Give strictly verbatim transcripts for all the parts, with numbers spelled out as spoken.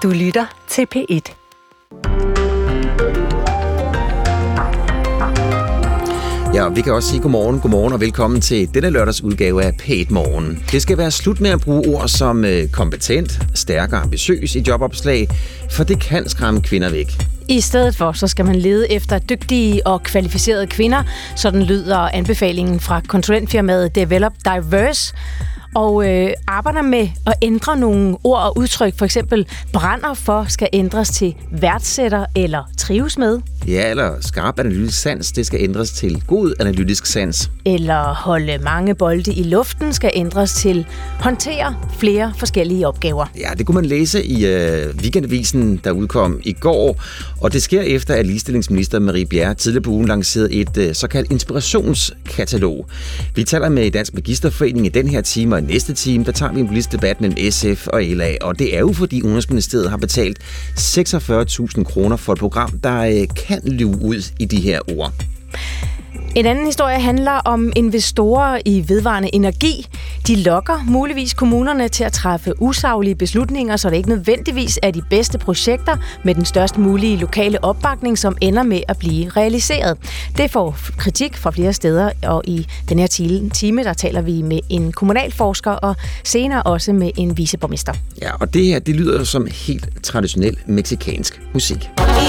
Du lytter til P et. Ja, vi kan også sige godmorgen, godmorgen og velkommen til denne lørdags udgave af P et Morgen. Det skal være slut med at bruge ord som kompetent, stærk og ambitiøs i jobopslag, for det kan skræmme kvinder væk. I stedet for, så skal man lede efter dygtige og kvalificerede kvinder. Sådan lyder anbefalingen fra konsulentfirmaet Develop Diverse. Og øh, arbejder med at ændre nogle ord og udtryk. For eksempel brænder for skal ændres til værdsætter eller trives med. Ja, eller skarp analytisk sans, det skal ændres til god analytisk sans. Eller holde mange bolde i luften skal ændres til håndtere flere forskellige opgaver. Ja, det kunne man læse i øh, Weekendavisen, der udkom i går. Og det sker efter, at ligestillingsminister Marie Bjerre tidligere på ugen lancerede et øh, såkaldt inspirationskatalog. Vi taler med Dansk Magisterforening i den her time, og i næste time, der tager vi en politisk debat mellem S F og L A. Og det er jo, fordi Udenrigsministeriet har betalt seksogfyrre tusind kroner for et program, der øh, kan lyve ud i de her ord. En anden historie handler om investorer i vedvarende energi. De lokker muligvis kommunerne til at træffe usaglige beslutninger, så det ikke nødvendigvis er de bedste projekter med den størst mulige lokale opbakning, som ender med at blive realiseret. Det får kritik fra flere steder, og i den her time, der taler vi med en kommunalforsker og senere også med en viceborgmester. Ja, og det her, det lyder jo som helt traditionel mexicansk musik.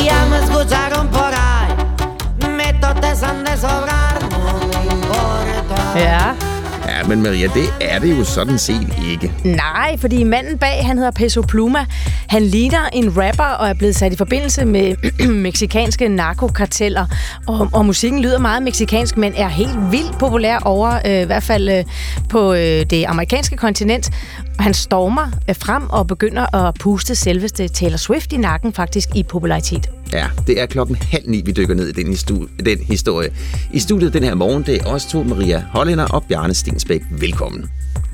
Ja. Ja, men Maria, det er det jo sådan set ikke. Nej, fordi manden bag, han hedder Peso Pluma. Han ligner en rapper og er blevet sat i forbindelse med mexikanske narkokarteller. Og, og musikken lyder meget mexikansk, men er helt vildt populær over, øh, i hvert fald øh, på øh, det amerikanske kontinent. Han stormer øh, frem og begynder at puste selveste Taylor Swift i nakken, faktisk i popularitet. Ja, det er klokken halv ni, vi dykker ned i den, histo- den historie. I studiet den her morgen, det er os to, Maria Hollænder og Bjarne Stensbæk. Velkommen.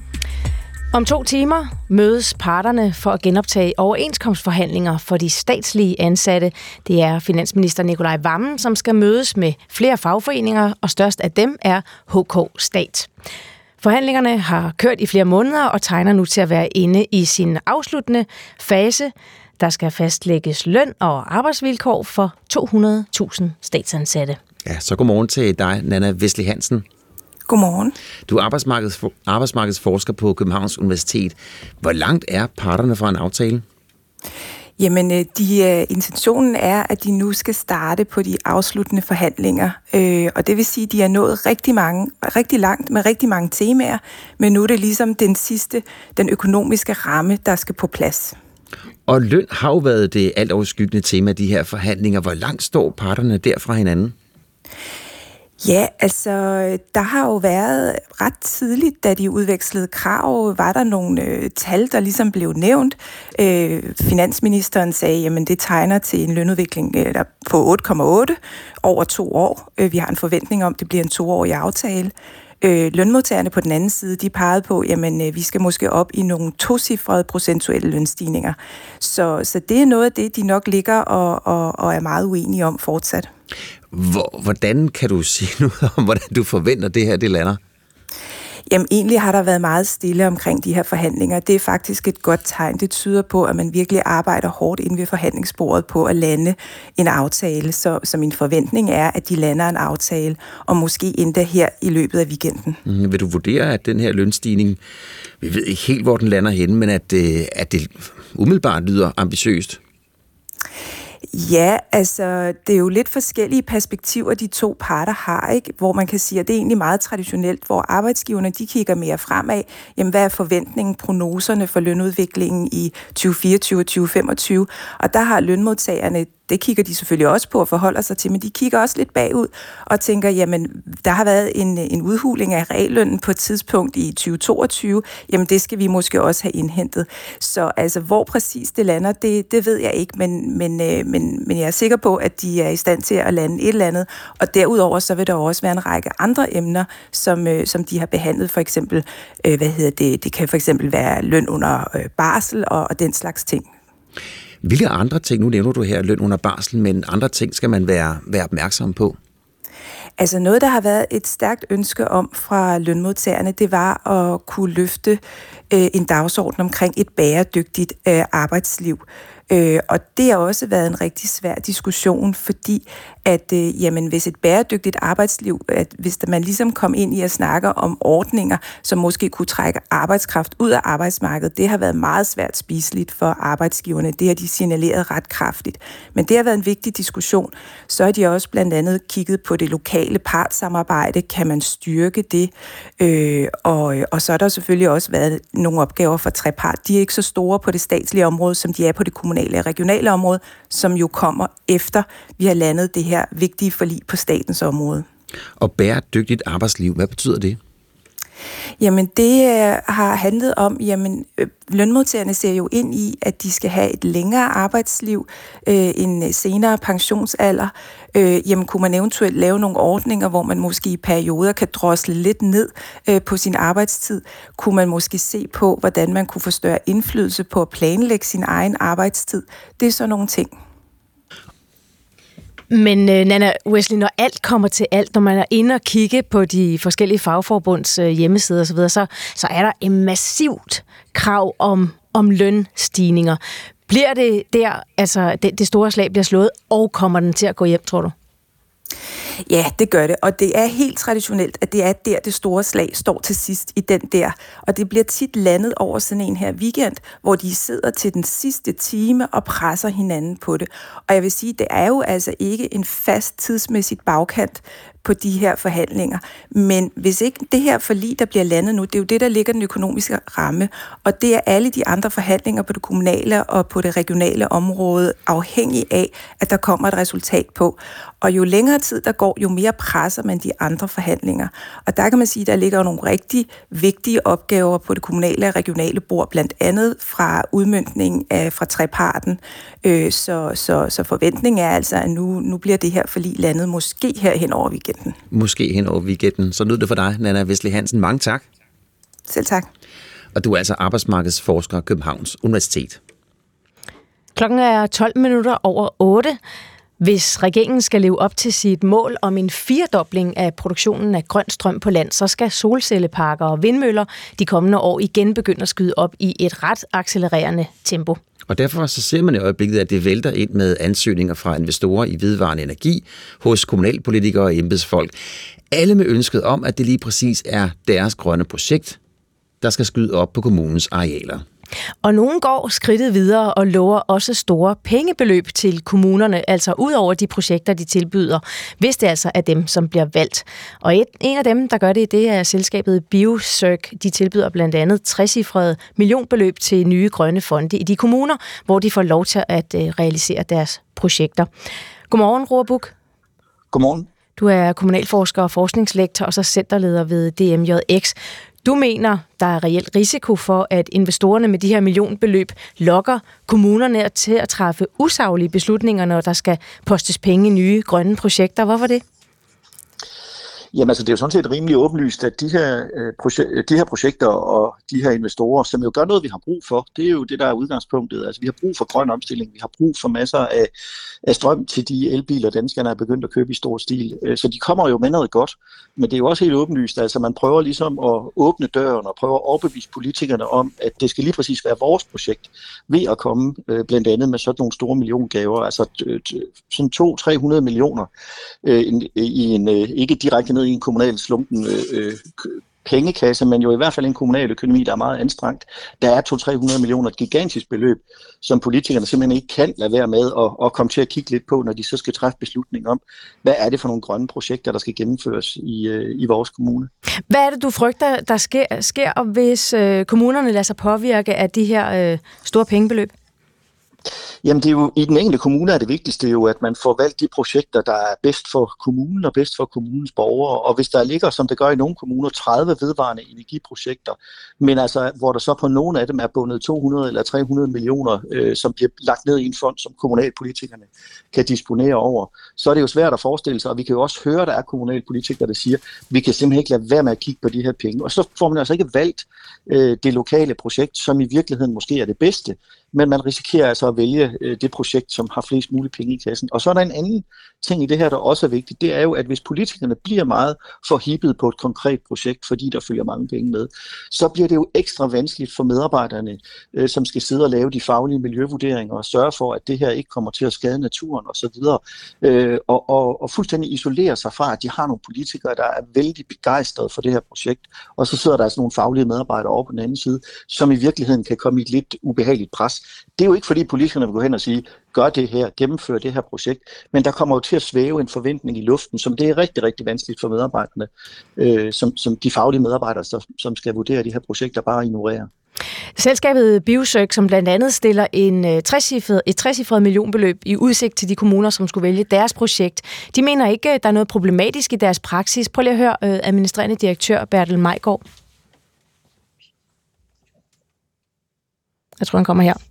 Om to timer mødes parterne for at genoptage overenskomstforhandlinger for de statslige ansatte. Det er finansminister Nicolai Wammen, som skal mødes med flere fagforeninger, og størst af dem er H K Stat. Forhandlingerne har kørt i flere måneder og tegner nu til at være inde i sin afsluttende fase. Der skal fastlægges løn og arbejdsvilkår for to hundrede tusind statsansatte. Ja, så godmorgen til dig, Nanna Wesley Hansen. Godmorgen. Du er arbejdsmarkeds, arbejdsmarkedsforsker på Københavns Universitet. Hvor langt er parterne fra en aftale? Jamen, de, uh, intentionen er, at de nu skal starte på de afsluttende forhandlinger. Øh, og det vil sige, at de er nået rigtig, mange, rigtig langt med rigtig mange temaer, men nu er det ligesom den sidste, den økonomiske ramme, der skal på plads. Og løn har jo været det alt overskyggende tema af de her forhandlinger. Hvor langt står parterne der fra hinanden? Ja, altså, der har jo været ret tidligt, da de udvekslede krav, var der nogle øh, tal, der ligesom blev nævnt. Øh, finansministeren sagde, jamen det tegner til en lønudvikling øh, på otte komma otte over to år. Øh, vi har en forventning om, det bliver en toårig aftale. Øh, lønmodtagerne på den anden side, de pegede på, jamen øh, vi skal måske op i nogle tocifrede procentuelle lønstigninger. Så, så det er noget af det, de nok ligger og, og, og er meget uenige om fortsat. Hvor, hvordan kan du sige noget om, hvordan du forventer, det her det lander? Jamen egentlig har der været meget stille omkring de her forhandlinger. Det er faktisk et godt tegn. Det tyder på, at man virkelig arbejder hårdt inde ved forhandlingsbordet på at lande en aftale. Så, så min forventning er, at de lander en aftale, og måske endda her i løbet af weekenden. Mm, vil du vurdere, at den her lønstigning, vi ved ikke helt, hvor den lander henne, men at, at det umiddelbart lyder ambitiøst? Ja, altså, det er jo lidt forskellige perspektiver, de to parter har, ikke? Hvor man kan sige, at det er egentlig meget traditionelt, hvor arbejdsgiverne, de kigger mere fremad. Jamen, hvad er forventningen, prognoserne for lønudviklingen i tyve fireogtyve og tyve femogtyve? Og der har lønmodtagerne, det kigger de selvfølgelig også på og forholder sig til, men de kigger også lidt bagud og tænker, jamen, der har været en, en udhuling af reallønnen på et tidspunkt i tyve toogtyve, jamen, det skal vi måske også have indhentet. Så altså, hvor præcis det lander, det, det ved jeg ikke, men, men, men, men jeg er sikker på, at de er i stand til at lande et eller andet, og derudover så vil der også være en række andre emner, som, som de har behandlet, for eksempel, hvad hedder det, det kan for eksempel være løn under barsel og, og den slags ting. Hvilke andre ting, nu nævner du her løn under barsel, men andre ting skal man være, være opmærksom på? Altså noget, der har været et stærkt ønske om fra lønmodtagerne, det var at kunne løfte øh, en dagsorden omkring et bæredygtigt øh, arbejdsliv. Øh, og det har også været en rigtig svær diskussion, fordi at øh, jamen, hvis et bæredygtigt arbejdsliv, at hvis man ligesom kom ind i at snakke om ordninger, som måske kunne trække arbejdskraft ud af arbejdsmarkedet, det har været meget svært spiseligt for arbejdsgiverne. Det har de signaleret ret kraftigt. Men det har været en vigtig diskussion. Så har de også blandt andet kigget på det lokale partssamarbejde. Kan man styrke det? Øh, og, og så har der selvfølgelig også været nogle opgaver for trepart. De er ikke så store på det statslige område, som de er på det kommunale og regionale område, som jo kommer efter, vi har landet det her vigtige forlig på statens område. Og bæredygtigt arbejdsliv, hvad betyder det? Jamen det øh, har handlet om, jamen øh, lønmodtagerne ser jo ind i, at de skal have et længere arbejdsliv, øh, en senere pensionsalder. Øh, jamen kunne man eventuelt lave nogle ordninger, hvor man måske i perioder kan drosle lidt ned øh, på sin arbejdstid? Kunne man måske se på, hvordan man kunne få større indflydelse på at planlægge sin egen arbejdstid? Det er sådan nogle ting. Men uh, Nanna Wesley, når alt kommer til alt, når man er inde og kigge på de forskellige fagforbunds uh, hjemmesider osv., så, så er der en massivt krav om, om lønstigninger. Bliver det der, altså det, det store slag bliver slået, og kommer den til at gå hjem, tror du? Ja, det gør det, og det er helt traditionelt, at det er der, det store slag står til sidst i den der. Og det bliver tit landet over sådan en her weekend, hvor de sidder til den sidste time og presser hinanden på det. Og jeg vil sige, det er jo altså ikke en fast tidsmæssigt bagkant på de her forhandlinger. Men hvis ikke det her forlig, der bliver landet nu, det er jo det, der ligger den økonomiske ramme, og det er alle de andre forhandlinger på det kommunale og på det regionale område afhængig af, at der kommer et resultat på. Og jo længere tid der går, jo mere presser man de andre forhandlinger. Og der kan man sige, at der ligger nogle rigtig vigtige opgaver på det kommunale og regionale bord, blandt andet fra udmøntning af fra treparten. Øh, så, så, så forventningen er altså, at nu, nu bliver det her forlig landet måske her hen over weekenden. Måske hen over weekenden. Så lød det for dig, Nanna Wesley Hansen. Mange tak. Selv tak. Og du er altså arbejdsmarkedsforsker Københavns Universitet. Klokken er tolv minutter over otte. Hvis regeringen skal leve op til sit mål om en firedobling af produktionen af grøn strøm på land, så skal solcelleparker og vindmøller de kommende år igen begynde at skyde op i et ret accelererende tempo. Og derfor så ser man i øjeblikket, at det vælter ind med ansøgninger fra investorer i vedvarende energi hos kommunalpolitikere og embedsfolk. Alle med ønsket om, at det lige præcis er deres grønne projekt, der skal skyde op på kommunens arealer. Og nogen går skridtet videre og lover også store pengebeløb til kommunerne, altså ud over de projekter, de tilbyder, hvis det altså er dem, som bliver valgt. Og et, en af dem, der gør det, det er selskabet BioCirc. De tilbyder blandt andet trecifrede millionbeløb til nye grønne fonde i de kommuner, hvor de får lov til at uh, realisere deres projekter. Godmorgen, Roar Buch. Godmorgen. Du er kommunalforsker og forskningslektor og så centerleder ved D M J X. Du mener, der er reelt risiko for, at investorerne med de her millionbeløb lokker kommunerne til at træffe usaglige beslutninger, når der skal postes penge i nye grønne projekter. Hvorfor det? Jamen altså, det er jo sådan set rimelig åbenlyst, at de her, øh, projek- de her projekter og de her investorer, som jo gør noget, vi har brug for, det er jo det, der er udgangspunktet. Altså, vi har brug for grøn omstilling, vi har brug for masser af, af strøm til de elbiler, danskerne er begyndt at købe i stor stil. Så de kommer jo med noget godt, men det er jo også helt åbenlyst. Altså, man prøver ligesom at åbne døren og prøver at overbevise politikerne om, at det skal lige præcis være vores projekt, ved at komme øh, blandt andet med sådan nogle store milliongaver, altså øh, sådan to til tre hundrede millioner øh, i en øh, ikke direkte ned i en kommunal slumpen øh, pengekasse, men jo i hvert fald en kommunal økonomi, der er meget anstrengt. Der er to til tre hundrede millioner, et gigantisk beløb, som politikerne simpelthen ikke kan lade være med at, at komme til at kigge lidt på, når de så skal træffe beslutning om, hvad er det for nogle grønne projekter, der skal gennemføres i, øh, i vores kommune. Hvad er det, du frygter, der sker, sker hvis øh, kommunerne lader sig påvirke af de her øh, store pengebeløb? Jamen det er jo, i den enkelte kommune er det vigtigste jo, at man får valgt de projekter, der er bedst for kommunen og bedst for kommunens borgere. Og hvis der ligger, som det gør i nogle kommuner, tredive vedvarende energiprojekter, men altså, hvor der så på nogle af dem er bundet to hundrede eller tre hundrede millioner, øh, som bliver lagt ned i en fond, som kommunalpolitikerne kan disponere over, så er det jo svært at forestille sig, og vi kan jo også høre, at der er kommunalpolitikere, der siger, vi kan simpelthen ikke lade være med at kigge på de her penge. Og så får man altså ikke valgt øh, det lokale projekt, som i virkeligheden måske er det bedste, men man risikerer altså at vælge øh, det projekt, som har flest mulige penge i kassen. Og så er der en anden ting i det her, der også er vigtigt, det er jo, at hvis politikerne bliver meget forhippet på et konkret projekt, fordi der følger mange penge med, så bliver det jo ekstra vanskeligt for medarbejderne, øh, som skal sidde og lave de faglige miljøvurderinger og sørge for, at det her ikke kommer til at skade naturen osv., øh, og, og, og fuldstændig isolere sig fra, at de har nogle politikere, der er vældig begejstrede for det her projekt, og så sidder der altså nogle faglige medarbejdere over på den anden side, som i virkeligheden kan komme i et lidt ubehageligt pres. Det er jo ikke fordi politikerne vil gå hen og sige, gør det her, gennemfør det her projekt, men der kommer jo til at svæve en forventning i luften, som det er rigtig, rigtig vanskeligt for medarbejderne, øh, som, som de faglige medarbejdere, som skal vurdere de her projekter, bare ignorerer. Selskabet Biosearch, som blandt andet stiller en trecifret, et trecifret millionbeløb i udsigt til de kommuner, som skulle vælge deres projekt, de mener ikke, der er noget problematisk i deres praksis. Prøv lige at høre øh, administrerende direktør Bertel Meigård. Jeg tror, han kommer her.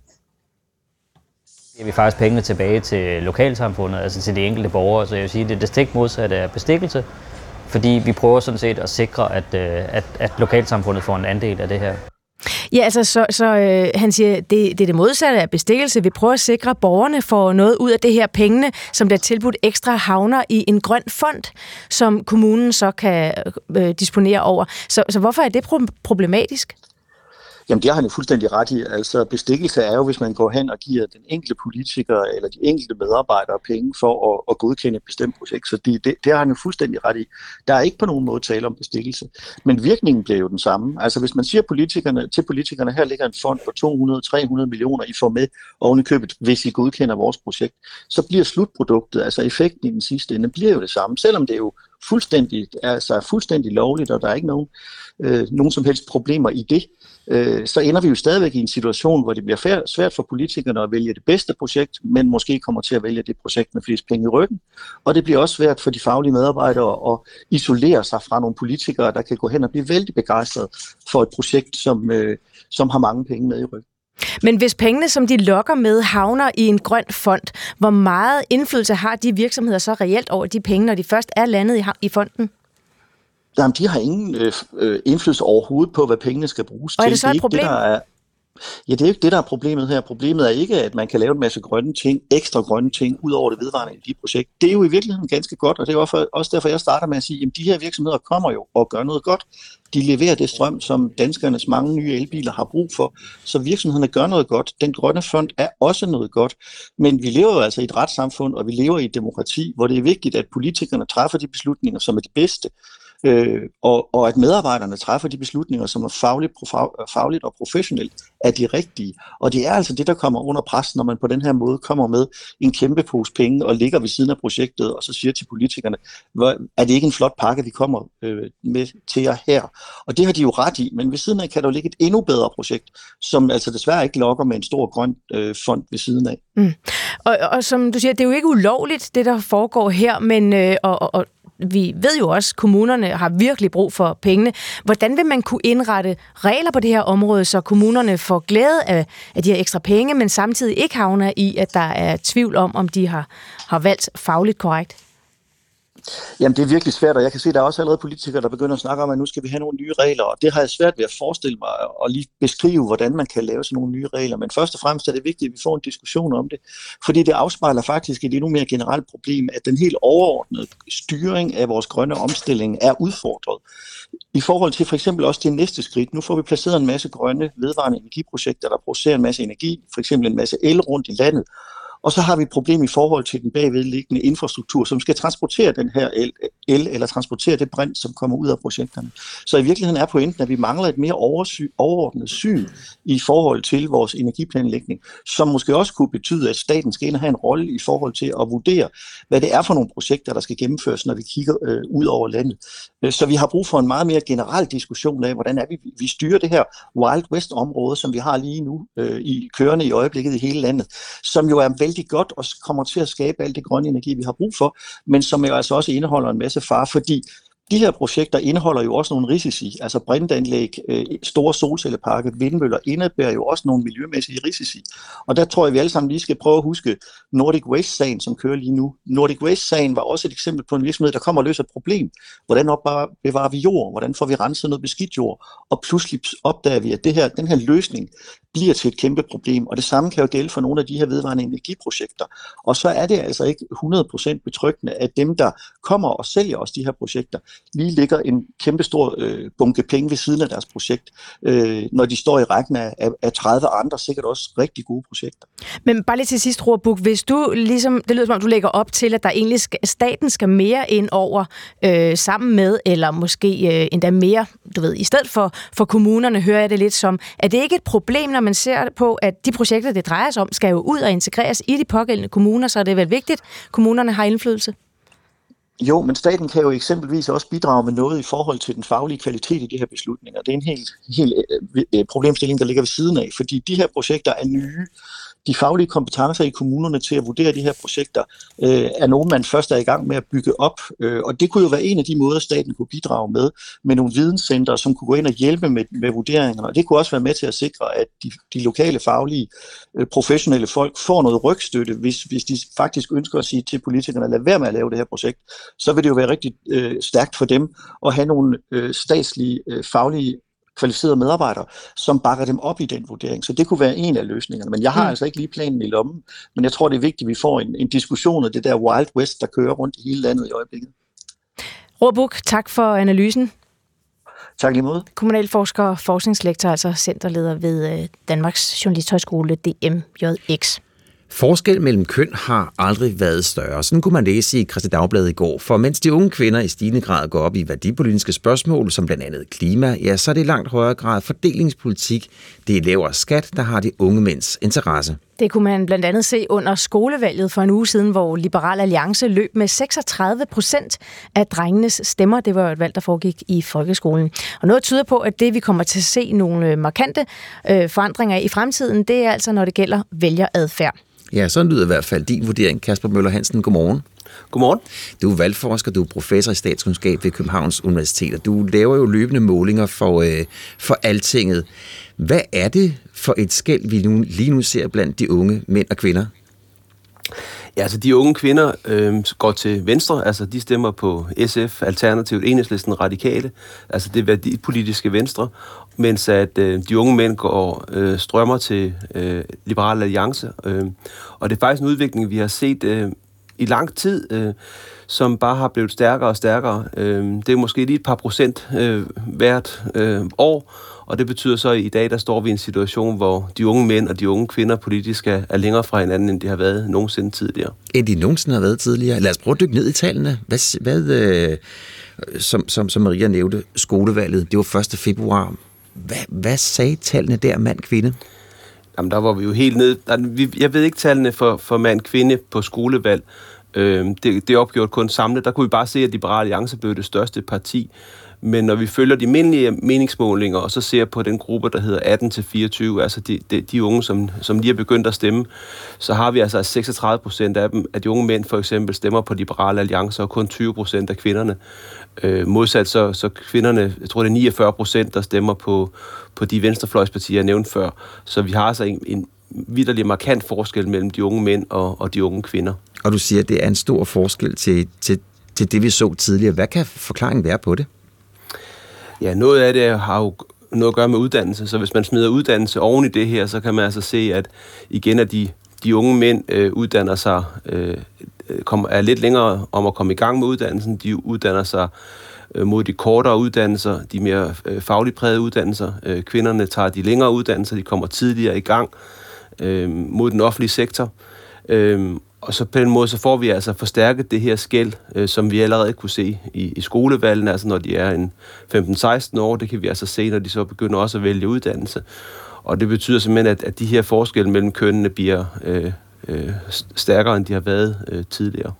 Giver vi faktisk pengene tilbage til lokalsamfundet, altså til de enkelte borgere, så jeg vil sige, det er det stik modsatte af bestikkelse, fordi vi prøver sådan set at sikre, at, at, at lokalsamfundet får en andel af det her. Ja, altså, så, så øh, han siger, det, det er det modsatte af bestikkelse. Vi prøver at sikre, at borgerne får noget ud af det her pengene, som bliver tilbudt ekstra havner i en grøn fond, som kommunen så kan øh, disponere over. Så, så hvorfor er det problematisk? Jamen, det har han jo fuldstændig ret i. Altså, bestikkelse er jo, hvis man går hen og giver den enkelte politiker eller de enkelte medarbejdere penge for at, at godkende et bestemt projekt. Så det, det, det har han jo fuldstændig ret i. Der er ikke på nogen måde tale om bestikkelse. Men virkningen bliver jo den samme. Altså, hvis man siger politikerne, til politikerne, her ligger en fond på to hundrede til tre hundrede millioner, I får med oven i købet, hvis I godkender vores projekt, så bliver slutproduktet, altså effekten i den sidste ende, bliver jo det samme. Selvom det jo fuldstændig, altså er fuldstændig lovligt, og der er ikke nogen, øh, nogen som helst problemer i det, øh, så ender vi jo stadigvæk i en situation, hvor det bliver svært for politikerne at vælge det bedste projekt, men måske kommer til at vælge det projekt med flest penge i ryggen. Og det bliver også svært for de faglige medarbejdere at isolere sig fra nogle politikere, der kan gå hen og blive vældig begejstrede for et projekt, som, øh, som har mange penge med i ryggen. Men hvis pengene, som de lokker med, havner i en grøn fond, hvor meget indflydelse har de virksomheder så reelt over de penge, når de først er landet i, i fonden? Jamen, de har ingen øh, indflydelse overhovedet på, hvad pengene skal bruges til. Og er det så et det problem? Det, der er, ja, det er jo ikke det, der er problemet her. Problemet er ikke, at man kan lave en masse grønne ting, ekstra grønne ting, ud over det vedvarende energiprojekt. Det er jo i virkeligheden ganske godt, og det er også derfor, jeg starter med at sige, at de her virksomheder kommer jo og gør noget godt. De leverer det strøm, som danskernes mange nye elbiler har brug for, så virksomhederne gør noget godt. Den grønne fond er også noget godt, men vi lever jo altså i et retssamfund, og vi lever i et demokrati, hvor det er vigtigt, at politikerne træffer de beslutninger, som er de bedste, øh, og, og at medarbejderne træffer de beslutninger, som er fagligt, fagligt og professionelt, er de rigtige. Og det er altså det, der kommer under pres, når man på den her måde kommer med en kæmpe pose penge og ligger ved siden af projektet, og så siger til politikerne, er det ikke en flot pakke, vi kommer øh, med til jer her? Og det har de jo ret i, men ved siden af kan der jo ligge et endnu bedre projekt, som altså desværre ikke lokker med en stor grøn øh, fond ved siden af. Mm. Og, og som du siger, det er jo ikke ulovligt, det der foregår her, men øh, og, og vi ved jo også, at kommunerne har virkelig brug for pengene. Hvordan vil man kunne indrette regler på det her område, så kommunerne får glæde af, af de her ekstra penge, men samtidig ikke havner i, at der er tvivl om, om de har, har valgt fagligt korrekt? Jamen, det er virkelig svært, og jeg kan se, at der er også allerede politikere, der begynder at snakke om, at nu skal vi have nogle nye regler, og det har jeg svært ved at forestille mig og lige beskrive, hvordan man kan lave sådan nogle nye regler. Men først og fremmest er det vigtigt, at vi får en diskussion om det, fordi det afspejler faktisk et endnu mere generelt problem, at den helt overordnede styring af vores grønne omstilling er udfordret. I forhold til for eksempel også det næste skridt, nu får vi placeret en masse grønne vedvarende energiprojekter, der producerer en masse energi, for eksempel en masse el rundt i landet. Og så har vi et problem i forhold til den bagvedliggende infrastruktur, som skal transportere den her el, el eller transportere det brint, som kommer ud af projekterne. Så i virkeligheden er pointen, at vi mangler et mere oversy- overordnet syn i forhold til vores energiplanlægning, som måske også kunne betyde, at staten skal ind og have en rolle i forhold til at vurdere, hvad det er for nogle projekter, der skal gennemføres, når vi kigger øh, ud over landet. Så vi har brug for en meget mere generel diskussion af, hvordan er vi, vi styrer det her Wild West-område, som vi har lige nu øh, i kørende i øjeblikket i hele landet, som jo er vældig godt og kommer til at skabe alt det grønne energi, vi har brug for, men som jo altså også indeholder en masse fare, fordi De her projekter indeholder jo også nogle risici, altså brintanlæg, store solcelleparker, vindmøller indebærer jo også nogle miljømæssige risici. Og der tror jeg, vi alle sammen lige skal prøve at huske Nordic Waste-sagen, som kører lige nu. Nordic Waste-sagen var også et eksempel på en virksomhed, der kommer og løser et problem. Hvordan bevarer vi jord? Hvordan får vi renset noget beskidt jord? Og pludselig opdager vi, at det her, den her løsning bliver til et kæmpe problem. Og det samme kan jo gælde for nogle af de her vedvarende energiprojekter. Og så er det altså ikke hundrede procent betryggende, at dem, der kommer og sælger os de her projekter, lige ligger en kæmpe stor øh, bunke penge ved siden af deres projekt, øh, når de står i rækken af, af tredive andre, sikkert også rigtig gode projekter. Men bare lige til sidst, Roar Buch, hvis du ligesom, det lyder som om du lægger op til, at der egentlig skal, staten skal mere ind over øh, sammen med, eller måske øh, endda mere, du ved, i stedet for, for kommunerne, hører jeg det lidt som, er det ikke et problem, når man ser på, at de projekter, det drejer sig om, skal jo ud og integreres i de pågældende kommuner, så er det vel vigtigt, at kommunerne har indflydelse? Jo, men staten kan jo eksempelvis også bidrage med noget i forhold til den faglige kvalitet i de her beslutninger. Det er en helt, helt øh, problemstilling, der ligger ved siden af, fordi de her projekter er nye. De faglige kompetencer i kommunerne til at vurdere de her projekter øh, er nogen, man først er i gang med at bygge op. Øh, og det kunne jo være en af de måder, staten kunne bidrage med, med nogle videnscentre, som kunne gå ind og hjælpe med, med vurderingerne. Og det kunne også være med til at sikre, at de, de lokale faglige, øh, professionelle folk får noget rygstøtte, hvis, hvis de faktisk ønsker at sige til politikerne, at lade være med at lave det her projekt. Så vil det jo være rigtig øh, stærkt for dem at have nogle øh, statslige, øh, faglige kvalificerede medarbejdere, som bakker dem op i den vurdering. Så det kunne være en af løsningerne. Men jeg har mm. altså ikke lige planen i lommen, men jeg tror, det er vigtigt, at vi får en, en diskussion af det der Wild West, der kører rundt i hele landet i øjeblikket. Roar Buch, tak for analysen. Tak lige måde. Kommunalforsker og forskningslektor, altså centerleder ved Danmarks Journalisthøjskole, D M J X. Forskel mellem køn har aldrig været større. Sådan kunne man læse i Kristeligt Dagblad i går. For mens de unge kvinder i stigende grad går op i værdipolitiske spørgsmål, som blandt andet klima, ja, så er det i langt højere grad fordelingspolitik. Det er lavere skat, der har de unge mænds interesse. Det kunne man blandt andet se under skolevalget for en uge siden, hvor Liberal Alliance løb med seksogtredive procent af drengenes stemmer. Det var jo et valg, der foregik i folkeskolen. Og noget tyder på, at det, vi kommer til at se nogle markante øh, forandringer i fremtiden, det er altså, når det gælder vælgeradfærd. Ja, sådan lyder i hvert fald din vurdering. Kasper Møller Hansen, godmorgen. Godmorgen. Du er valgforsker, du er professor i statskundskab ved Københavns Universitet, og du laver jo løbende målinger for, øh, for Altinget. Hvad er det for et skel, vi nu, lige nu ser blandt de unge mænd og kvinder? Ja, altså de unge kvinder øh, går til venstre, altså de stemmer på S F, Alternativt, Enhedslisten, Radikale, altså det værdipolitiske venstre, mens at øh, de unge mænd går øh, strømmer til øh, Liberal Alliance. Øh, og det er faktisk en udvikling, vi har set øh, i lang tid, øh, som bare har blevet stærkere og stærkere. Øh, det er måske lige et par procent øh, hvert øh, år, og det betyder så, at i dag der står vi i en situation, hvor de unge mænd og de unge kvinder politisk er, er længere fra hinanden, end de har været nogensinde tidligere. End de nogensinde har været tidligere. Lad os prøve at dykke ned i tallene. Hvad, hvad øh, som, som, som Maria nævnte, skolevalget, det var første februar. Hvad, hvad sagde tallene der, mand-kvinde? Jamen, der var vi jo helt ned. Jeg ved ikke tallene for, for mand-kvinde på skolevalg. Øh, det, det er opgjort kun samlet. Der kunne vi bare se, at Liberal Alliance blev det største parti. Men når vi følger de almindelige meningsmålinger, og så ser på den gruppe, der hedder atten til fireogtyve, altså de, de, de unge, som, som lige er begyndt at stemme, så har vi altså seksogtredive procent af dem, at de unge mænd for eksempel stemmer på Liberale Alliancer, og kun tyve procent af kvinderne. Øh, modsat så, så kvinderne, jeg tror det er niogfyrre procent, der stemmer på, på de venstrefløjspartier, jeg nævnte før. Så vi har altså en, en vitterlig markant forskel mellem de unge mænd og, og de unge kvinder. Og du siger, at det er en stor forskel til, til, til det, vi så tidligere. Hvad kan forklaringen være på det? Ja, noget af det har jo noget at gøre med uddannelse, så hvis man smider uddannelse oven i det her, så kan man altså se, at igen at de, de unge mænd øh, uddanner sig, øh, kom, er lidt længere om at komme i gang med uddannelsen. De uddanner sig øh, mod de kortere uddannelser, de mere øh, fagligt prægede uddannelser. Øh, kvinderne tager de længere uddannelser, de kommer tidligere i gang øh, mod den offentlige sektor. Øh, Og så på den måde, så får vi altså forstærket det her skel, øh, som vi allerede kunne se i, i skolevalgen, altså når de er en femten seksten år, det kan vi altså se, når de så begynder også at vælge uddannelse. Og det betyder simpelthen, at, at de her forskelle mellem kønnene bliver øh, øh, stærkere, end de har været øh, tidligere.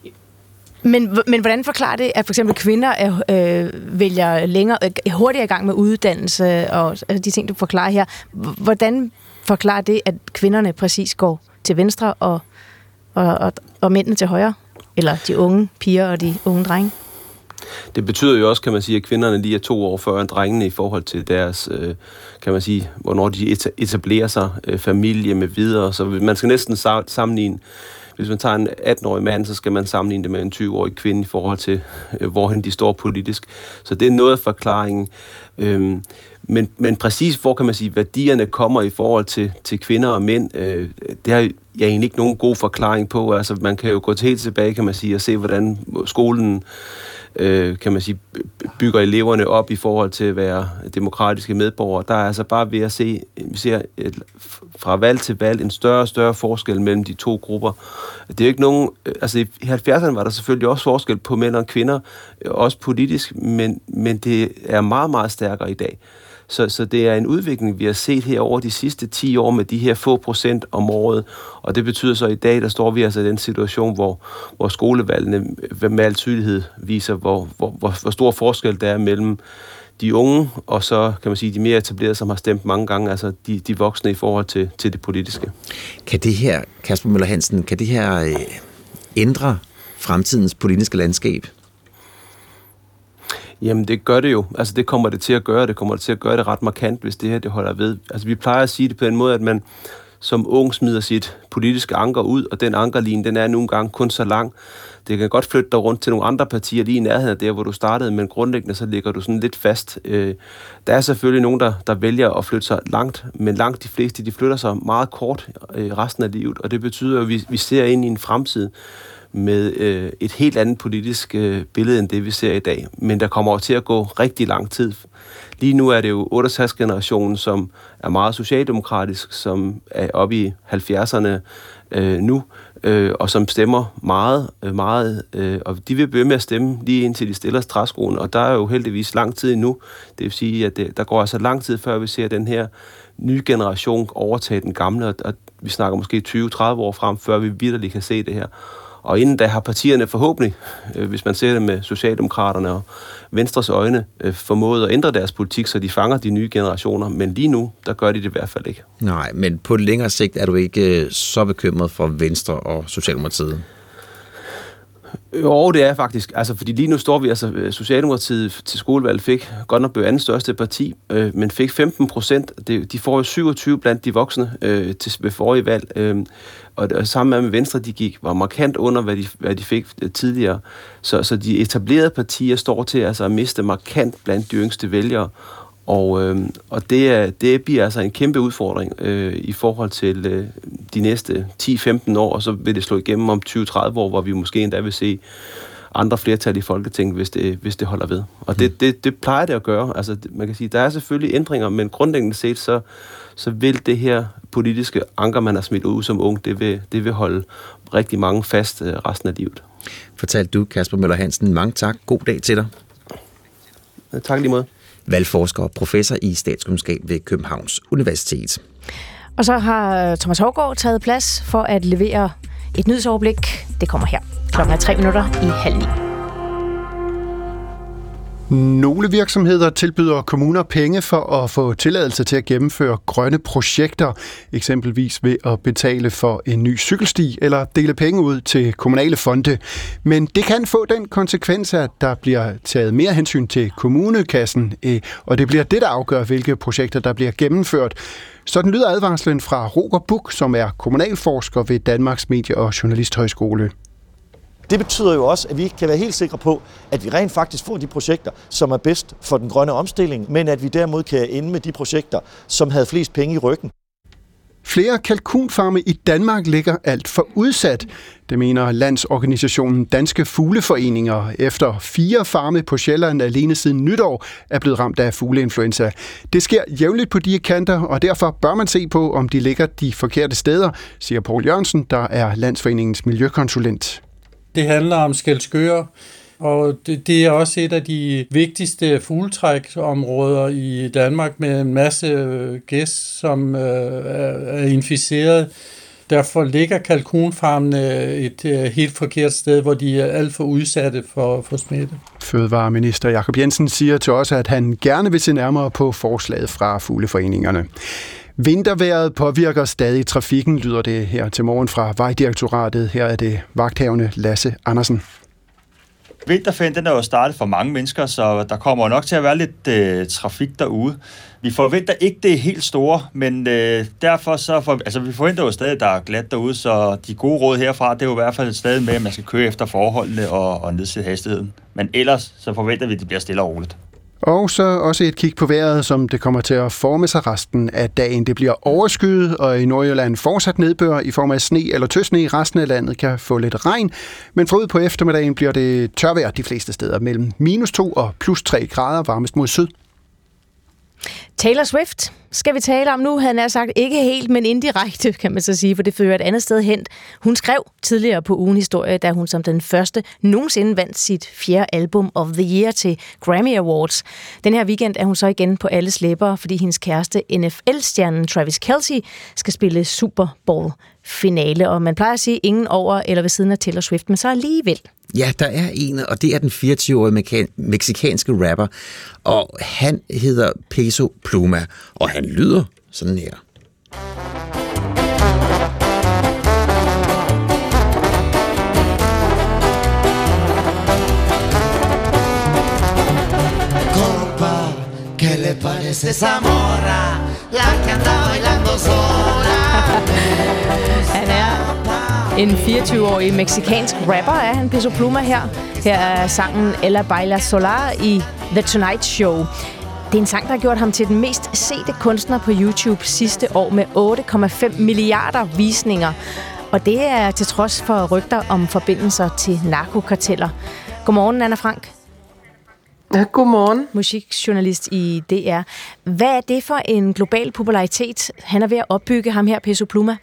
Men, men hvordan forklarer det, at for eksempel kvinder er, øh, vælger længere, øh, hurtigere i gang med uddannelse og altså de ting, du forklarer her? Hvordan forklarer det, at kvinderne præcis går til venstre og Og, og, og mændene til højre? Eller de unge piger og de unge drenge? Det betyder jo også, kan man sige, at kvinderne lige er to år før end drengene i forhold til deres, øh, kan man sige, hvornår de etablerer sig, øh, familie med videre. Så man skal næsten sammenligne, hvis man tager en atten-årig mand, så skal man sammenligne det med en tyve-årig kvinde i forhold til, øh, hvorhen de står politisk. Så det er noget af forklaringen. Øhm, men, men præcis hvor, kan man sige, værdierne kommer i forhold til, til kvinder og mænd, øh, det har jeg egentlig ikke nogen god forklaring på. Altså, man kan jo gå helt tilbage, kan man sige, og se, hvordan skolen øh, kan man sige, bygger eleverne op i forhold til at være demokratiske medborgere. Der er altså bare ved at se, vi ser et, fra valg til valg en større og større forskel mellem de to grupper. Det er jo ikke nogen, altså i halvfjerdserne var der selvfølgelig også forskel på mænd og kvinder, også politisk, men, men det er meget, meget stærkere i dag. Så, så det er en udvikling, vi har set her over de sidste ti år med de her få procent om året, og det betyder så, at i dag, der står vi altså i den situation, hvor, hvor skolevalgene med al tydelighed viser, hvor, hvor, hvor, hvor stor forskel der er mellem de unge, og så kan man sige, de mere etablerede, som har stemt mange gange, altså de, de voksne i forhold til, til det politiske. Kan det her, Kasper Møller Hansen, kan det her øh, ændre fremtidens politiske landskab? Jamen, det gør det jo. Altså, det kommer det til at gøre. Det kommer det til at gøre det ret markant, hvis det her det holder ved. Altså, vi plejer at sige det på en måde, at man som ung smider sit politiske anker ud, og den ankerline, den er nogle gange kun så lang. Det kan godt flytte dig rundt til nogle andre partier lige i nærheden af der, hvor du startede, men grundlæggende så ligger du sådan lidt fast. Der er selvfølgelig nogen, der, der vælger at flytte sig langt, men langt de fleste, de flytter sig meget kort resten af livet, og det betyder, at vi, vi ser ind i en fremtid med øh, et helt andet politisk øh, billede, end det vi ser i dag. Men der kommer til at gå rigtig lang tid. Lige nu er det jo otteogtres-generationen, som er meget socialdemokratisk, som er oppe i halvfjerdserne øh, nu, øh, og som stemmer meget, øh, meget, øh, og de vil blive med at stemme lige indtil de stiller træskoen, og der er jo heldigvis lang tid endnu. Det vil sige, at det, der går altså lang tid, før vi ser den her nye generation overtage den gamle, og, og vi snakker måske tyve til tredive år frem, før vi virkelig kan se det her. Og inden da har partierne forhåbentlig, øh, hvis man ser det med Socialdemokraterne og Venstres øjne, øh, formået at ændre deres politik, så de fanger de nye generationer. Men lige nu, der gør de det i hvert fald ikke. Nej, men på længere sigt er du ikke så bekymret for Venstre og Socialdemokratiet? Jo, det er faktisk. Altså, fordi lige nu står vi, altså Socialdemokratiet til skolevalg fik godt nok blev andet største parti, øh, men fik femten procent. De får jo syvogtyve blandt de voksne øh, til ved forrige valg. Øh, og det, sammen med Venstre, de gik var markant under, hvad de, hvad de fik tidligere. Så, så de etablerede partier står til altså, at miste markant blandt de yngste vælgere. Og, øh, og det, er, det bliver altså en kæmpe udfordring øh, i forhold til øh, de næste ti til femten år, og så vil det slå igennem om tyve til tredive år, hvor vi måske endda vil se andre flertal i Folketinget, hvis det, hvis det holder ved. Og det, det, det plejer det at gøre. Altså, man kan sige, der er selvfølgelig ændringer, men grundlæggende set, så, så vil det her politiske anker, man har smidt ud som ung, det vil, det vil holde rigtig mange fast øh, resten af livet. Fortalte du, Kasper Møller Hansen. Mange tak. God dag til dig. Ja, tak lige måde. Valgforsker og professor i statskundskab ved Københavns Universitet. Og så har Thomas Haugaard taget plads for at levere et nyhedsoverblik. Det kommer her. Klokken er tre minutter i halv ni. Nogle virksomheder tilbyder kommuner penge for at få tilladelse til at gennemføre grønne projekter, eksempelvis ved at betale for en ny cykelsti eller dele penge ud til kommunale fonde. Men det kan få den konsekvens, at der bliver taget mere hensyn til kommunekassen, og det bliver det, der afgør, hvilke projekter der bliver gennemført. Sådan lyder advarslen fra Roger Buch, som er kommunalforsker ved Danmarks Medie- og Journalisthøjskole. Det betyder jo også, at vi kan være helt sikre på, at vi rent faktisk får de projekter, som er bedst for den grønne omstilling, men at vi derimod kan ende med de projekter, som havde flest penge i ryggen. Flere kalkunfarme i Danmark ligger alt for udsat. Det mener landsorganisationen Danske Fugleforeninger. Efter fire farme på Sjælland alene siden nytår er blevet ramt af fugleinfluenza. Det sker jævnligt på de kanter, og derfor bør man se på, om de ligger de forkerte steder, siger Poul Jørgensen, der er Landsforeningens miljøkonsulent. Det handler om Skælskør, og det, det er også et af de vigtigste fugletræksområder i Danmark med en masse gæs, som øh, er inficeret. Derfor ligger kalkunfarmene et øh, helt forkert sted, hvor de er alt for udsatte for, for smitte. Fødevareminister Jakob Jensen siger til os, at han gerne vil se nærmere på forslaget fra fugleforeningerne. Vintervejret påvirker stadig trafikken, lyder det her til morgen fra Vejdirektoratet. Her er det vagthavende Lasse Andersen. Vinterferien, den er jo startet for mange mennesker, så der kommer nok til at være lidt øh, trafik derude. Vi forventer ikke det helt store, men øh, derfor så for, altså, vi forventer jo stadig, at der er glat derude, så de gode råd herfra, det er jo i hvert fald stadig med, at man skal køre efter forholdene og, og nedsætte hastigheden. Men ellers så forventer vi, at det bliver stille og roligt. Og så også et kig på vejret, som det kommer til at forme sig resten af dagen. Det bliver overskyet, og i Nordjylland fortsat nedbør i form af sne eller tøsne. Resten af landet kan få lidt regn, men fra ud på eftermiddagen bliver det tørvejr de fleste steder mellem minus to og plus tre grader, varmest mod syd. Taylor Swift skal vi tale om nu, havde han sagt ikke helt, men indirekte, kan man så sige, for det fører et andet sted hen. Hun skrev tidligere på Ugen Historie, da hun som den første nogensinde vandt sit fjerde album of the year til Grammy Awards. Den her weekend er hun så igen på alles læber, fordi hendes kæreste N F L-stjernen Travis Kelce skal spille Super Bowl-finale, og man plejer at sige ingen over eller ved siden af Taylor Swift, men så alligevel. Ja, der er en, og det er den fireogtyve-årige meksikanske rapper, og han hedder Peso Pluma, og han lyder sådan her. Compa, ¿qué le parece esa morra? La que anda bailando sola. Han er en fireogtyve-årig meksikansk rapper, er han, Peso Pluma her. Her er sangen Ella Baila Solar i The Tonight Show. Det er en sang, der har gjort ham til den mest sete kunstner på YouTube sidste år med otte komma fem milliarder visninger. Og det er til trods for rygter om forbindelser til narkokarteller. Godmorgen, Anna Frank. Ja, godmorgen. Musikjournalist i D R. Hvad er det for en global popularitet, han er ved at opbygge, ham her, Peso Pluma?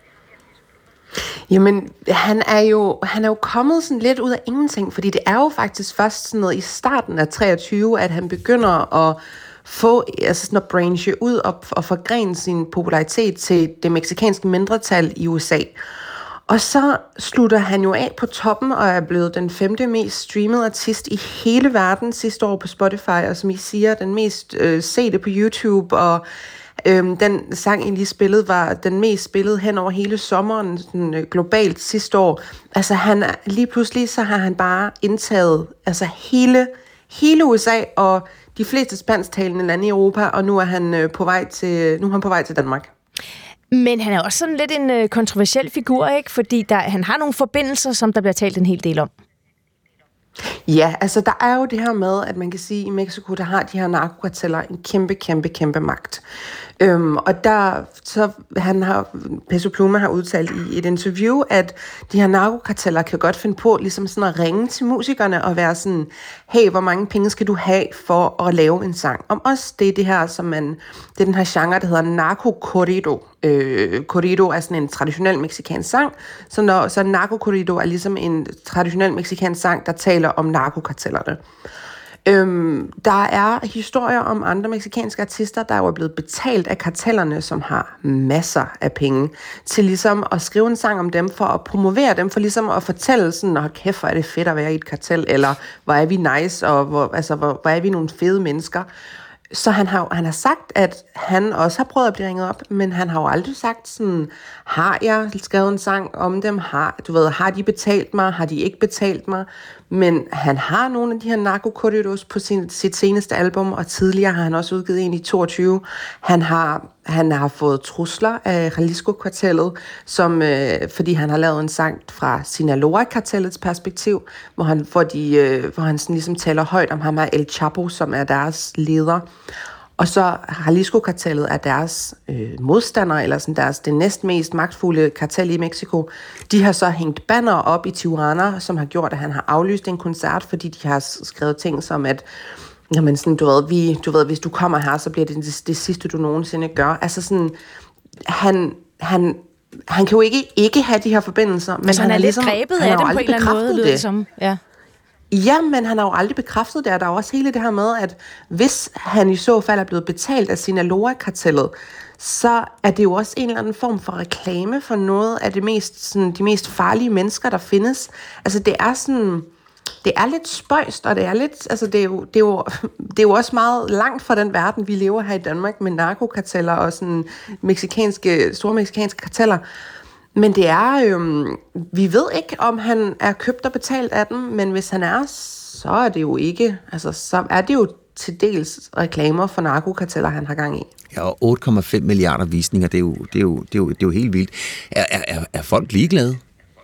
Jamen, han er jo han er jo kommet sådan lidt ud af ingenting, fordi det er jo faktisk først sådan noget i starten af treogtyve, at han begynder at få, altså sådan at branche ud og, og forgrene sin popularitet til det meksikanske mindretal i U S A. Og så slutter han jo af på toppen og er blevet den femte mest streamede artist i hele verden sidste år på Spotify, og som I siger, den mest øh, sete på YouTube, og Øhm, den sang, I lige spillede, var den mest spillede hen over hele sommeren, sådan, øh, globalt sidste år. Altså, han er, lige pludselig, så har han bare indtaget altså, hele, hele U S A og de fleste spansktalende lande i Europa, og nu er han, øh, på, vej til, nu er han på vej til Danmark. Men han er også sådan lidt en øh, kontroversiel figur, ikke? Fordi der, han har nogle forbindelser, som der bliver talt en hel del om. Ja, altså der er jo det her med, at man kan sige, at i Mexico, der har de her narkokarteller en kæmpe, kæmpe, kæmpe magt. Øhm, og der, så han har, Peso Pluma har udtalt i et interview, at de her narkokarteller kan godt finde på ligesom sådan at ringe til musikerne og være sådan, hey, hvor mange penge skal du have for at lave en sang om os? Det er det her, som man, det er den her genre, der hedder narco-corrido. Øh, corrido er sådan en traditionel mexikansk sang, så, når, så narco-corrido er ligesom en traditionel mexikansk sang, der taler om narkokartellerne. Øhm, der er historier om andre mexikanske artister, der jo er blevet betalt af kartellerne, som har masser af penge, til ligesom at skrive en sang om dem, for at promovere dem, for ligesom at fortælle sådan, hold kæft, hvor er det fedt at være i et kartel, eller hvor er vi nice, og hvor, altså, hvor, hvor er vi nogle fede mennesker. Så han har, han har sagt, at han også har prøvet at blive ringet op, men han har jo aldrig sagt sådan, har jeg skrevet en sang om dem? Har, du ved, har de betalt mig? Har de ikke betalt mig? Men han har nogle af de her narkokorridos på sin, sit seneste album, og tidligere har han også udgivet en i toogtyve. Han har, han har fået trusler af Jalisco-kartellet, som, øh, fordi han har lavet en sang fra Sinaloa-kartellets perspektiv, hvor han, hvor de, øh, hvor han sådan ligesom taler højt om ham af El Chapo, som er deres leder. Og så Jalisco-kartellet er deres øh, modstandere, eller sådan deres, det næstmest magtfulde kartel i Mexico. De har så hængt banner op i Tijuana, som har gjort, at han har aflyst en koncert, fordi de har skrevet ting som, at jamen sådan, du ved, vi, du ved, hvis du kommer her, så bliver det det, det sidste, du nogensinde gør. Altså sådan, han, han, han kan jo ikke ikke have de her forbindelser, men altså, han, han er lidt ligesom, grebet af dem på en eller anden måde, lyder det som. Ja. Ja, men han har jo aldrig bekræftet det, og der er også hele det her med, at hvis han i så fald er blevet betalt af Sinaloa-kartellet, så er det jo også en eller anden form for reklame for noget af det mest, sådan, de mest farlige mennesker, der findes. Altså det er sådan, det er lidt spøjst, og det er lidt, altså det er jo, det er jo, det er jo også meget langt fra den verden, vi lever her i Danmark med narkokarteller og sådan mexikanske, store mexikanske karteller. Men det er, øhm, vi ved ikke, om han er købt og betalt af dem, men hvis han er, så er det jo ikke, altså så er det jo til dels reklamer for narkokarteller, han har gang i. Ja, og otte komma fem milliarder visninger, det er jo, det er jo, det er jo, det er jo helt vildt. Er, er, er folk ligeglade?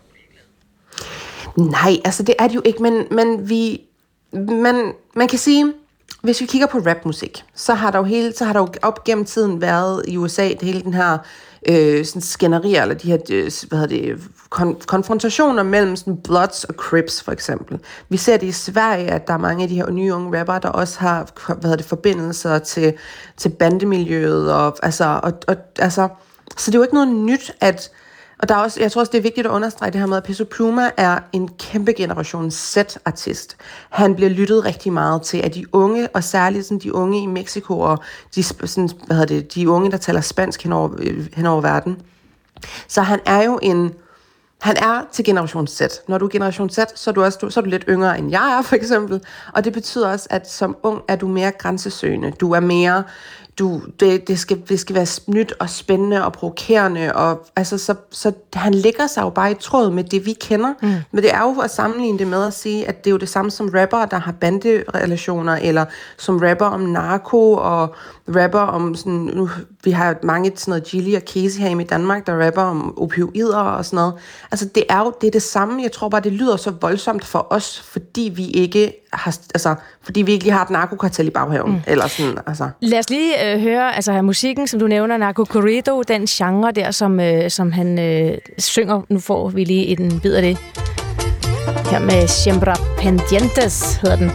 Nej, altså det er det jo ikke, men, men vi, man, man kan sige, hvis vi kigger på rapmusik, så har der jo hele, så har der jo op gennem tiden været i U S A, det hele den her øh, sådan skænderier, eller de her, hvad hedder det, kon- konfrontationer mellem sådan Bloods og Crips, for eksempel. Vi ser det i Sverige, at der er mange af de her nye unge rappere, der også har, hvad hedder det, forbindelser til, til bandemiljøet, og, altså, og, og, altså, så det er jo ikke noget nyt, at og der er også, jeg tror også, det er vigtigt at understrege det her med, at Peso Pluma er en kæmpe generation Z-artist. Han bliver lyttet rigtig meget til, at de unge, og særligt sådan de unge i Mexico, og de, sådan, hvad hedder det, de unge, der taler spansk hen over, hen over verden. Så han er jo en, han er til generation Z. Når du er generation Z, så er du, også, så er du lidt yngre, end jeg er, for eksempel. Og det betyder også, at som ung er du mere grænsesøgende. Du er mere... Du, det, det, skal, det skal være nyt og spændende og provokerende, og altså, så, så han ligger sig jo bare i tråd med det, vi kender. Mm. Men det er jo at sammenligne det med at sige, at det er jo det samme som rapper, der har banderelationer, eller som rapper om narko, og rapper om sådan, nu, vi har mange sådan noget Gilly og Casey her i Danmark, der rapper om opioider og sådan noget. Altså det er jo det, er det samme. Jeg tror bare, det lyder så voldsomt for os, fordi vi ikke har, altså, fordi vi ikke lige har et narkokartel i baghaven. Mm. Eller sådan, altså. Lad os lige øh, høre altså her musikken, som du nævner, Narco Corrido, den genre der, som, øh, som han øh, synger. Nu får vi lige en bid af det. Her med Siembra Pendientes hedder den.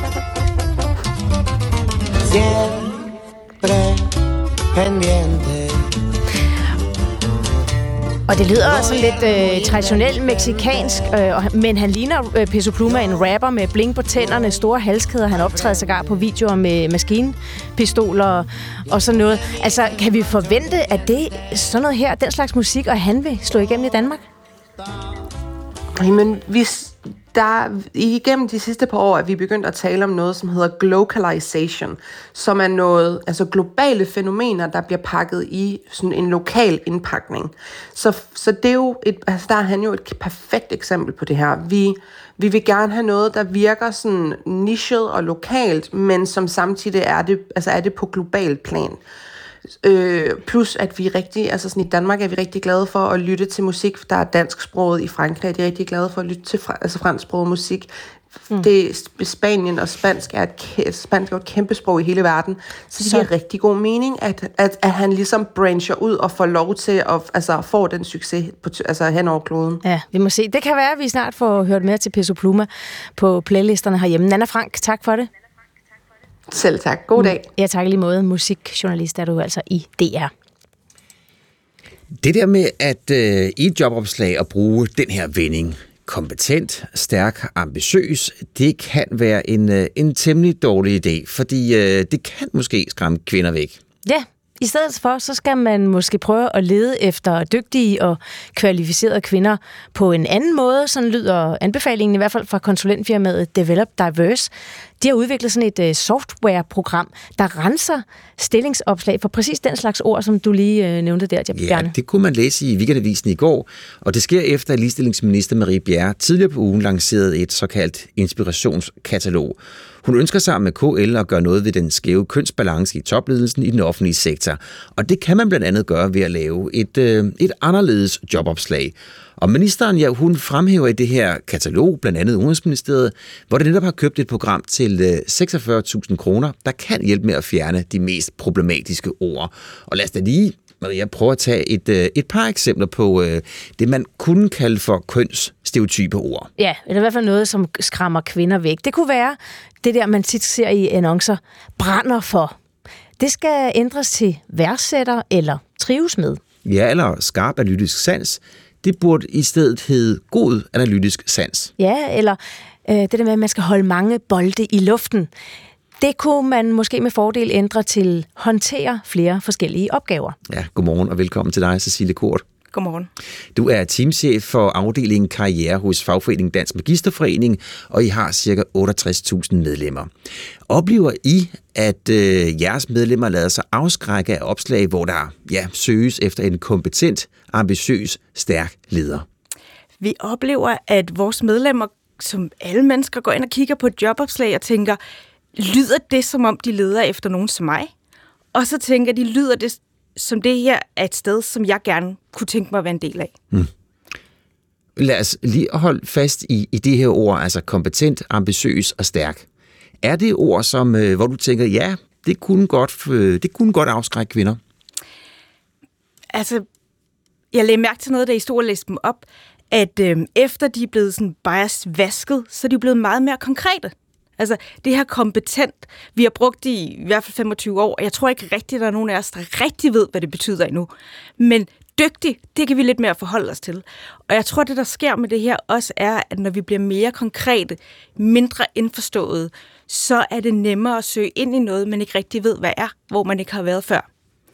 Siempre pendiente. Og det lyder sådan lidt øh, traditionelt mexikansk, øh, men han ligner øh, Peso Pluma, en rapper med bling på tænderne, store halskæder. Han optræder sågar på videoer med maskinpistoler og, og sådan noget. Altså, kan vi forvente, at det sådan noget her, den slags musik, og han vil slå igennem i Danmark? Jamen, hvis der igennem de sidste par år er vi begyndt at tale om noget, som hedder globalization, som er noget, altså globale fænomener, der bliver pakket i sådan en lokal indpakning. Så, så det er jo et, altså der er han jo et perfekt eksempel på det her. Vi, vi vil gerne have noget, der virker sådan nichet og lokalt, men som samtidig er det, altså er det på globalt plan. Øh, plus at vi rigtig, altså sådan i Danmark er vi rigtig glade for at lytte til musik, der er dansksproget. I Frankrig er de rigtig glade for at lytte til fra, altså fransksproget musik. Mm. Det, Spanien og spansk er, et, spansk er et kæmpe sprog i hele verden, så det giver rigtig god mening, at, at, at han ligesom brancher ud og får lov til at altså, få den succes på, altså, hen over kloden. Ja, vi må se. Det kan være, at vi snart får hørt mere til Peso Pluma på playlisterne herhjemme. Nanna Frank, tak for det. Selv tak. God dag. Ja, tak lige måde. Musikjournalist er du altså i D R. Det der med at øh, i et jobopslag at bruge den her vending, kompetent, stærk, ambitiøs, det kan være en, øh, en temmelig dårlig idé, fordi øh, det kan måske skræmme kvinder væk. Ja, i stedet for, så skal man måske prøve at lede efter dygtige og kvalificerede kvinder på en anden måde. Sådan lyder anbefalingen i hvert fald fra konsulentfirmaet Develop Diverse. De har udviklet sådan et uh, softwareprogram, der renser stillingsopslag for præcis den slags ord, som du lige uh, nævnte der, Bjarne. Ja, det kunne man læse i Weekendavisen i går, og det sker efter, at ligestillingsminister Marie Bjerre tidligere på ugen lancerede et såkaldt inspirationskatalog. Hun ønsker sammen med K L at gøre noget ved den skæve kønsbalance i topledelsen i den offentlige sektor. Og det kan man blandt andet gøre ved at lave et, øh, et anderledes jobopslag. Og ministeren, ja, hun fremhæver i det her katalog, blandt andet Udenrigsministeriet, hvor det netop har købt et program til øh, seksogfyrre tusind kroner, der kan hjælpe med at fjerne de mest problematiske ord. Og lad os da lige, Maria, prøve at tage et, øh, et par eksempler på øh, det, man kunne kalde for kønsstereotype ord. Ja, eller i hvert fald noget, som skræmmer kvinder væk. Det kunne være det der, man tit ser i annoncer, brænder for. Det skal ændres til værdsætter eller trives med. Ja, eller skarp analytisk sans. Det burde i stedet hedde god analytisk sans. Ja, eller øh, det der med, at man skal holde mange bolde i luften. Det kunne man måske med fordel ændre til håndtere flere forskellige opgaver. Ja, godmorgen og velkommen til dig, Cecilie Kort. Godmorgen. Du er teamchef for afdelingen Karriere hos Fagforeningen Dansk Magisterforening, og I har ca. otteogtres tusind medlemmer. Oplever I, at øh, jeres medlemmer lader sig afskrække af opslag, hvor der ja, søges efter en kompetent, ambitiøs, stærk leder? Vi oplever, at vores medlemmer som alle mennesker går ind og kigger på et jobopslag og tænker, lyder det, som om de leder efter nogen som mig? Og så tænker de, lyder det, som det her er et sted, som jeg gerne kunne tænke mig at være en del af. Mm. Lad os lige holde fast i, i det her ord, altså kompetent, ambitiøs og stærk. Er det ord, som, øh, hvor du tænker, ja, det kunne godt, øh, det kunne godt afskrække kvinder? Altså, jeg lagde mærke til noget, da I stod og læste dem op, at øh, efter de er blevet sådan bias vasket, så er de blevet meget mere konkrete. Altså, det her kompetent, vi har brugt det i i hvert fald femogtyve år, og jeg tror ikke rigtigt, at der er nogen af os, der rigtig ved, hvad det betyder endnu. Men dygtig, det kan vi lidt mere forholde os til. Og jeg tror, det der sker med det her også er, at når vi bliver mere konkrete, mindre indforståede, så er det nemmere at søge ind i noget, man ikke rigtig ved, hvad er, hvor man ikke har været før.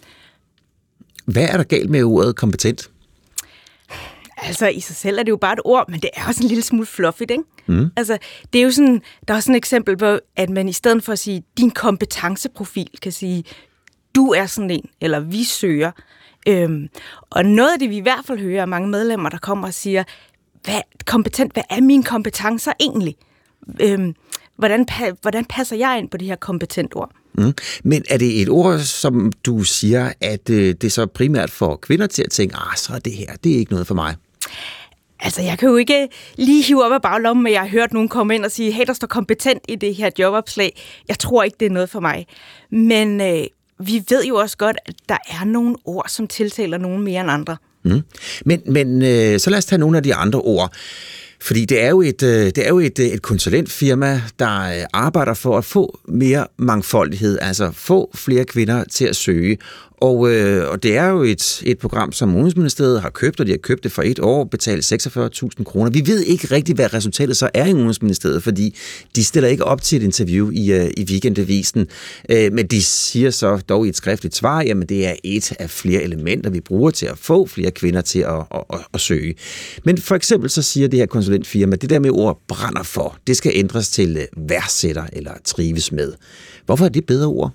Hvad er der galt med ordet kompetent? Altså, i sig selv er det jo bare et ord, men det er også en lille smule fluffigt, ikke? Mm. Altså, det er jo sådan, der er sådan et eksempel på, at man i stedet for at sige, din kompetenceprofil, kan sige, du er sådan en, eller vi søger. Øhm, og noget af det, vi i hvert fald hører, er mange medlemmer, der kommer og siger, hvad, kompetent, hvad er mine kompetencer egentlig? Øhm, hvordan, hvordan passer jeg ind på det her kompetent ord? Mm. Men er det et ord, som du siger, at øh, det så primært får kvinder til at tænke, ah, så er det her, det er ikke noget for mig? Altså, jeg kan jo ikke lige hive op af baglommen, men jeg har hørt nogen komme ind og sige, hey, der står kompetent i det her jobopslag. Jeg tror ikke, det er noget for mig. Men øh, vi ved jo også godt, at der er nogle ord, som tiltaler nogen mere end andre. Mm. Men, men øh, så lad os tage nogle af de andre ord. Fordi det er jo et, det er jo et, et konsulentfirma, der arbejder for at få mere mangfoldighed, altså få flere kvinder til at søge. Og, øh, og det er jo et, et program, som Udenrigsministeriet har købt, og de har købt det for et år, betalt seksogfyrre tusind kroner. Vi ved ikke rigtig, hvad resultatet så er i Udenrigsministeriet, fordi de stiller ikke op til et interview i, uh, i Weekendavisen. Øh, men de siger så dog i et skriftligt svar, jamen det er et af flere elementer, vi bruger til at få flere kvinder til at, at, at, at søge. Men for eksempel så siger det her konsulentfirma, det der med ord brænder for, det skal ændres til værdsætter eller trives med. Hvorfor er det bedre ord?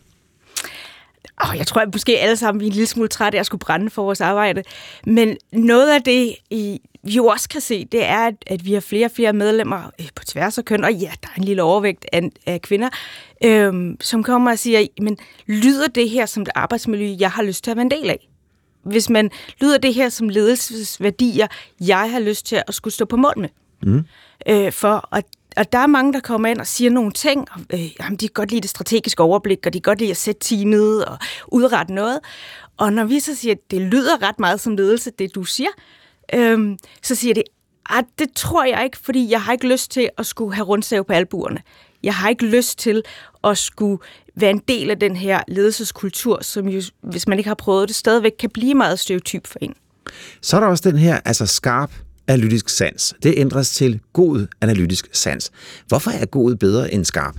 Oh, jeg tror, at måske alle sammen er en lille smule trætte af at skulle brænde for vores arbejde. Men noget af det, vi jo også kan se, det er, at vi har flere og flere medlemmer på tværs af køn, og ja, der er en lille overvægt af, af kvinder, øhm, som kommer og siger, men lyder det her som det arbejdsmiljø, jeg har lyst til at være en del af? Hvis man lyder det her som ledelsesværdier, jeg har lyst til at skulle stå på mål med. Mm. Øh, for at Og der er mange, der kommer ind og siger nogle ting. Øh, jamen, de kan godt lide det strategiske overblik, og de kan godt lide at sætte teamet og udrette noget. Og når vi så siger, at det lyder ret meget som ledelse, det du siger, øh, så siger de, at det tror jeg ikke, fordi jeg har ikke lyst til at skulle have rundsav på albuerne. Jeg har ikke lyst til at skulle være en del af den her ledelseskultur, som jo, hvis man ikke har prøvet det, stadigvæk kan blive meget stereotyp for en. Så er der også den her, altså skarp analytisk sans. Det ændres til god analytisk sans. Hvorfor er god bedre end skarp?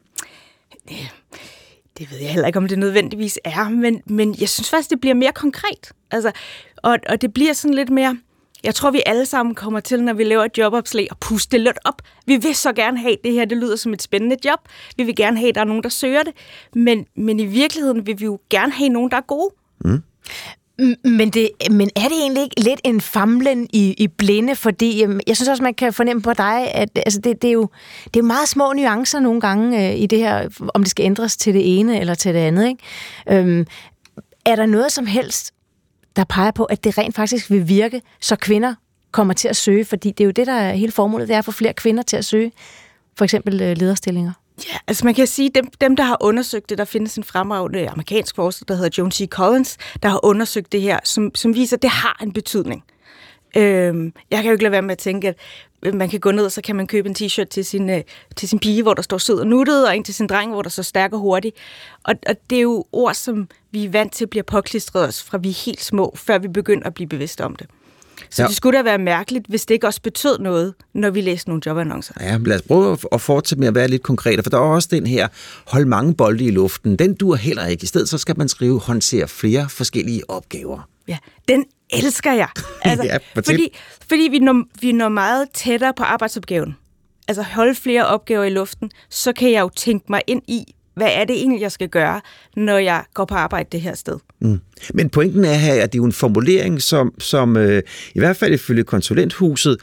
Det ved jeg heller ikke, om det nødvendigvis er, men, men jeg synes faktisk, det bliver mere konkret. Altså, og, og det bliver sådan lidt mere... Jeg tror, vi alle sammen kommer til, når vi laver et jobopslag, og puste det lidt op. Vi vil så gerne have det her, det lyder som et spændende job. Vi vil gerne have, at der er nogen, der søger det. Men, men i virkeligheden vil vi jo gerne have nogen, der er gode. Mm. Men, det, men er det egentlig ikke lidt en famlen i, i blinde? Fordi jeg synes også, man kan fornemme på dig, at altså, det, det, er jo, det er jo meget små nuancer nogle gange øh, i det her, om det skal ændres til det ene eller til det andet. Ikke? Øhm, er der noget som helst, der peger på, at det rent faktisk vil virke, så kvinder kommer til at søge? Fordi det er jo det, der er hele formålet, det er at få flere kvinder til at søge, for eksempel øh, lederstillinger. Ja, altså man kan sige, dem, dem der har undersøgt det, der findes en fremragende amerikansk forsker, der hedder Joan C. Collins, der har undersøgt det her, som, som viser, at det har en betydning. Øhm, jeg kan jo ikke lade være med at tænke, at man kan gå ned, og så kan man købe en t-shirt til sin, øh, til sin pige, hvor der står sød og nuttet, og en til sin dreng, hvor der står stærk og hurtig. Og, og det er jo ord, som vi er vant til at blive påklistret os, fra vi er helt små, før vi begynder at blive bevidste om det. Så ja. Det skulle da være mærkeligt, hvis det ikke også betød noget, når vi læste nogle jobannoncer. Ja, lad os prøve at fortsætte med at være lidt konkret, for der er også den her, hold mange bolde i luften. Den dur heller ikke. I stedet så skal man skrive, håndtere flere forskellige opgaver. Ja, den elsker jeg. Altså, ja, fordi fordi vi, når, vi når meget tættere på arbejdsopgaven. Altså holde flere opgaver i luften, så kan jeg jo tænke mig ind i, hvad er det egentlig, jeg skal gøre, når jeg går på arbejde det her sted. Mm. Men pointen er her, at det er jo en formulering, som, som øh, i hvert fald ifølge konsulenthuset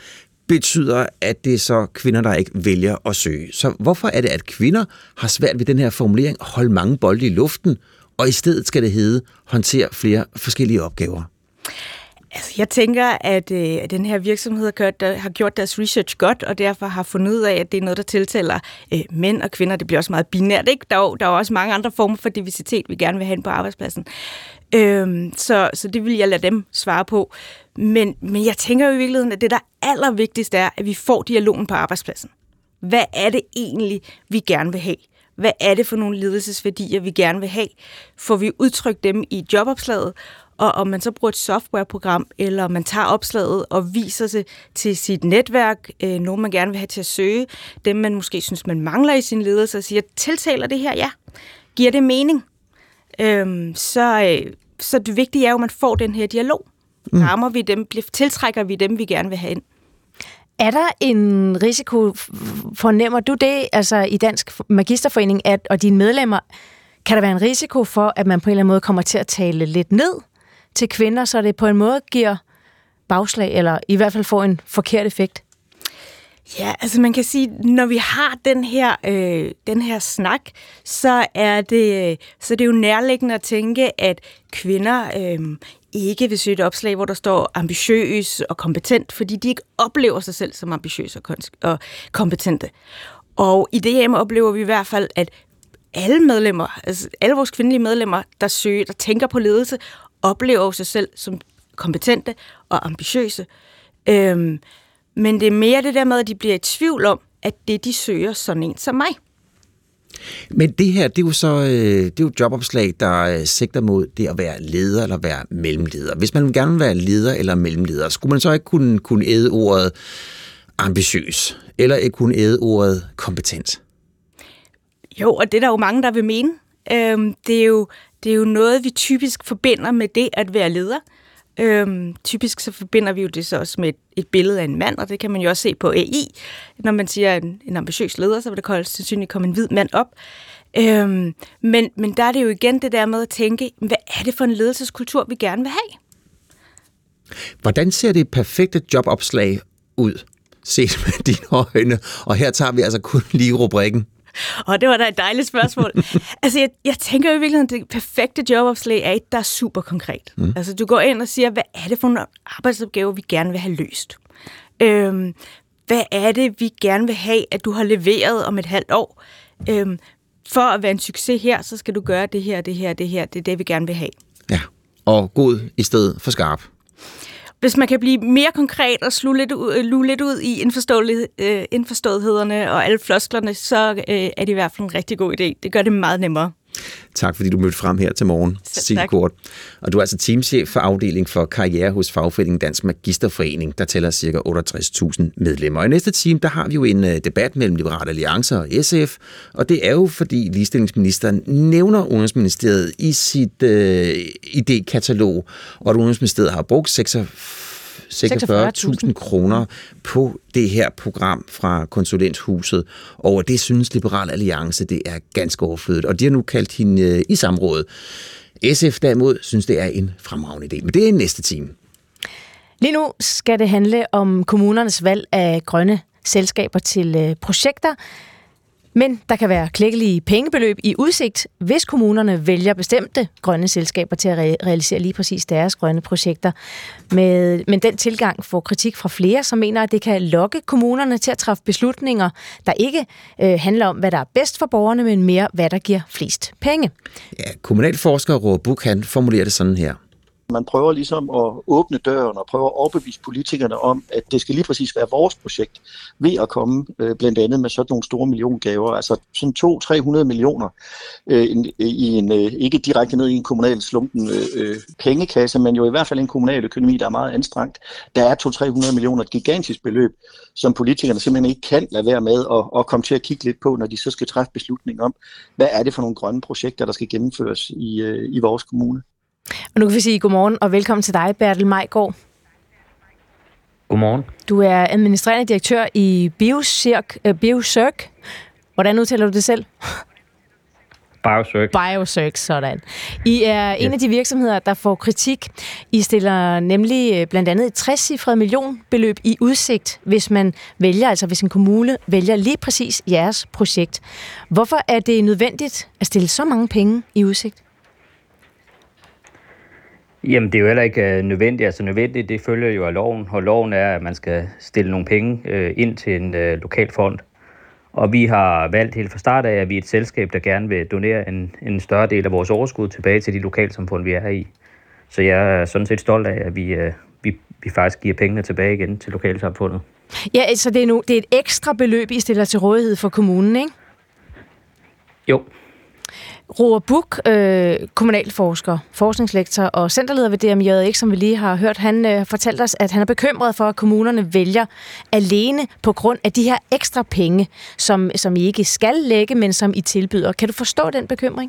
betyder, at det er så kvinder, der ikke vælger at søge. Så hvorfor er det, at kvinder har svært ved den her formulering at holde mange bolde i luften, og i stedet skal det hedde håndtere flere forskellige opgaver? Altså, jeg tænker, at øh, den her virksomhed har gjort, der, har gjort deres research godt, og derfor har fundet ud af, at det er noget, der tiltaler øh, mænd og kvinder. Det bliver også meget binært, ikke? Der er, jo, der er også mange andre former for diversitet, vi gerne vil have på arbejdspladsen. Øhm, så, så det vil jeg lade dem svare på. Men, men jeg tænker jo i virkeligheden, at det, der allervigtigste er, at vi får dialogen på arbejdspladsen. Hvad er det egentlig, vi gerne vil have? Hvad er det for nogle ledelsesværdier, vi gerne vil have? Får vi udtrykt dem i jobopslaget? Og om man så bruger et softwareprogram, eller man tager opslaget og viser sig til sit netværk, øh, nogen man gerne vil have til at søge, dem man måske synes, man mangler i sin ledelse, og siger, tiltaler det her, ja, giver det mening? Øhm, så, øh, så det vigtige er jo, at man får den her dialog. Rammer vi dem, tiltrækker vi dem, vi gerne vil have ind. Er der en risiko, fornemmer du det, altså i Dansk Magisterforening, at, og dine medlemmer, kan der være en risiko for, at man på en eller anden måde kommer til at tale lidt ned til kvinder, så det på en måde giver bagslag, eller i hvert fald får en forkert effekt? Ja, altså man kan sige, når vi har den her, øh, den her snak, så er, det, så er det jo nærliggende at tænke, at kvinder øh, ikke vil søge et opslag, hvor der står ambitiøs og kompetent, fordi de ikke oplever sig selv som ambitiøse og, kon- og kompetente. Og i det her oplever vi i hvert fald, at alle medlemmer, altså alle vores kvindelige medlemmer, der søger, der tænker på ledelse, oplever sig selv som kompetente og ambitiøse. Øhm, men det er mere det der med, at de bliver i tvivl om, at det, de søger, sådan en som mig. Men det her, det er jo så det er jo et jobopslag, der sigter mod det at være leder eller være mellemleder. Hvis man gerne vil være leder eller mellemleder, skulle man så ikke kunne, kunne æde ordet ambitiøs, eller ikke kunne æde ordet kompetent? Jo, og det er der jo mange, der vil mene. Øhm, det, er jo, det er jo noget, vi typisk forbinder med det at være leder. Øhm, typisk så forbinder vi jo det så også med et, et billede af en mand, og det kan man jo også se på A I. Når man siger en, en ambitiøs leder, så vil det højst sandsynligt komme en hvid mand op. Øhm, men, men der er det jo igen det der med at tænke, hvad er det for en ledelseskultur, vi gerne vil have? Hvordan ser det perfekte jobopslag ud, set med dine øjne? Og her tager vi altså kun lige rubrikken. Og det var da et dejligt spørgsmål. altså, jeg, jeg tænker jo i virkeligheden, at det perfekte jobopslag er et, der er super konkret. Mm. Altså, du går ind og siger, hvad er det for nogle arbejdsopgaver, vi gerne vil have løst? Øhm, hvad er det, vi gerne vil have, at du har leveret om et halvt år? Øhm, for at være en succes her, så skal du gøre det her, det her, det her. Det er det, vi gerne vil have. Ja, og god i stedet for skarp. Hvis man kan blive mere konkret og sluge lidt ud, luge lidt ud i øh, indforståethederne og alle flosklerne, så øh, er det i hvert fald en rigtig god idé. Det gør det meget nemmere. Tak fordi du mødte frem her til morgen, Cecilie Kort. Og du er altså teamchef for afdeling for karriere hos fagforeningen Dansk Magisterforening, der tæller ca. otteogtres tusind medlemmer. Og i næste time, der har vi jo en debat mellem Liberale Alliance og S F, og det er jo fordi ligestillingsministeren nævner Udenrigsministeriet i sit øh, idékatalog, og at Udenrigsministeriet har brugt seksogfyrre tusind kroner på det her program fra konsulenthuset, og det synes Liberal Alliance, det er ganske overflødigt, og de har nu kaldt hende i samrådet. S F derimod synes, det er en fremragende idé, men det er næste time. Lige nu skal det handle om kommunernes valg af grønne selskaber til projekter, men der kan være klækkelige pengebeløb i udsigt, hvis kommunerne vælger bestemte grønne selskaber til at re- realisere lige præcis deres grønne projekter. Med, men den tilgang får kritik fra flere, som mener, at det kan lokke kommunerne til at træffe beslutninger, der ikke øh, handler om, hvad der er bedst for borgerne, men mere, hvad der giver flest penge. Ja, kommunalforsker Roar Buch, han formulerer det sådan her. Man prøver ligesom at åbne døren og prøver at overbevise politikerne om, at det skal lige præcis være vores projekt, ved at komme øh, blandt andet med sådan nogle store milliongaver, altså sådan to til tre hundrede millioner øh, i en, øh, ikke direkte ned i en kommunal slumpen øh, pengekasse, men jo i hvert fald en kommunal økonomi, der er meget anstrengt. Der er to til tre hundrede millioner, et gigantisk beløb, som politikerne simpelthen ikke kan lade være med at, at komme til at kigge lidt på, når de så skal træffe beslutning om, hvad er det for nogle grønne projekter, der skal gennemføres i, øh, i vores kommune. Og nu kan vi sige godmorgen og velkommen til dig, Bertel Majgaard. Godmorgen. Du er administrerende direktør i Biocirc. Uh, Biocirc. Hvordan udtaler du det selv? Biosearch. Biosearch, sådan. I er en yes. af de virksomheder, der får kritik. I stiller nemlig blandt andet et tres-cifret millionbeløb i udsigt, hvis man vælger, altså hvis en kommune vælger lige præcis jeres projekt. Hvorfor er det nødvendigt at stille så mange penge i udsigt? Jamen, det er jo heller ikke uh, nødvendigt. Altså nødvendigt, det følger jo af loven, og loven er, at man skal stille nogle penge uh, ind til en uh, lokal fond. Og vi har valgt helt fra start af, at vi er et selskab, der gerne vil donere en, en større del af vores overskud tilbage til de lokalsamfund, vi er i. Så jeg er sådan set stolt af, at vi, uh, vi, vi faktisk giver pengene tilbage igen til lokalsamfundet. Ja, så det er, nu, det er et ekstra beløb, I stiller til rådighed for kommunen, ikke? Jo. Roar Buch, øh, kommunalforsker, forskningslektor og centerleder ved D M J X, som vi lige har hørt, han øh, fortalte os, at han er bekymret for, at kommunerne vælger alene på grund af de her ekstra penge, som, som I ikke skal lægge, men som I tilbyder. Kan du forstå den bekymring?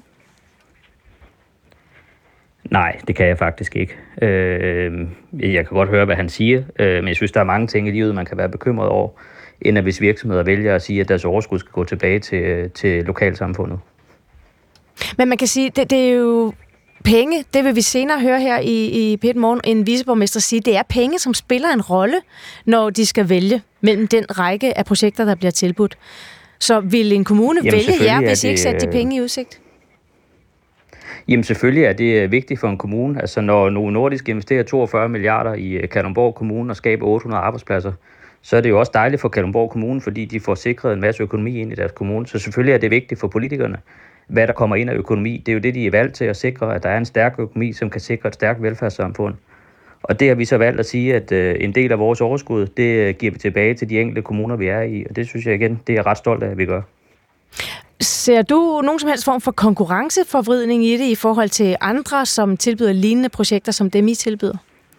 Nej, det kan jeg faktisk ikke. Øh, jeg kan godt høre, hvad han siger, øh, men jeg synes, der er mange ting i livet, man kan være bekymret over, end at hvis virksomheder vælger at sige, at deres overskud skal gå tilbage til, til lokalsamfundet. Men man kan sige, det, det er jo penge, det vil vi senere høre her i, i P et Morgen, en viceborgmester sige, det er penge, som spiller en rolle, når de skal vælge mellem den række af projekter, der bliver tilbudt. Så vil en kommune Jamen, vælge jer, hvis I ikke sætter de penge i udsigt? Jamen selvfølgelig er det vigtigt for en kommune. Altså når Novo Nordisk investerer toogfyrre milliarder i Kalundborg Kommune og skaber otte hundrede arbejdspladser, så er det jo også dejligt for Kalundborg Kommune, fordi de får sikret en masse økonomi ind i deres kommune. Så selvfølgelig er det vigtigt for politikerne, hvad der kommer ind af økonomi. Det er jo det, de er valgt til at sikre, at der er en stærk økonomi, som kan sikre et stærkt velfærdssamfund. Og det har vi så valgt at sige, at øh, en del af vores overskud, det giver vi tilbage til de enkelte kommuner, vi er i. Og det synes jeg igen, det er jeg ret stolt af, at vi gør. Ser du nogen som helst form for konkurrenceforvridning i det i forhold til andre, som tilbyder lignende projekter, som dem I tilbyder?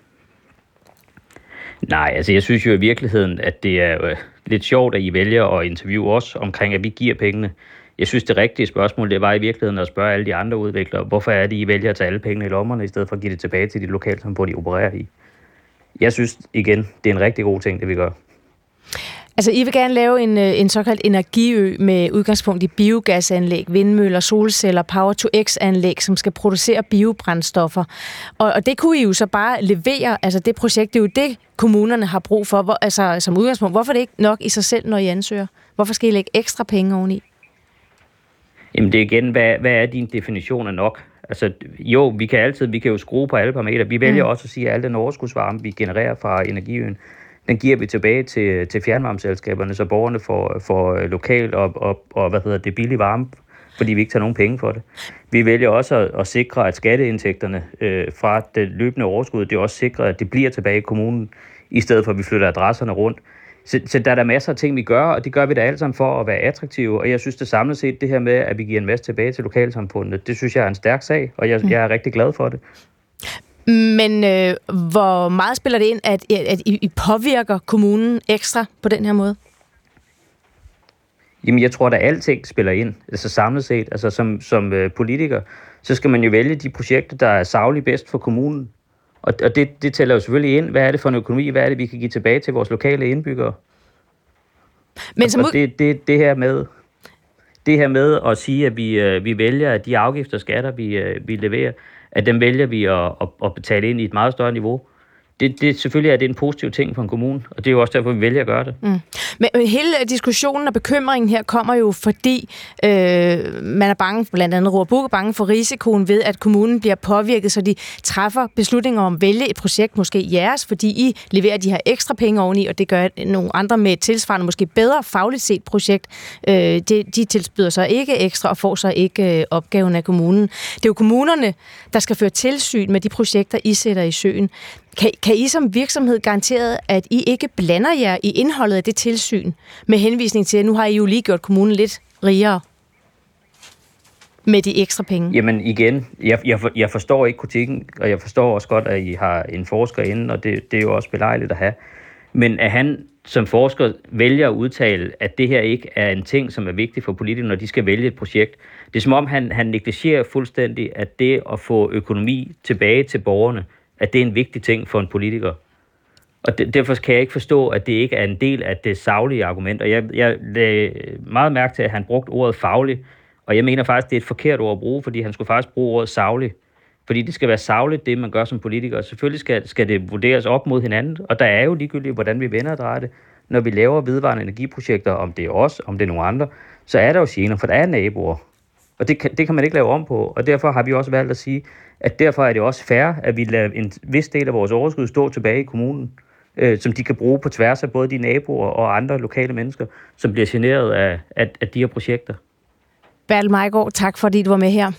Nej, altså jeg synes jo i virkeligheden, at det er øh, lidt sjovt, at I vælger at interviewe os omkring, at vi giver pengene. Jeg synes, det rigtige spørgsmål, det var i virkeligheden at spørge alle de andre udviklere, hvorfor er det, I vælger at tage alle pengene i lommerne, i stedet for at give det tilbage til de lokalsamfund, de opererer i. Jeg synes igen, det er en rigtig god ting, det vi gør. Altså, I vil gerne lave en, en såkaldt energiø med udgangspunkt i biogasanlæg, vindmøller, solceller, power-to-x-anlæg, som skal producere biobrændstoffer. Og, og det kunne I jo så bare levere, altså det projekt, det er jo det, kommunerne har brug for, hvor, altså som udgangspunkt. Hvorfor er det ikke nok i sig selv, når I ansøger? Hvorfor skal I lægge ekstra penge oveni? Jamen det er igen, hvad, hvad er din definition af nok? Altså jo, vi kan altid, vi kan jo skrue på alle parametre. Vi vælger mm. også at sige, at al den overskudsvarme, vi genererer fra energiøen, den giver vi tilbage til, til fjernvarmeselskaberne, så borgerne får, får lokal og, og, og hvad hedder det, billig varme, fordi vi ikke tager nogen penge for det. Vi vælger også at, at sikre, at skatteindtægterne øh, fra det løbende overskud, det også sikrer, at det bliver tilbage i kommunen, i stedet for at vi flytter adresserne rundt. Så, så der er der masser af ting, vi gør, og det gør vi da alle sammen for at være attraktive. Og jeg synes det samlet set, det her med, at vi giver en masse tilbage til lokalsamfundet, det synes jeg er en stærk sag, og jeg, mm. jeg er rigtig glad for det. Men øh, hvor meget spiller det ind, at, at I påvirker kommunen ekstra på den her måde? Jamen, jeg tror, at alting spiller ind, altså samlet set. Altså som, som øh, politiker, så skal man jo vælge de projekter, der er sagligt bedst for kommunen. Og, og det, det tæller jo selvfølgelig ind. Hvad er det for en økonomi? Hvad er det, vi kan give tilbage til vores lokale indbyggere? Men som ud... og det, det, det, her med, det her med at sige, at vi, øh, vi vælger, at de afgifter og skatter, vi, øh, vi leverer, at dem vælger vi at, at, at betale ind i et meget større niveau. Det, det, selvfølgelig er det en positiv ting for en kommune, og det er jo også derfor, vi vælger at gøre det. Mm. Men hele diskussionen og bekymringen her kommer jo, fordi øh, man er bange, blandt andet Roar Buch er bange for risikoen ved, at kommunen bliver påvirket, så de træffer beslutninger om at vælge et projekt, måske jeres, fordi I leverer de her ekstra penge oveni, og det gør nogle andre med et tilsvarende, måske bedre fagligt set projekt. Øh, de, de tilbyder så ikke ekstra og får så ikke øh, opgaven af kommunen. Det er jo kommunerne, der skal føre tilsyn med de projekter, I sætter i søen. Kan, kan I som virksomhed garanteret, at I ikke blander jer i indholdet af det tilsyn, med henvisning til, at nu har I jo lige gjort kommunen lidt rigere med de ekstra penge? Jamen igen, jeg, jeg, for, jeg forstår ikke kritikken, og jeg forstår også godt, at I har en forsker inde, og det, det er jo også belejligt at have. Men at han som forsker vælger at udtale, at det her ikke er en ting, som er vigtig for politikere, når de skal vælge et projekt. Det er som om, han, han negligerer fuldstændig, at det at få økonomi tilbage til borgerne, at det er en vigtig ting for en politiker. Og de, derfor kan jeg ikke forstå, at det ikke er en del af det saglige argument. Og jeg, jeg lagde meget mærke til, at han brugte ordet faglig, Og jeg mener faktisk, det er et forkert ord at bruge, fordi han skulle faktisk bruge ordet saglig. Fordi det skal være sagligt, det man gør som politiker. Selvfølgelig skal, skal det vurderes op mod hinanden, og der er jo ligegyldigt, hvordan vi vender og drejer det. Når vi laver vedvarende energiprojekter, om det er os, om det er nogle andre, så er der jo gener, for der er naboer. Og det kan, det kan man ikke lave om på, og derfor har vi også valgt at sige, at derfor er det også fair, at vi lader en vis del af vores overskud stå tilbage i kommunen, øh, som de kan bruge på tværs af både de naboer og andre lokale mennesker, som bliver generet af, af, af de her projekter. Bertel Meiggaard, tak fordi du var med her.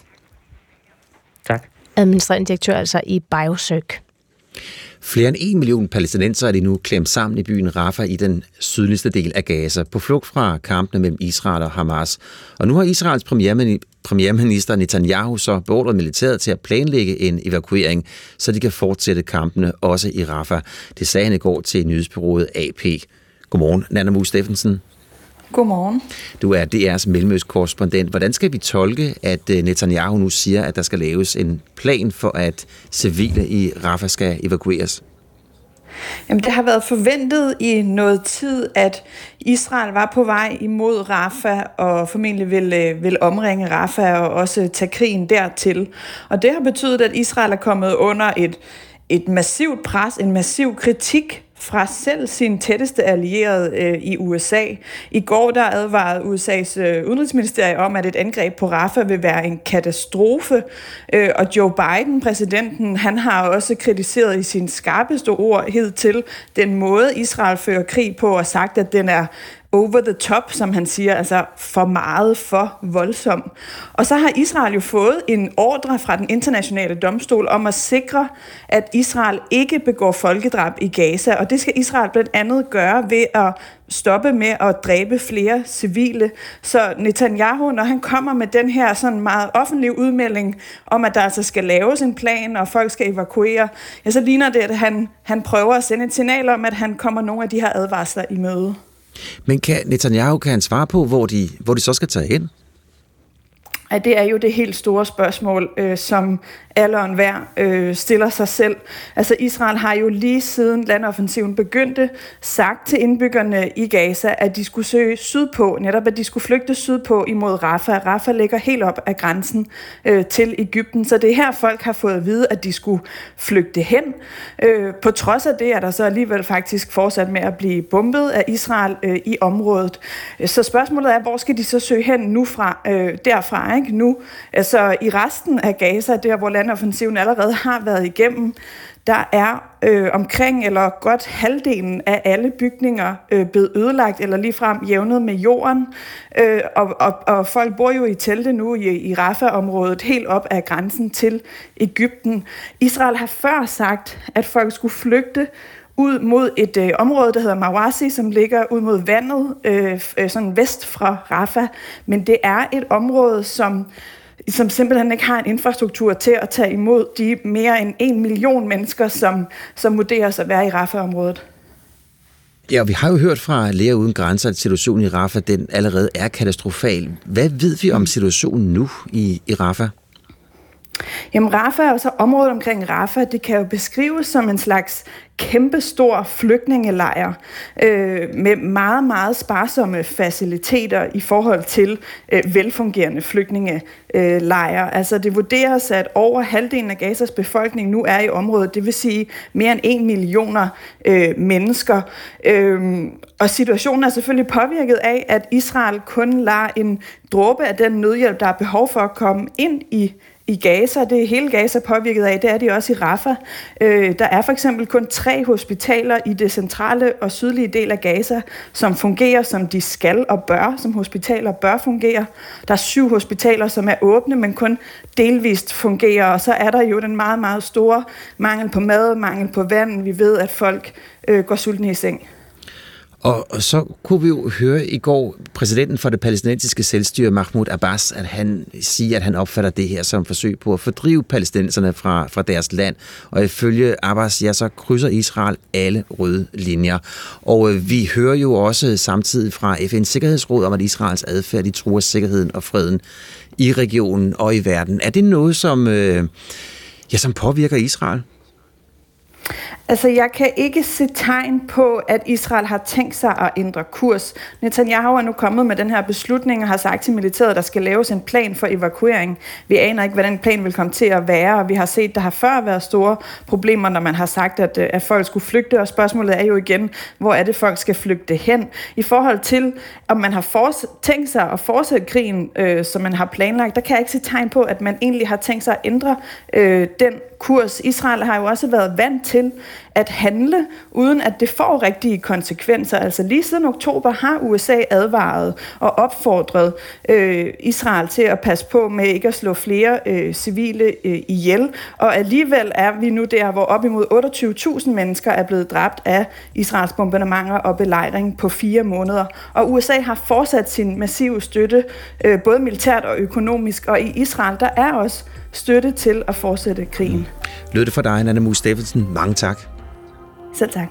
Tak. Administrerende direktør altså i BioCirc. Flere end en million palæstinenser er de nu klemt sammen i byen Rafah i den sydligste del af Gaza, på flugt fra kampene mellem Israel og Hamas. Og nu har Israels premierminister Netanyahu så beordret militæret til at planlægge en evakuering, så de kan fortsætte kampene også i Rafah. Det sagde han i går til nyhedsbureauet A P. Godmorgen, Nanna Mue Steffensen. Godmorgen. Du er D R's mellemøstkorrespondent. Hvordan skal vi tolke, at Netanyahu nu siger, at der skal laves en plan for, at civile i Rafah skal evakueres? Jamen, det har været forventet i noget tid, at Israel var på vej imod Rafah og formentlig vil, vil omringe Rafah og også tage krigen dertil. Og det har betydet, at Israel er kommet under et, et massivt pres, en massiv kritik fra selv sin tætteste allierede øh, i U S A. I går der advarede U S A's øh, udenrigsministerium om, at et angreb på Rafah vil være en katastrofe. Øh, og Joe Biden, præsidenten, han har også kritiseret i sine skarpeste ord hidtil den måde, Israel fører krig på, og sagt, at den er over the top, som han siger, altså for meget, for voldsom. Og så har Israel jo fået en ordre fra den internationale domstol om at sikre, at Israel ikke begår folkedrab i Gaza, og det skal Israel blandt andet gøre ved at stoppe med at dræbe flere civile. Så Netanyahu, når han kommer med den her sådan meget offentlige udmelding om, at der altså skal laves en plan, og folk skal evakuere, ja, så ligner det, at han, han prøver at sende et signal om, at han kommer nogle af de her advarsler i møde. Men kan Netanyahu kan han svare på, hvor de, hvor de så skal tage hen? Ja, det er jo det helt store spørgsmål, øh, som alle og enhver øh, stiller sig selv. Altså Israel har jo lige siden landoffensiven begyndte sagt til indbyggerne i Gaza, at de skulle søge sydpå, netop at de skulle flygte sydpå imod Rafah. Rafah ligger helt op ad grænsen øh, til Egypten, så det er her folk har fået at vide, at de skulle flygte hen. Øh, på trods af det er der så alligevel faktisk fortsat med at blive bombet af Israel øh, i området. Så spørgsmålet er, hvor skal de så søge hen nu fra, øh, derfra, ikke nu? Altså i resten af Gaza, der hvor landoffensiven allerede har været igennem, der er øh, omkring eller godt halvdelen af alle bygninger øh, blevet ødelagt eller ligefrem jævnet med jorden. Øh, og, og, og folk bor jo i telte nu i, i Rafah-området helt op ad grænsen til Egypten. Israel har før sagt, at folk skulle flygte ud mod et øh, område, der hedder Mawasi, som ligger ud mod vandet, øh, sådan vest fra Rafah. Men det er et område, som som simpelthen ikke har en infrastruktur til at tage imod de mere end en million mennesker, som, som vurderes at være i Rafah-området. Ja, vi har jo hørt fra Læger Uden Grænser, at situationen i Rafah den allerede er katastrofal. Hvad ved vi om situationen nu i, i Rafah? Jamen Rafah og så området omkring Rafah, det kan jo beskrives som en slags kæmpestor flygtningelejr øh, med meget, meget sparsomme faciliteter i forhold til øh, velfungerende flygtningelejre. Altså det vurderes, at over halvdelen af Gazas befolkning nu er i området, det vil sige mere end en millioner øh, mennesker. Øh, og situationen er selvfølgelig påvirket af, at Israel kun lader en dråbe af den nødhjælp, der er behov for at komme ind i I Gaza, det er hele Gaza påvirket af, det er de også i Rafah. Øh, der er for eksempel kun tre hospitaler i det centrale og sydlige del af Gaza, som fungerer, som de skal og bør, som hospitaler bør fungere. Der er syv hospitaler, som er åbne, men kun delvist fungerer. Og så er der jo den meget, meget store mangel på mad, mangel på vand. Vi ved, at folk øh, går sultne i seng. Og så kunne vi jo høre i går præsidenten for det palæstinensiske selvstyre, Mahmoud Abbas, at han siger, at han opfatter det her som forsøg på at fordrive palæstinenserne fra, fra deres land. Og ifølge Abbas, ja, så krydser Israel alle røde linjer. Og øh, vi hører jo også samtidig fra F N's Sikkerhedsråd om, at Israels adfærd, de truer sikkerheden og freden i regionen og i verden. Er det noget, som, øh, ja, som påvirker Israel? Altså, jeg kan ikke se tegn på, at Israel har tænkt sig at ændre kurs. Netanyahu er nu kommet med den her beslutning og har sagt til militæret, at der skal laves en plan for evakuering. Vi aner ikke, hvad den plan vil komme til at være, og vi har set, at der har før været store problemer, når man har sagt, at, at folk skulle flygte, og spørgsmålet er jo igen, hvor er det, folk skal flygte hen? I forhold til, om man har forts- tænkt sig at fortsætte krigen, øh, som man har planlagt, der kan jeg ikke se tegn på, at man egentlig har tænkt sig at ændre øh, den kurs. Israel har jo også været vant til at handle, uden at det får rigtige konsekvenser. Altså lige siden oktober har U S A advaret og opfordret øh, Israel til at passe på med ikke at slå flere øh, civile øh, ihjel. Og alligevel er vi nu der, hvor op imod otteogtyve tusind mennesker er blevet dræbt af Israels bombardementer og belejring på fire måneder. Og U S A har fortsat sin massive støtte, øh, både militært og økonomisk, og i Israel der er også støtte til at fortsætte krigen. Lød det for dig, Nanna Muse Steffensen. Mange tak. Selv tak.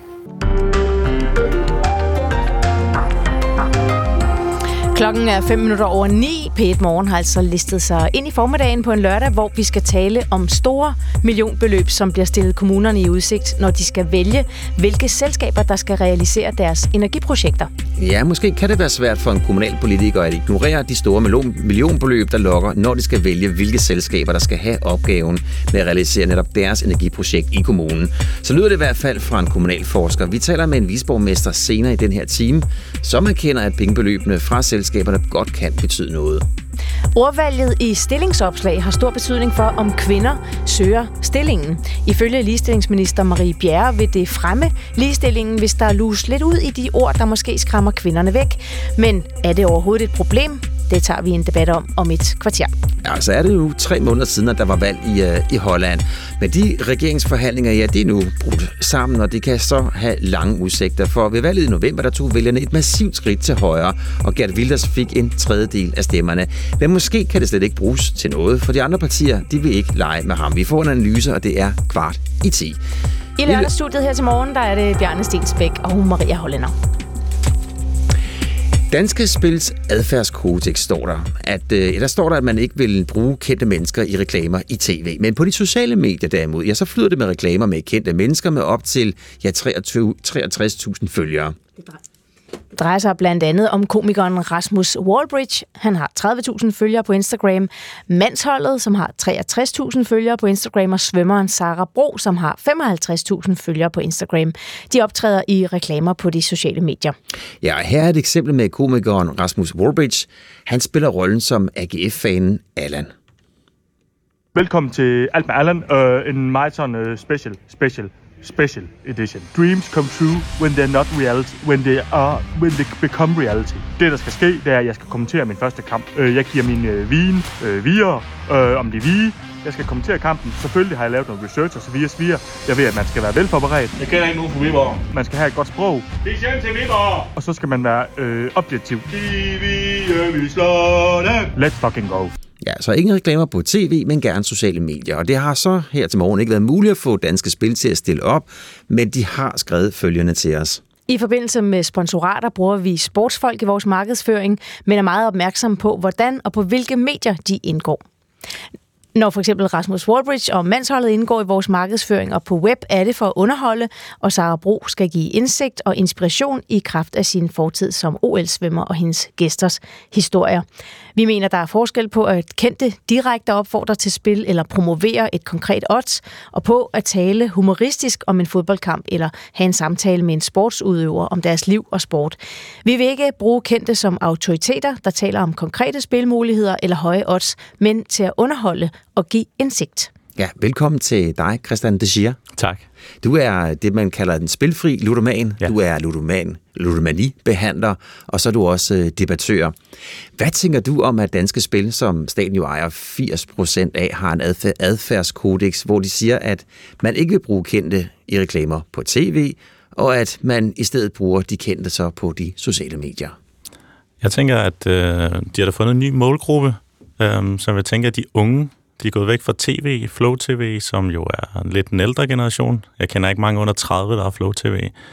Klokken er fem minutter over ni. P et Morgen har altså listet sig ind i formiddagen på en lørdag, hvor vi skal tale om store millionbeløb, som bliver stillet kommunerne i udsigt, når de skal vælge, hvilke selskaber, der skal realisere deres energiprojekter. Ja, måske kan det være svært for en kommunalpolitiker at ignorere de store millionbeløb, der lokker, når de skal vælge, hvilke selskaber, der skal have opgaven med at realisere netop deres energiprojekt i kommunen. Så lyder det i hvert fald fra en kommunalforsker. Vi taler med en viceborgmester senere i den her time, som erkender, at pengebeløbene fra selskaberne godt kan betyde noget. Ordvalget i stillingsopslag har stor betydning for, om kvinder søger stillingen. Ifølge ligestillingsminister Marie Bjerre vil det fremme ligestillingen, hvis der lus lidt ud i de ord, der måske skræmmer kvinderne væk. Men er det overhovedet et problem? Det tager vi en debat om om et kvarter. Ja, så er det jo tre måneder siden, at der var valg i, uh, i Holland. Men de regeringsforhandlinger, ja, det er nu brudt sammen, og det kan så have lange udsigter. For ved valget i november, der tog vælgerne et massivt skridt til højre, og Geert Wilders fik en tredjedel af stemmerne. Men måske kan det slet ikke bruges til noget, for de andre partier, de vil ikke lege med ham. Vi får en analyse, og det er kvart i ti. I lørdagsstudiet her til morgen, der er det Bjarne Stensbæk og Maria Hollænder. Danske Spils adfærdskodex står der, at øh, der står der, at man ikke vil bruge kendte mennesker i reklamer i tv. Men på de sociale medier derimod, ja, så flyder det med reklamer med kendte mennesker med op til ja, treogtres tusind følgere. Det drejer sig blandt andet om komikeren Rasmus Wallbridge. Han har tredive tusind følgere på Instagram. Mandsholdet, som har treogtres tusind følgere på Instagram, og svømmeren Sara Bro, som har femoghalvtreds tusind følgere på Instagram. De optræder i reklamer på de sociale medier. Ja, her er et eksempel med komikeren Rasmus Wallbridge. Han spiller rollen som A G F-fanen Allan. Velkommen til Alt med Allan. Uh, en meget sådan uh, special, special. Special edition. Dreams come true when they're not reality, when they are, when they become reality. Det, der skal ske, det er, at jeg skal kommentere min første kamp. Jeg giver min øh, viden øh, videre øh, om de hvide. Jeg skal kommentere kampen. Selvfølgelig har jeg lavet noget research og så videre, så videre. Jeg ved, at man skal være velforberedt. Jeg kender ikke nogen fra Viborg. Man skal have et godt sprog. Det er sjældent til Viborg! Og så skal man være øh, objektiv. De hvide, vi slår dem! Let's fucking go! Ja, så ingen reklamer på tv, men gerne sociale medier. Og det har så her til morgen ikke været muligt at få Danske Spil til at stille op, men de har skrevet følgende til os. I forbindelse med sponsorater bruger vi sportsfolk i vores markedsføring, men er meget opmærksomme på, hvordan og på hvilke medier de indgår. Når for eksempel Rasmus Wallbridge og Mandsholdet indgår i vores markedsføring, og på web er det for at underholde, og Sara Bro skal give indsigt og inspiration i kraft af sin fortid som O L-svømmer og hendes gæsters historier. Vi mener, der er forskel på at kendte direkte opfordre til spil eller promovere et konkret odds, og på at tale humoristisk om en fodboldkamp eller have en samtale med en sportsudøver om deres liv og sport. Vi vil ikke bruge kendte som autoriteter, der taler om konkrete spilmuligheder eller høje odds, men til at underholde og give indsigt. Ja, velkommen til dig, Christian de Gier. Tak. Du er det, man kalder den spilfri ludoman. Ja. Du er ludoman, ludomani-behandler, og så er du også øh, debattør. Hvad tænker du om, at Danske Spil, som staten jo ejer firs procent af, har en adfærd, adfærdskodex, hvor de siger, at man ikke vil bruge kendte i reklamer på tv, og at man i stedet bruger de kendte så på de sociale medier? Jeg tænker, at øh, de har da fundet en ny målgruppe, øh, som jeg tænker, at de unge, de er gået væk fra tv, Flow T V, som jo er lidt en ældre generation. Jeg kender ikke mange under tredive, der har Flow T V.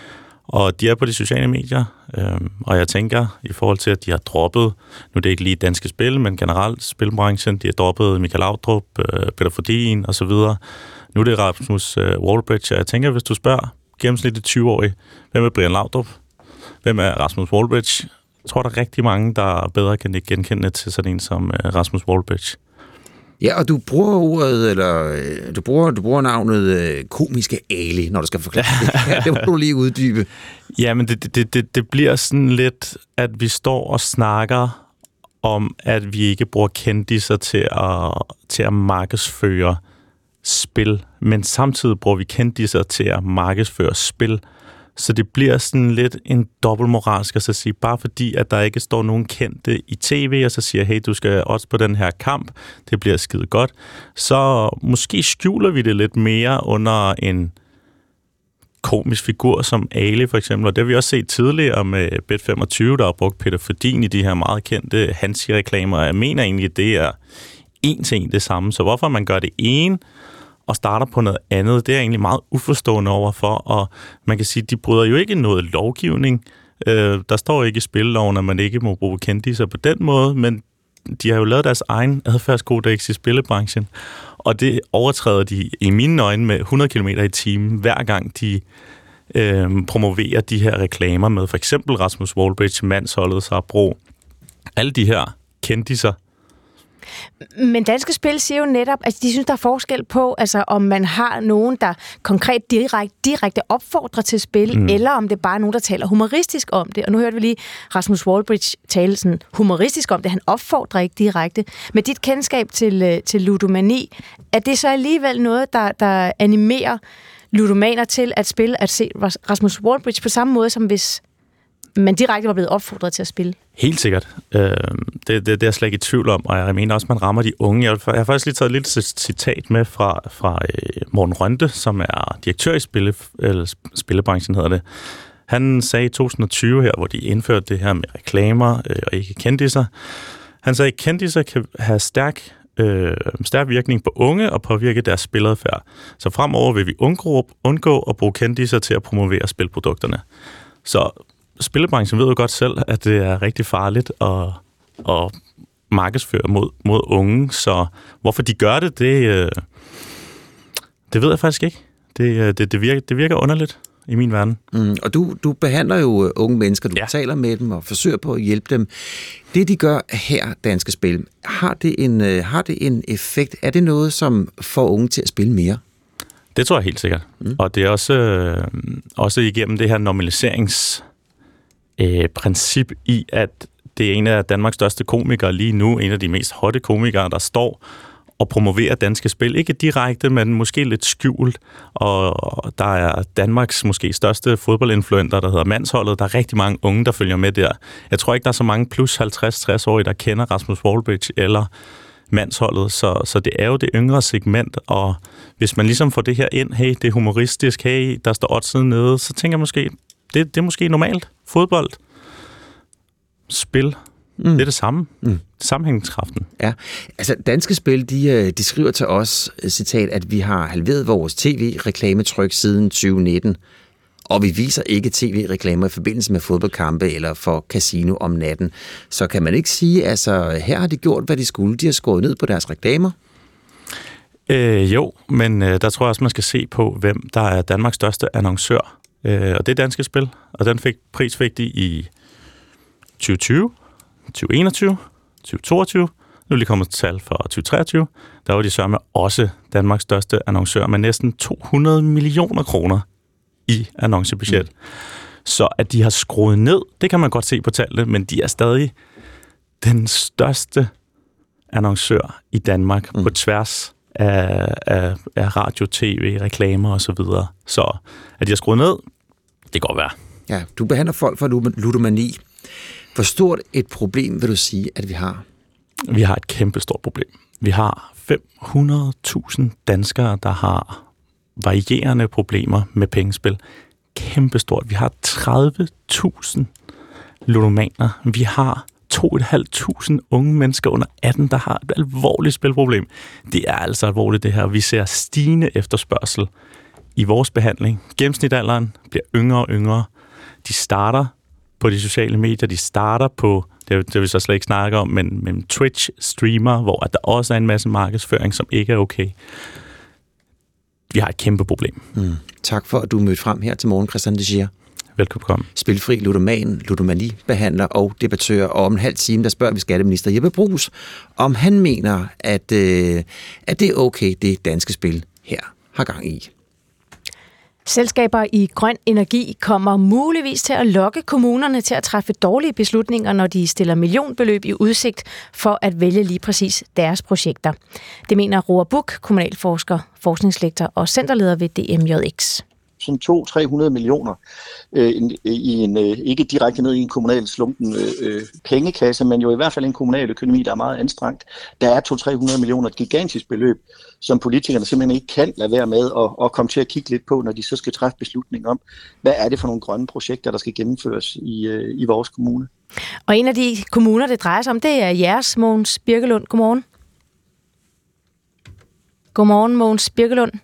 Og de er på de sociale medier, øh, og jeg tænker, i forhold til, at de har droppet, nu er det ikke lige Danske Spil, men generelt spilbranchen, de har droppet Michael Laudrup, øh, Peter Fordin og så videre. Nu er det Rasmus øh, Wallbridge, og jeg tænker, hvis du spørger gennemsnitligt tyve-årige, hvem er Brian Laudrup? Hvem er Rasmus Wallbridge? Jeg tror, der er rigtig mange, der bedre kan genkende til sådan en som øh, Rasmus Wallbridge. Ja, og du bruger ordet, eller du bruger, du bruger navnet øh, komiske Ali, når du skal forklare det. Det må du lige uddybe. Ja, men det, det, det, det bliver sådan lidt, at vi står og snakker om, at vi ikke bruger kendiser til at, til at markedsføre spil, men samtidig bruger vi kendiser til at markedsføre spil. Så det bliver sådan lidt en dobbeltmoralsk at sige, bare fordi, at der ikke står nogen kendte i tv, og så siger, hey, du skal også på den her kamp, det bliver skide godt, så måske skjuler vi det lidt mere under en komisk figur som Ali for eksempel, og det har vi også set tidligere med Bet femogtyve, der har brugt Peter Fordin i de her meget kendte Hansi-reklamer, og jeg mener egentlig, at det er en til en det samme, så hvorfor man gør det ene, og starter på noget andet, det er egentlig meget uforstående overfor, og man kan sige, at de bryder jo ikke noget lovgivning. Øh, der står ikke i spilleloven, at man ikke må bruge kendiser på den måde, men de har jo lavet deres egen adfærdskodex i spillebranchen, og det overtræder de i mine øjne med hundrede kilometer i timen, hver gang de øh, promoverer de her reklamer med for eksempel Rasmus Wallbridge, Mandsholdet, Sabro, alle de her kendiser. Men Danske Spil siger jo netop, at de synes, der er forskel på, altså om man har nogen, der konkret direkte, direkte opfordrer til spil, mm. eller om det bare er nogen, der taler humoristisk om det. Og nu hørte vi lige Rasmus Wallbridge tale sådan humoristisk om det. Han opfordrer ikke direkte. Med dit kendskab til, til ludomani, er det så alligevel noget, der, der animerer ludomaner til at spille, at se Rasmus Wallbridge på samme måde, som hvis man direkte var blevet opfordret til at spille? Helt sikkert. Øh, det, det, det er jeg slet ikke i tvivl om, og jeg mener også, man rammer de unge. Jeg, jeg har faktisk lige taget et lille citat med fra, fra øh, Morten Rønte, som er direktør i spille, eller spillebranchen, hedder det. Han sagde i to tusind og tyve her, hvor de indførte det her med reklamer øh, og ikke kendiser. Han sagde, at kendiser kan have stærk, øh, stærk virkning på unge og påvirke deres spiladfærd. Så fremover vil vi undgå, undgå at bruge kendiser til at promovere spilprodukterne. Så spillebranchen ved jo godt selv, at det er rigtig farligt at, at markedsføre mod, mod unge, så hvorfor de gør det, det, det ved jeg faktisk ikke. Det, det, det, virker, det virker underligt i min verden. Mm, og du, du behandler jo unge mennesker, du ja. taler med dem og forsøger på at hjælpe dem. Det, de gør her, Danske Spil, har det en, har det en effekt? Er det noget, som får unge til at spille mere? Det tror jeg helt sikkert. Mm. Og det er også, øh, også igennem det her normaliserings Øh, princip i, at det er en af Danmarks største komikere lige nu, en af de mest hotte komikere, der står og promoverer Danske Spil. Ikke direkte, men måske lidt skjult. Og der er Danmarks måske største fodboldinfluenter, der hedder Mandsholdet. Der er rigtig mange unge, der følger med der. Jeg tror ikke, der er så mange plus halvtreds til tres-årige, der kender Rasmus Wallbridge eller Mandsholdet. Så, så det er jo det yngre segment, og hvis man ligesom får det her ind, hey, det er humoristisk, hey, der står oddsiden nede, så tænker jeg måske, Det, det er måske normalt. Fodbold, spil, mm. det er det samme. Mm. Sammenhængskraften. Ja, altså Danske Spil, de, de skriver til os, citat, at vi har halveret vores tv-reklametryk siden tyve nitten, og vi viser ikke tv-reklamer i forbindelse med fodboldkampe eller for casino om natten. Så kan man ikke sige, altså her har de gjort, hvad de skulle. De har skåret ned på deres reklamer. Øh, jo, men øh, der tror jeg også, man skal se på, hvem der er Danmarks største annoncør. Øh, og det er Danske Spil, og den fik pris fik de i tyve tyve, tyve enogtyve, tyve toogtyve. Nu er lige kommet tal for tyve treogtyve. Der var de sørme også Danmarks største annoncør med næsten to hundrede millioner kroner i annoncebudget. Mm. Så at de har skruet ned, det kan man godt se på tallene, men de er stadig den største annoncør i Danmark mm. på tværs af, af, af radio, tv, reklamer og så videre. Så at de har skruet ned, det kan godt være. Ja, du behandler folk for ludomani. Hvor stort et problem vil du sige, at vi har? Vi har et kæmpe stort problem. Vi har fem hundrede tusind danskere, der har varierende problemer med pengespil. Kæmpe stort. Vi har tredive tusind ludomaner. Vi har to tusind fem hundrede unge mennesker under atten, der har et alvorligt spilproblem. Det er altså alvorligt det her. Vi ser stigende efterspørgsel i vores behandling. Gennemsnitalderen bliver yngre og yngre. De starter på de sociale medier, de starter på, det vil vi så slet ikke snakke om, men, men Twitch-streamer, hvor at der også er en masse markedsføring, som ikke er okay. Vi har et kæmpe problem. Mm. Tak for, at du mødte frem her til morgen, Christian de Gier. Velkommen. Spilfri ludoman, ludomanibehandler og debattør. Og om en halv time, der spørger vi skatteminister Jeppe Bruus, om han mener, at, øh, at det er okay, det danske spil her har gang i. Selskaber i grøn energi kommer muligvis til at lokke kommunerne til at træffe dårlige beslutninger, når de stiller millionbeløb i udsigt for at vælge lige præcis deres projekter. Det mener Roar Buch, kommunalforsker, forskningslektor og centerleder ved D M J X. Sådan to til tre hundrede millioner øh, i en, øh, ikke direkte ned i en kommunal slumpen øh, pengekasse, men jo i hvert fald en kommunal økonomi, der er meget anstrengt. Der er to til tre hundrede millioner, et gigantisk beløb, som politikerne simpelthen ikke kan lade være med at, at komme til at kigge lidt på, når de så skal træffe beslutning om, hvad er det for nogle grønne projekter, der skal gennemføres i, øh, i vores kommune. Og en af de kommuner, det drejer sig om, det er jeres, Mogens Birkelund. Godmorgen. Godmorgen, Mogens Birkelund.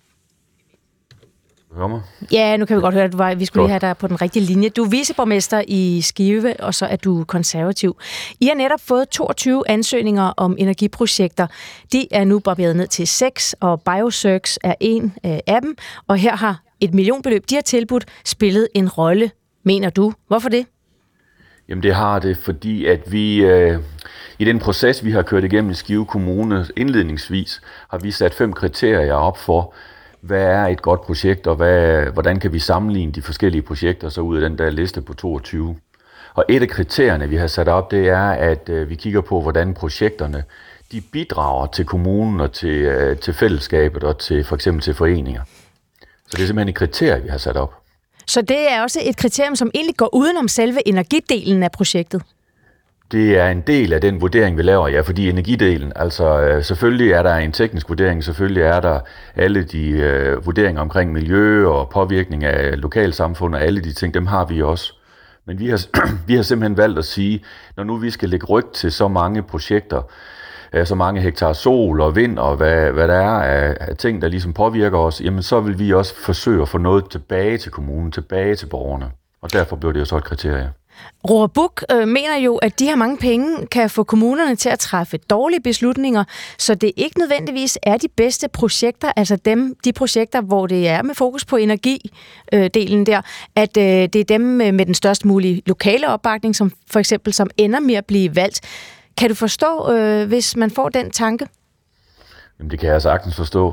Kommer. Ja, nu kan vi godt høre, at du var, vi skulle lige have dig på den rigtige linje. Du er viceborgmester i Skive, og så er du konservativ. I har netop fået toogtyve ansøgninger om energiprojekter. De er nu barberet ned til seks, og Biosearch er en af dem. Og her har et millionbeløb, de har tilbudt, spillet en rolle, mener du. Hvorfor det? Jamen det har det, fordi at vi øh, i den proces, vi har kørt igennem i Skive Kommune indledningsvis, har vi sat fem kriterier op for, hvad er et godt projekt, og hvad, hvordan kan vi sammenligne de forskellige projekter så ud af den der liste på toogtyve. Og et af kriterierne, vi har sat op, det er, at øh, vi kigger på, hvordan projekterne de bidrager til kommunen og til, øh, til fællesskabet og til for eksempel til foreninger. Så det er simpelthen et kriterie, vi har sat op. Så det er også et kriterium, som egentlig går udenom selve energidelen af projektet? Det er en del af den vurdering, vi laver, ja, fordi energidelen, altså øh, selvfølgelig er der en teknisk vurdering, selvfølgelig er der alle de øh, vurderinger omkring miljø og påvirkning af lokalsamfund og alle de ting, dem har vi også. Men vi har, vi har simpelthen valgt at sige, når nu vi skal lægge ryg til så mange projekter, øh, så mange hektar sol og vind og hvad, hvad der er af, af ting, der ligesom påvirker os, jamen så vil vi også forsøge at få noget tilbage til kommunen, tilbage til borgerne. Og derfor blev det jo så et kriterie. Roar Buch øh, mener jo, at de her mange penge kan få kommunerne til at træffe dårlige beslutninger, så det ikke nødvendigvis er de bedste projekter, altså dem, de projekter, hvor det er med fokus på energidelen øh, der, at øh, det er dem med, med den størst mulige lokale opbakning, som for eksempel som ender med at blive valgt. Kan du forstå, øh, hvis man får den tanke? Jamen, det kan jeg sagtens forstå.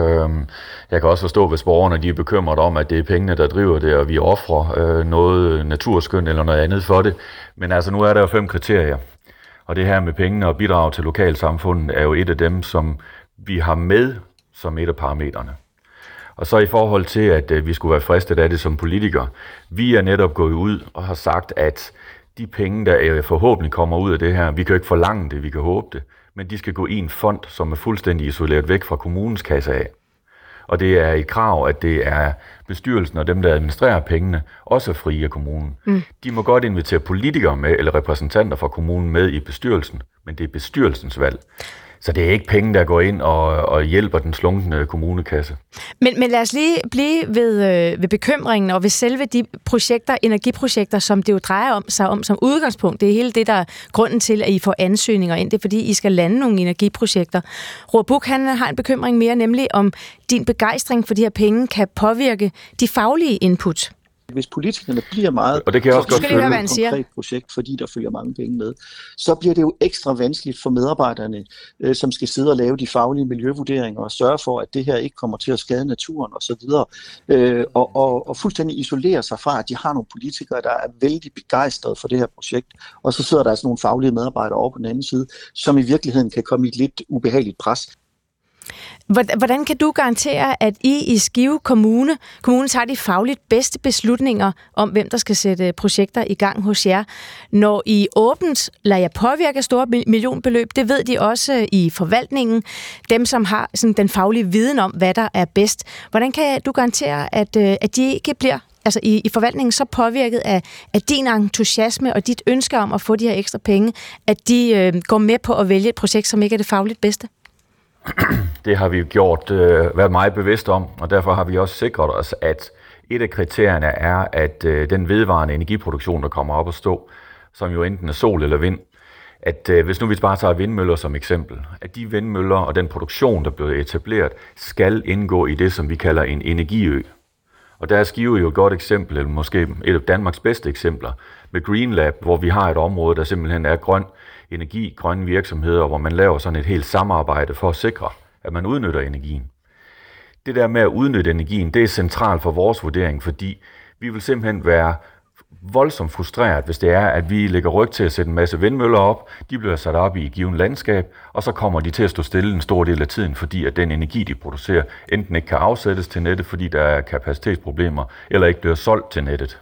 Jeg kan også forstå, hvis borgerne de er bekymret om, at det er pengene, der driver det, og vi offrer noget naturskønt eller noget andet for det. Men altså, nu er der jo fem kriterier. Og det her med pengene og bidrag til lokalsamfundet er jo et af dem, som vi har med som et af parametrene. Og så i forhold til, at vi skulle være fristet af det som politikere, vi er netop gået ud og har sagt, at de penge, der forhåbentlig kommer ud af det her, vi kan jo ikke forlange det, vi kan håbe det, men de skal gå i en fond, som er fuldstændig isoleret væk fra kommunens kasse af. Og det er et krav, at det er bestyrelsen og dem, der administrerer pengene, også er frie af kommunen. Mm. De må godt invitere politikere med, eller repræsentanter fra kommunen med i bestyrelsen, men det er bestyrelsens valg. Så det er ikke penge, der går ind og, og hjælper den slunkne kommunekasse. Men, men lad os lige blive ved, øh, ved bekymringen og ved selve de projekter, energiprojekter, som det jo drejer om, sig om som udgangspunkt. Det er hele det, der er grunden til, at I får ansøgninger ind. Det er fordi, I skal lande nogle energiprojekter. Roar Buch, han har en bekymring mere, nemlig om din begejstring for de her penge kan påvirke de faglige input. Hvis politikerne bliver meget og det kan jeg også godt følge et konkret projekt, fordi der følger mange penge med, så bliver det jo ekstra vanskeligt for medarbejderne, øh, som skal sidde og lave de faglige miljøvurderinger og sørge for, at det her ikke kommer til at skade naturen osv. Øh, og, og, og fuldstændig isolere sig fra, at de har nogle politikere, der er vældig begejstrede for det her projekt, og så sidder der altså nogle faglige medarbejdere over på den anden side, som i virkeligheden kan komme i et lidt ubehageligt pres. Hvordan kan du garantere, at I i Skive Kommune, kommunen tager de fagligt bedste beslutninger om, hvem der skal sætte projekter i gang hos jer, når I åbent lader jer påvirke store millionbeløb? Det ved de også i forvaltningen, dem som har sådan, den faglige viden om, hvad der er bedst. Hvordan kan du garantere, at, at de ikke bliver altså i, i forvaltningen så påvirket af, af din entusiasme og dit ønske om at få de her ekstra penge, at de øh, går med på at vælge et projekt, som ikke er det fagligt bedste? Det har vi gjort, øh, været meget bevidst om, og derfor har vi også sikret os, at Et af kriterierne er, at øh, den vedvarende energiproduktion, der kommer op at stå, som jo enten er sol eller vind, at øh, hvis nu vi bare tager vindmøller som eksempel, at de vindmøller og den produktion, der bliver etableret, skal indgå i det, som vi kalder en energiø. Og der er Skive jo et godt eksempel, eller måske et af Danmarks bedste eksempler, med Green Lab, hvor vi har et område, der simpelthen er grøn energi, grønne virksomheder, hvor man laver sådan et helt samarbejde for at sikre, at man udnytter energien. Det der med at udnytte energien, det er centralt for vores vurdering, fordi vi vil simpelthen være voldsomt frustreret, hvis det er, at vi lægger ryg til at sætte en masse vindmøller op, de bliver sat op i et givet landskab, og så kommer de til at stå stille en stor del af tiden, fordi at den energi, de producerer, enten ikke kan afsættes til nettet, fordi der er kapacitetsproblemer, eller ikke bliver solgt til nettet.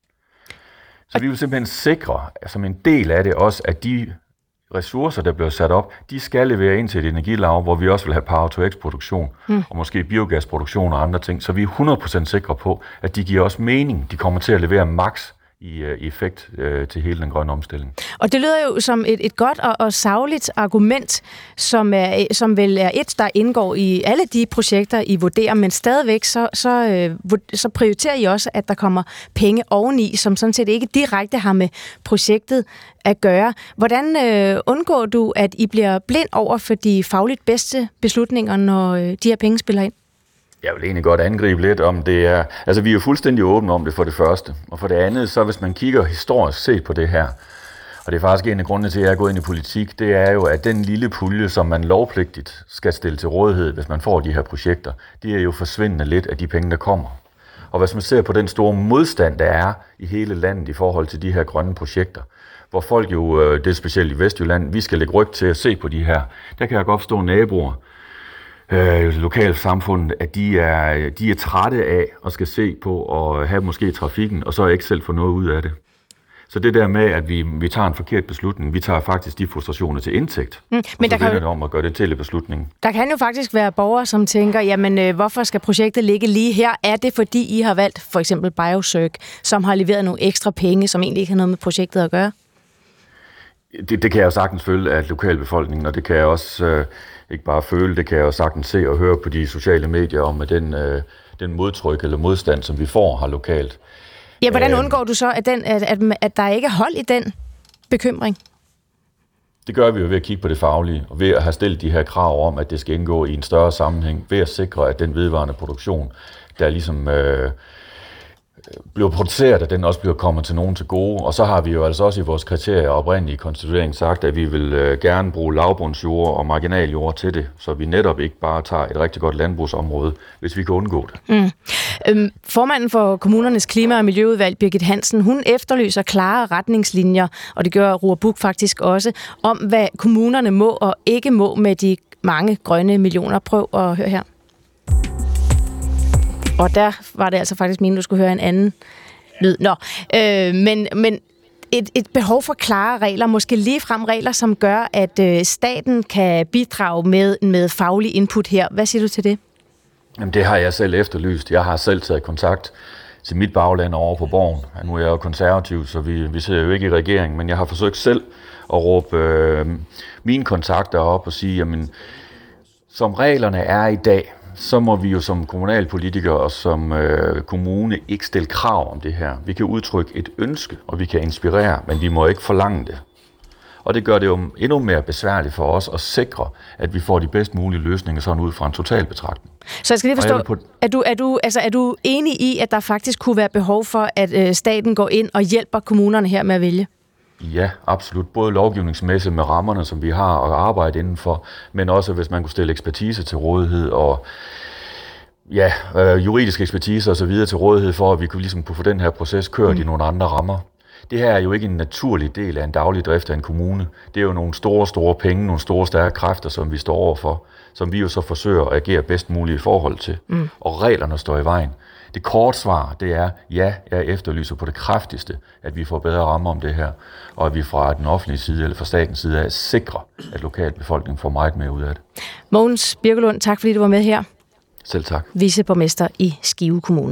Så vi vil simpelthen sikre, som en del af det også, at de ressourcer, der bliver sat op, de skal levere ind til et energilager, hvor vi også vil have power-to-x-produktion, mm. og måske biogasproduktion og andre ting, så vi er hundrede procent sikre på, at de giver os mening. De kommer til at levere maks i, i effekt øh, til hele den grønne omstilling. Og det lyder jo som et, et godt og, og sagligt argument, som, er, som vel er et, der indgår i alle de projekter, I vurderer, men stadigvæk så, så, øh, så prioriterer I også, at der kommer penge oveni, som sådan set ikke direkte har med projektet at gøre. Hvordan øh, undgår du, at I bliver blind over for de fagligt bedste beslutninger, når øh, de her penge spiller ind? Jeg vil egentlig godt angribe lidt om det er... Altså, vi er jo fuldstændig åbne om det for det første. Og for det andet, så hvis man kigger historisk set på det her, og det er faktisk en af grundene til, at jeg er gået ind i politik, det er jo, at den lille pulje, som man lovpligtigt skal stille til rådighed, hvis man får de her projekter, det er jo forsvindende lidt af de penge, der kommer. Og hvis man ser på den store modstand, der er i hele landet i forhold til de her grønne projekter, hvor folk jo, det er specielt i Vestjylland, vi skal lægge ryg til at se på de her, der kan jeg godt forstå naboer, Øh, lokalsamfundet, at de er, de er trætte af at skal se på og have måske trafikken, og så ikke selv få noget ud af det. Så det der med, at vi, vi tager en forkert beslutning, vi tager faktisk de frustrationer til indtægt, mm, men og så vender det om at gøre det til en beslutning. Der kan jo faktisk være borgere, som tænker, jamen øh, hvorfor skal projektet ligge lige her? Er det fordi I har valgt for eksempel BioCirc, som har leveret nogle ekstra penge, som egentlig ikke har noget med projektet at gøre? Det, det kan jeg jo sagtens føle af lokalbefolkningen, og det kan jeg også øh, ikke bare føle, det kan jeg jo sagtens se og høre på de sociale medier om at den, øh, den modtryk eller modstand, som vi får her lokalt. Ja, hvordan undgår du så, at, den, at, at, at der ikke er hold i den bekymring? Det gør vi jo ved at kigge på det faglige, og ved at have stillet de her krav om, at det skal indgå i en større sammenhæng, ved at sikre, at den vedvarende produktion, der ligesom øh, bliver produceret, at den også bliver kommet til nogen til gode. Og så har vi jo altså også i vores kriterier oprindelige konstituering sagt, at vi vil øh, gerne bruge lavbundsjord og marginaljord til det, så vi netop ikke bare tager et rigtig godt landbrugsområde, hvis vi kan undgå det. Mm. Øhm, formanden for kommunernes klima- og miljøudvalg, Birgit Hansen, hun efterlyser klare retningslinjer, og det gør Roar Buch faktisk også, om hvad kommunerne må og ikke må med de mange grønne millioner. Prøv at høre her. Og der var det altså faktisk meningen, du skulle høre en anden lyd. Nå, øh, men, men et, et behov for klare regler, måske ligefrem regler, som gør, at øh, staten kan bidrage med, med faglig input her. Hvad siger du til det? Jamen, det har jeg selv efterlyst. Jeg har selv taget kontakt til mit bagland over på Borgen. Nu er jeg jo konservativ, så vi, vi sidder jo ikke i regeringen, men jeg har forsøgt selv at råbe øh, mine kontakter op og sige, jamen, som reglerne er i dag, så må vi jo som kommunalpolitikere og som øh, kommune ikke stille krav om det her. Vi kan udtrykke et ønske, og vi kan inspirere, men vi må ikke forlange det. Og det gør det jo endnu mere besværligt for os at sikre, at vi får de bedst mulige løsninger sådan ud fra en totalbetragtning. Så jeg skal lige forstå, på... er, du, er, du, altså, er du enig i, at der faktisk kunne være behov for, at øh, staten går ind og hjælper kommunerne her med at vælge? Ja, absolut. Både lovgivningsmæssigt med rammerne, som vi har at arbejde indenfor, men også hvis man kunne stille ekspertise til rådighed og ja, øh, juridisk ekspertise og så videre til rådighed for, at vi kunne, ligesom, kunne få den her proces kørt mm. i nogle andre rammer. Det her er jo ikke en naturlig del af en daglig drift af en kommune. Det er jo nogle store, store penge, nogle store, stærke kræfter, som vi står overfor, som vi jo så forsøger at agere bedst muligt i forhold til. Mm. Og reglerne står i vejen. Det korte svar, det er, ja, jeg efterlyser på det kraftigste, at vi får bedre rammer om det her, og at vi fra den offentlige side eller fra statens side af sikrer, at lokalbefolkningen får meget mere ud af det. Mogens Birkelund, tak fordi du var med her. Selv tak. Viceborgmester i Skive Kommune.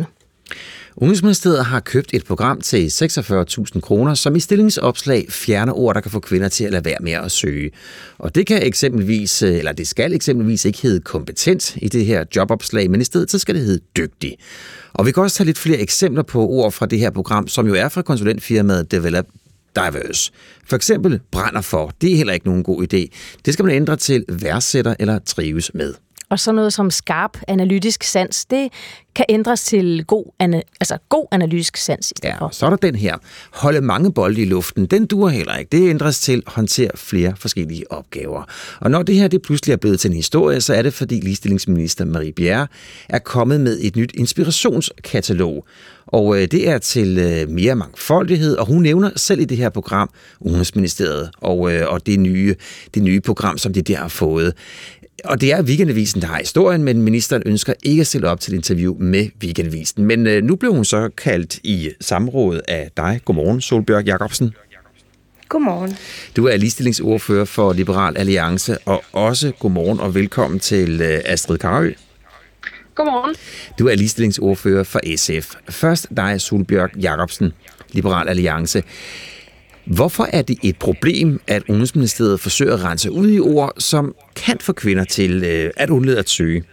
Udenrigsministeriet har købt et program til seksogfyrre tusind kroner, som i stillingsopslag fjerner ord, der kan få kvinder til at lade være med at søge. Og det kan eksempelvis, eller det skal eksempelvis ikke hedde kompetent i det her jobopslag, men i stedet så skal det hedde dygtig. Og vi kan også tage lidt flere eksempler på ord fra det her program, som jo er fra konsulentfirmaet Develop Diverse. For eksempel brænder for. Det er heller ikke nogen god idé. Det skal man ændre til værdsætter eller trives med. Og så noget som skarp analytisk sans, det kan ændres til god, altså god analytisk sans i stedet for. Ja, så er der den her. Holde mange bolde i luften, den duer heller ikke. Det ændres til håndtere flere forskellige opgaver. Og når det her det pludselig er blevet til en historie, så er det fordi ligestillingsminister Marie Bjerre er kommet med et nyt inspirationskatalog. Og det er til mere mangfoldighed, og hun nævner selv i det her program Udenrigsministeriet og, og det, nye, det nye program, som de der har fået. Og det er Weekendavisen, der har historien, men ministeren ønsker ikke at stille op til et interview med Weekendavisen. Men øh, nu blev hun så kaldt i samråd af dig. Godmorgen, Sólbjørg Jacobsen. Godmorgen. Du er ligestillingsordfører for Liberal Alliance, og også godmorgen og velkommen til øh, Astrid Carøe. Godmorgen. Du er ligestillingsordfører for S F. Først dig, Sólbjørg Jacobsen, Liberal Alliance. Hvorfor er det et problem, at Udenrigsministeriet forsøger at rense ud i ord, som kan få kvinder til øh, at undlade at søge?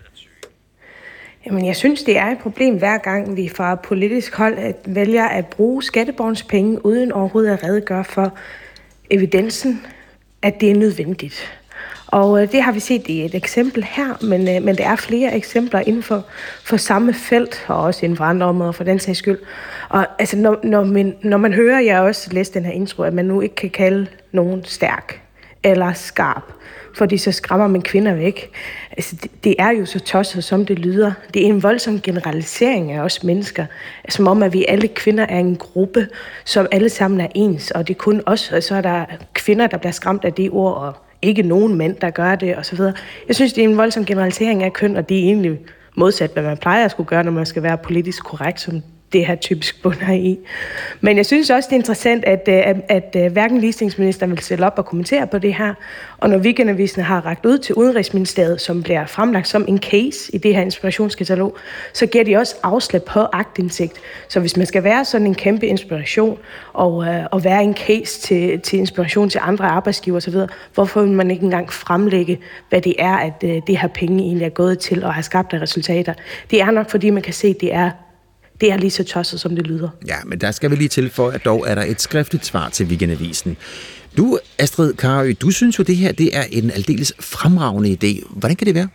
Jamen, jeg synes, det er et problem hver gang, vi fra politisk hold at vælger at bruge skatteborgernes penge, uden overhovedet at redegøre for evidensen, at det er nødvendigt. Og øh, det har vi set i et eksempel her, men, øh, men der er flere eksempler inden for, for samme felt, og også inden for andre områder for den sags skyld. Og altså, når, når, man, når man hører, jeg har også læst den her intro, at man nu ikke kan kalde nogen stærk eller skarp, fordi så skræmmer man kvinder væk. Altså, det, det er jo så tosset, som det lyder. Det er en voldsom generalisering af os mennesker, som om, at vi alle kvinder er en gruppe, som alle sammen er ens, og det er kun os, og så er der kvinder, der bliver skræmt af det ord, og ikke nogen mænd, der gør det, og så videre. Jeg synes, det er en voldsom generalisering af køn, og det er egentlig modsat, hvad man plejer at skulle gøre, når man skal være politisk korrekt, som det her typisk bunder i. Men jeg synes også, det er interessant, at, at, at, at hverken ligestillingsministeren vil stille op og kommentere på det her, og når Weekendavisen har rakt ud til Udenrigsministeriet, som bliver fremlagt som en case i det her inspirationskatalog, så giver de også afslag på aktindsigt. Så hvis man skal være sådan en kæmpe inspiration, og, og være en case til, til inspiration til andre arbejdsgiver osv., hvorfor vil man ikke engang fremlægge, hvad det er, at det her penge egentlig er gået til og har skabt af resultater? Det er nok, fordi man kan se, at det er Det er lige så tosset, som det lyder. Ja, men der skal vi lige tilføje, at dog er der et skriftligt svar til Weekendavisen. Du, Astrid Carøe, du synes jo, det her det er en aldeles fremragende idé. Hvordan kan det være?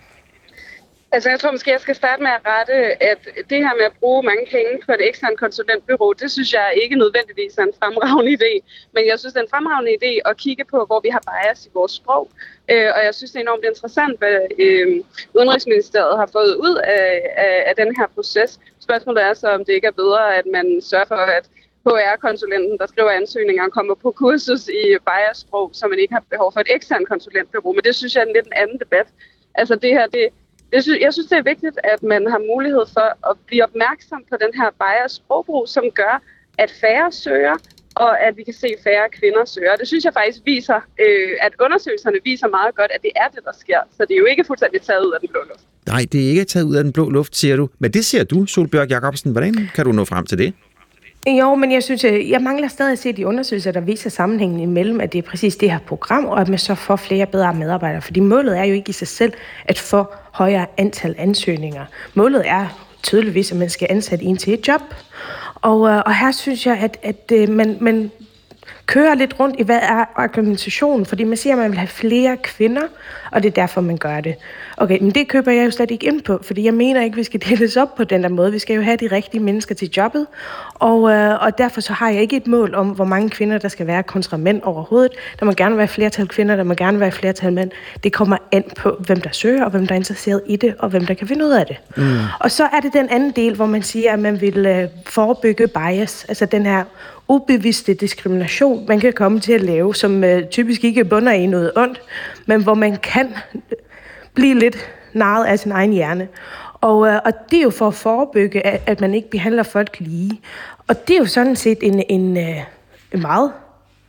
Altså, jeg tror måske, jeg skal starte med at rette, at det her med at bruge mange penge på et eksternt konsulentbureau, det synes jeg ikke nødvendigvis er en fremragende idé. Men jeg synes, det er en fremragende idé at kigge på, hvor vi har bias i vores sprog. Øh, og jeg synes, det er enormt interessant, hvad øh, Udenrigsministeriet har fået ud af, af, af den her proces. Spørgsmålet er så, om det ikke er bedre, at man sørger for, at H R-konsulenten, der skriver ansøgninger, kommer på kursus i bias-sprog, så man ikke har behov for et eksternt konsulentbureau. Men det synes jeg er en lidt en anden debat. Altså det her, det Det synes, jeg synes, det er vigtigt, at man har mulighed for at blive opmærksom på den her bias-sprogbrug, som gør, at færre søger, og at vi kan se færre kvinder søger. Det synes jeg faktisk viser, øh, at undersøgelserne viser meget godt, at det er det, der sker. Så det er jo ikke fuldstændig taget ud af den blå luft. Nej, det er ikke taget ud af den blå luft, siger du. Men det siger du, Sólbjørg Jacobsen. Hvordan kan du nå frem til det? Jo, men jeg synes, jeg mangler stadig at se de undersøgelser, der viser sammenhængen imellem, at det er præcis det her program, og at man så får flere bedre medarbejdere. Fordi målet er jo ikke i sig selv at få højere antal ansøgninger. Målet er tydeligvis, at man skal ansætte en til et job. Og, og her synes jeg, at, at man, man kører lidt rundt i, hvad er argumentationen, fordi man siger, at man vil have flere kvinder, og det er derfor, man gør det. Okay, men det køber jeg jo slet ikke ind på, fordi jeg mener ikke, at vi skal deles op på den der måde. Vi skal jo have de rigtige mennesker til jobbet, og, øh, og derfor så har jeg ikke et mål om, hvor mange kvinder, der skal være kontra mænd overhovedet. Der må gerne være flertal kvinder, der må gerne være flertal mænd. Det kommer an på, hvem der søger, og hvem der er interesseret i det, og hvem der kan finde ud af det. Mm. Og så er det den anden del, hvor man siger, at man vil øh, forebygge bias, altså den her ubevidste diskrimination, man kan komme til at lave, som øh, typisk ikke bunder i noget ondt, men hvor man kan blive lidt narret af sin egen hjerne. Og, øh, og det er jo for at forebygge, at, at man ikke behandler folk lige. Og det er jo sådan set en, en, øh, en meget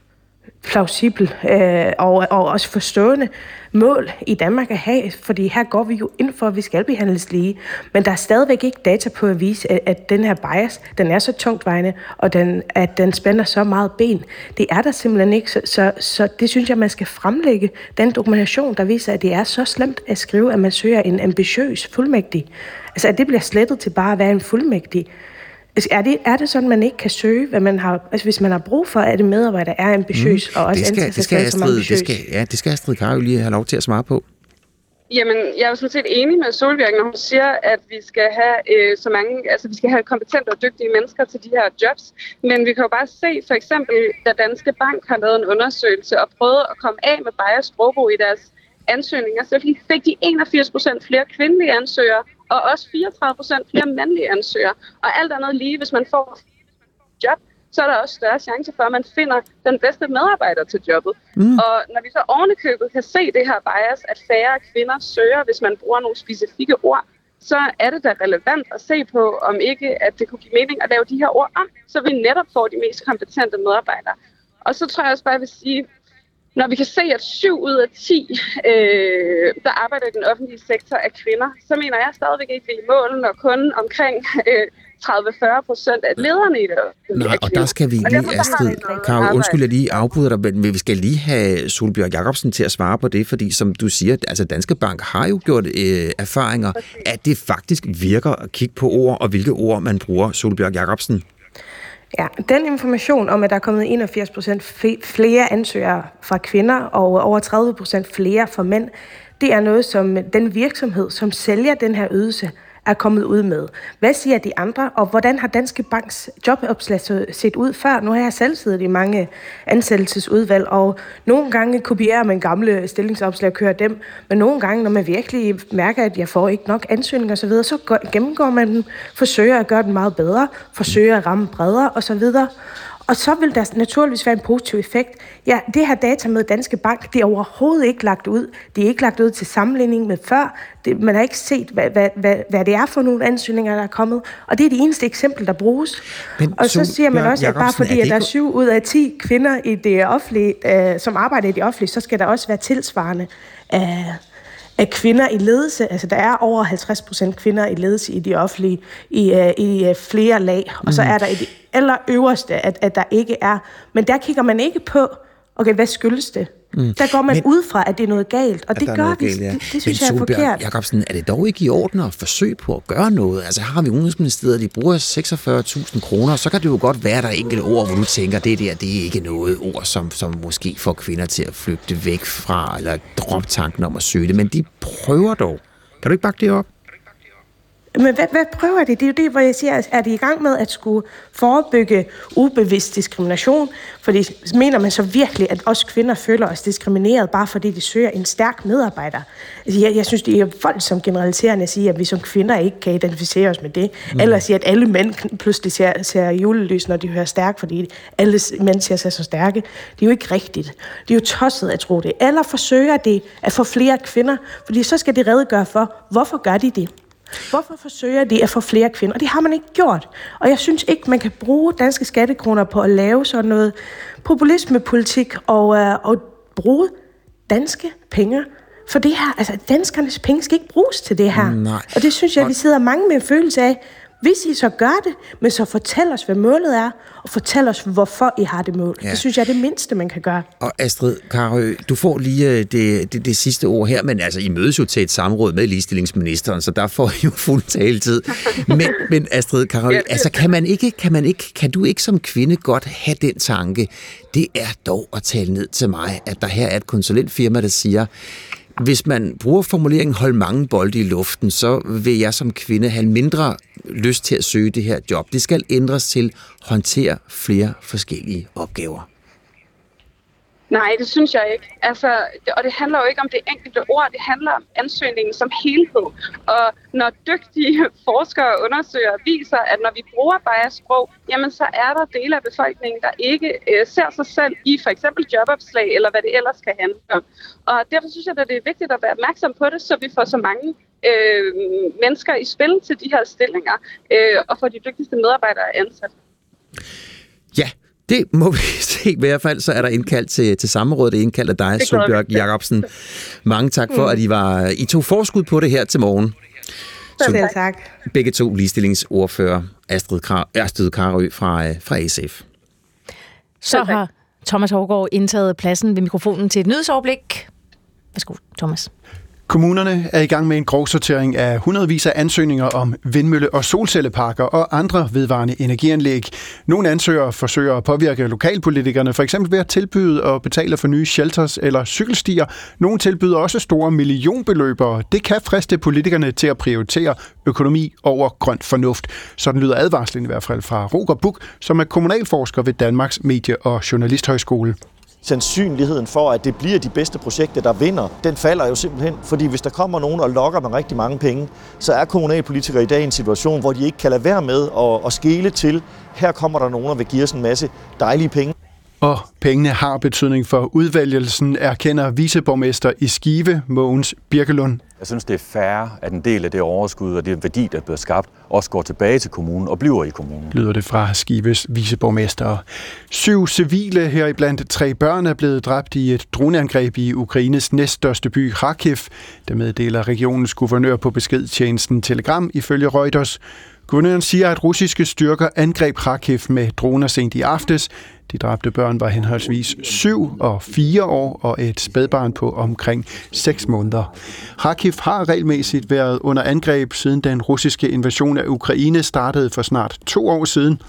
plausibel øh, og, og også forstående mål i Danmark at have, fordi her går vi jo ind for, at vi skal behandles lige. Men der er stadigvæk ikke data på at vise, at, at den her bias, den er så tungtvejende, og den, at den spænder så meget ben. Det er der simpelthen ikke, så, så, så det synes jeg, man skal fremlægge den dokumentation, der viser, at det er så slemt at skrive, at man søger en ambitiøs fuldmægtig. Altså, at det bliver slettet til bare at være en fuldmægtig. Er det, er det sådan, man ikke kan søge, hvad man har, altså hvis man har brug for, at det medarbejder er ambitiøs, mm. og også antager sig selv som ambitiøs? Det skal, ja, det skal Astrid Carøe lige have lov til at svare på. Jamen, jeg er jo sådan set enig med Solbjerg, når hun siger, at vi skal have øh, så mange, altså vi skal have kompetente og dygtige mennesker til de her jobs. Men vi kan jo bare se, for eksempel, da Danske Bank har lavet en undersøgelse og prøvet at komme af med bias sprogbrug i deres ansøgninger, så fik de enogfirs procent flere kvindelige ansøgere, og også fireogtredive procent flere mandlige ansøgere. Og alt andet lige, hvis man får job, så er der også større chance for, at man finder den bedste medarbejder til jobbet. Mm. Og når vi så ovenikøbet kan se det her bias, at færre kvinder søger, hvis man bruger nogle specifikke ord, så er det da relevant at se på, om ikke at det kunne give mening at lave de her ord om, så vi netop får de mest kompetente medarbejdere. Og så tror jeg også bare, at jeg vil sige, når vi kan se, at syv ud af ti, øh, der arbejder i den offentlige sektor, er kvinder, så mener jeg stadigvæk ikke, at vi er i mål, når kun omkring øh, tredive til fyrre procent af lederne i det. Nej, og der skal vi lige, Astrid Carøe, undskyld, jeg lige afbryder dig, men vi skal lige have Solbjørg Jacobsen til at svare på det, fordi som du siger, altså Danske Bank har jo gjort øh, erfaringer, at det faktisk virker at kigge på ord, og hvilke ord man bruger, Solbjørg Jacobsen. Ja, den information om, at der er kommet enogfirs procent flere ansøgere fra kvinder og over tredive procent flere fra mænd, det er noget, som den virksomhed, som sælger den her ydelse, er kommet ud med. Hvad siger de andre, og hvordan har Danske Banks jobopslag set ud før? Nu har jeg selv siddet i mange ansættelsesudvalg, og nogle gange kopierer man gamle stillingsopslag og kører dem, men nogle gange, når man virkelig mærker, at jeg får ikke nok ansøgninger osv., så, så gennemgår man den, forsøger at gøre den meget bedre, forsøger at ramme bredere osv., og så vil der naturligvis være en positiv effekt. Ja, det her data med Danske Bank, det er overhovedet ikke lagt ud. Det er ikke lagt ud til sammenligning med før. Det, man har ikke set, hvad, hvad, hvad, hvad det er for nogle ansøgninger, der er kommet. Og det er det eneste eksempel, der bruges. Men, og så siger man også, at bare fordi at der er syv ud af ti kvinder i det offentlige, øh, som arbejder i det offentlige, så skal der også være tilsvarende af, af kvinder i ledelse. Altså, der er over halvtreds procent kvinder i ledelse i de offentlige, i, uh, i uh, flere lag. Og så er der i det allerøverste, at, at der ikke er. Men der kigger man ikke på, okay, hvad skyldes det? Mm. Der går man men, ud fra, at det er noget galt, og det gør vi. Galt, ja. Det, det synes jeg er forkert. Jacobsen, er det dog ikke i orden at forsøge på at gøre noget? Altså, her har vi Udenrigsministeriet, de bruger seksogfyrre tusind kroner, så kan det jo godt være, der er enkelte ord, hvor du tænker, det der, det er ikke noget ord, som, som måske får kvinder til at flygte væk fra, eller droppe tanken om at søge det, men de prøver dog. Kan du ikke bakke det op? Men hvad, hvad prøver de? Det er jo det, hvor jeg siger, er de i gang med at skulle forebygge ubevidst diskrimination? Fordi mener man så virkelig, at os kvinder føler os diskrimineret, bare fordi de søger en stærk medarbejder? Altså, jeg, jeg synes, det er voldsomt generaliserende at sige, at vi som kvinder ikke kan identificere os med det. Mm. Eller sige, at alle mænd pludselig ser, ser julelys, når de hører stærk, fordi alle mænd ser sig så stærke. Det er jo ikke rigtigt. Det er jo tosset at tro det. Eller forsøger de at få flere kvinder, fordi så skal de redegøre for, hvorfor gør de det? Hvorfor forsøger de at få flere kvinder? Og det har man ikke gjort. Og jeg synes ikke, man kan bruge danske skattekroner på at lave sådan noget populismepolitik og, øh, og bruge danske penge for det her. Altså, danskernes penge skal ikke bruges til det her. Nej. Og det synes jeg, vi sidder mange med en følelse af. Hvis I så gør det, men så fortæl os, hvad målet er, og fortæl os, hvorfor I har det mål. Ja. Det synes jeg er det mindste, man kan gøre. Og Astrid Carøe, du får lige det, det, det sidste ord her, men altså, I mødes jo til et samråd med ligestillingsministeren, så der får I jo fuld taletid. Men, men Astrid Carøe, altså, kan man ikke, kan man ikke, kan du ikke som kvinde godt have den tanke, det er dog at tale ned til mig, at der her er et konsulentfirma, der siger, hvis man bruger formuleringen hold mange bolde i luften, så vil jeg som kvinde have mindre lyst til at søge det her job. Det skal ændres til håndtere flere forskellige opgaver. Nej, det synes jeg ikke. Altså, og det handler jo ikke om det enkelte ord, det handler om ansøgningen som helhed. Og når dygtige forskere og undersøgere viser, at når vi bruger bias-sprog, jamen så er der dele af befolkningen, der ikke øh, ser sig selv i for eksempel jobopslag, eller hvad det ellers kan handle om. Og derfor synes jeg, at det er vigtigt at være opmærksom på det, så vi får så mange øh, mennesker i spil til de her stillinger, øh, og får de dygtigste medarbejdere ansat. Ja. Det må vi se. I hvert fald så er der indkaldt til, til samrådet. Det er indkaldt af dig, Sólbjørg Jakobsen. Mange tak for, mm. at I, var, I tog forskud på det her til morgen. Selv tak. Begge to ligestillingsordfører, Astrid, Kar- Astrid Carøe fra, fra S F. Så har Thomas Hougaard indtaget pladsen ved mikrofonen til et nyhedsoverblik. Værsgo, Thomas. Kommunerne er i gang med en grovsortering af hundredvis af ansøgninger om vindmølle- og solcelleparker og andre vedvarende energianlæg. Nogle ansøgere forsøger at påvirke lokalpolitikerne, for eksempel ved at tilbyde og betale for nye shelters eller cykelstier. Nogle tilbyder også store millionbeløb, og det kan friste politikerne til at prioritere økonomi over grøn fornuft. Sådan lyder advarslen i hvert fald fra Roger Buch, som er kommunalforsker ved Danmarks Medie- og Journalisthøjskole. Sandsynligheden for, at det bliver de bedste projekter, der vinder, den falder jo simpelthen. Fordi hvis der kommer nogen og lokker med rigtig mange penge, så er kommunalpolitikere i dag i en situation, hvor de ikke kan lade være med at, at skele til, her kommer der nogen og vil give os en masse dejlige penge. Og pengene har betydning for udvælgelsen, erkender viceborgmester i Skive, Mogens Birkelund. Jeg synes, det er fair, at en del af det overskud og det værdi, der bliver skabt, også går tilbage til kommunen og bliver i kommunen. Lyder det fra Skives viceborgmester. Syv civile, heriblandt tre børn, er blevet dræbt i et droneangreb i Ukraines næststørste by, Kharkiv. Det meddeler regionens guvernør på beskedtjenesten Telegram ifølge Reuters. Guvernøren siger, at russiske styrker angreb Kharkiv med droner sent i aftes. De dræbte børn var henholdsvis syv og fire år og et spædbarn på omkring seks måneder. Kharkiv har regelmæssigt været under angreb siden den russiske invasion af Ukraine startede for snart to år siden.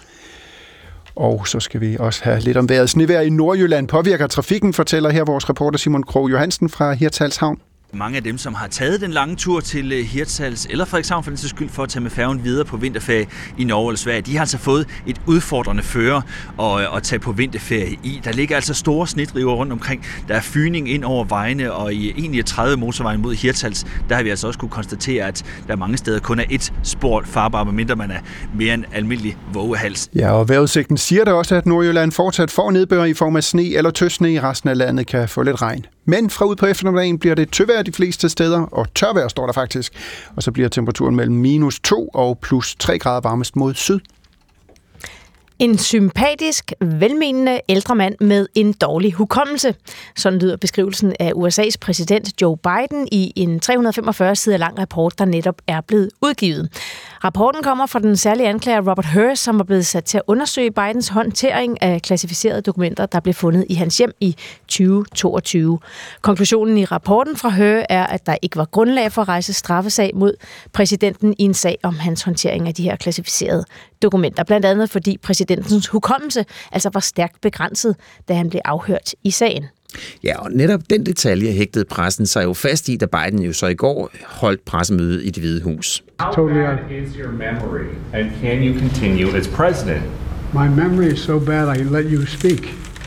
Og så skal vi også have lidt om vejret. Snevejr i Nordjylland påvirker trafikken, fortæller her vores reporter Simon Krog Johansen fra Hirtshals Havn. Mange af dem, som har taget den lange tur til Hirtshals, eller Frederikshavn for den sags skyld for at tage med færgen videre på vinterferie i Norge eller Sverige, de har altså fået et udfordrende føre at, at tage på vinterferie i. Der ligger altså store snedriver rundt omkring. Der er fyning ind over vejene, og i enogtredive motorvejen mod Hirtshals, der har vi altså også kunne konstatere, at der mange steder kun er et spor farbar, medmindre man er mere en almindelig vågehals. Ja, og vejrudsigten siger der også, at Nordjylland fortsat får nedbør i form af sne eller tøsne. I resten af landet kan få lidt regn. Men fra ud på eftermiddagen bliver det tøvejr de fleste steder, og tørvejr står der faktisk. Og så bliver temperaturen mellem minus to og plus tre grader varmest mod syd. En sympatisk, velmenende ældre mand med en dårlig hukommelse. Sådan lyder beskrivelsen af U S A's præsident Joe Biden i en tre hundrede femogfyrre sider lang rapport, der netop er blevet udgivet. Rapporten kommer fra den særlige anklager Robert Hur, som er blevet sat til at undersøge Bidens håndtering af klassificerede dokumenter, der blev fundet i hans hjem i tyve toogtyve. Konklusionen i rapporten fra Hur er, at der ikke var grundlag for at rejse straffesag mod præsidenten i en sag om hans håndtering af de her klassificerede dokumenter. Blandt andet fordi præsidentens hukommelse altså var stærkt begrænset, da han blev afhørt i sagen. Ja, og netop den detalje hægtede pressen sig jo fast i, da Biden jo så i går holdt pressemøde i Det Hvide Hus. How bad is your memory, and can you continue as president? My memory is so bad I let you speak.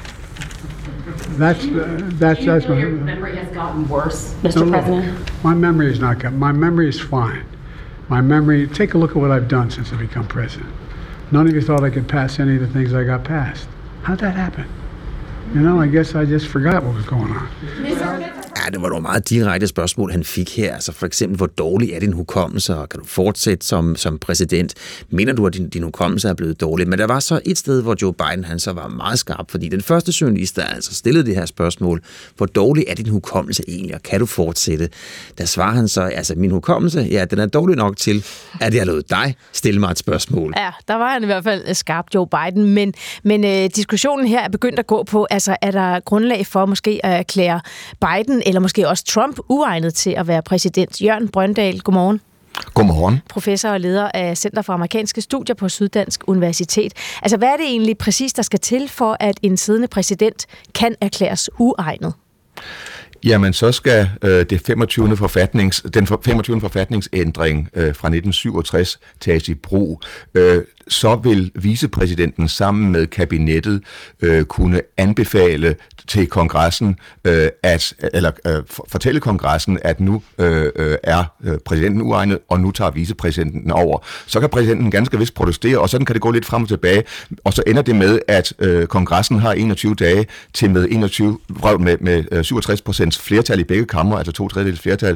That's uh, that's that's my your memory has gotten worse, Mister no, President. My memory is not good. My memory is fine. My memory. Take a look at what I've done since I become president. None of you thought I could pass any of the things I got passed. How'd that happen? You know, I guess I just forgot what was going on. Ja, det var nogle meget direkte spørgsmål, han fik her. Altså for eksempel, hvor dårlig er din hukommelse, og kan du fortsætte som, som præsident? Mener du, at din, din hukommelse er blevet dårlig? Men der var så et sted, hvor Joe Biden han så var meget skarp, fordi den første journalist, der altså stillede det her spørgsmål, hvor dårlig er din hukommelse egentlig, og kan du fortsætte? Der svarer han så, altså min hukommelse, ja, den er dårlig nok til, at jeg lod dig stille mig et spørgsmål. Ja, der var han i hvert fald skarp, Joe Biden, men, men øh, diskussionen her er begyndt at gå på, altså er der grundlag for måske at erklære Biden eller måske også Trump uegnet til at være præsident. Jørgen Brøndal, godmorgen. Godmorgen. Professor og leder af Center for Amerikanske Studier på Syddansk Universitet. Altså, hvad er det egentlig præcis, der skal til for, at en siddende præsident kan erklæres uegnet? Jamen, så skal øh, det femogtyvende forfatnings, den femogtyvende forfatningsændring øh, fra nitten syvogtres tages i brug. Øh, så vil vicepræsidenten sammen med kabinettet øh, kunne anbefale til kongressen, øh, at, eller øh, fortælle kongressen, at nu øh, øh, er øh, præsidenten uegnet, og nu tager vicepræsidenten over. Så kan præsidenten ganske vist protestere, og sådan kan det gå lidt frem og tilbage, og så ender det med, at øh, kongressen har enogtyve dage til med, enogtyve, med, med syvogtres procent flertal i begge kamre, altså to tredjedels flertal,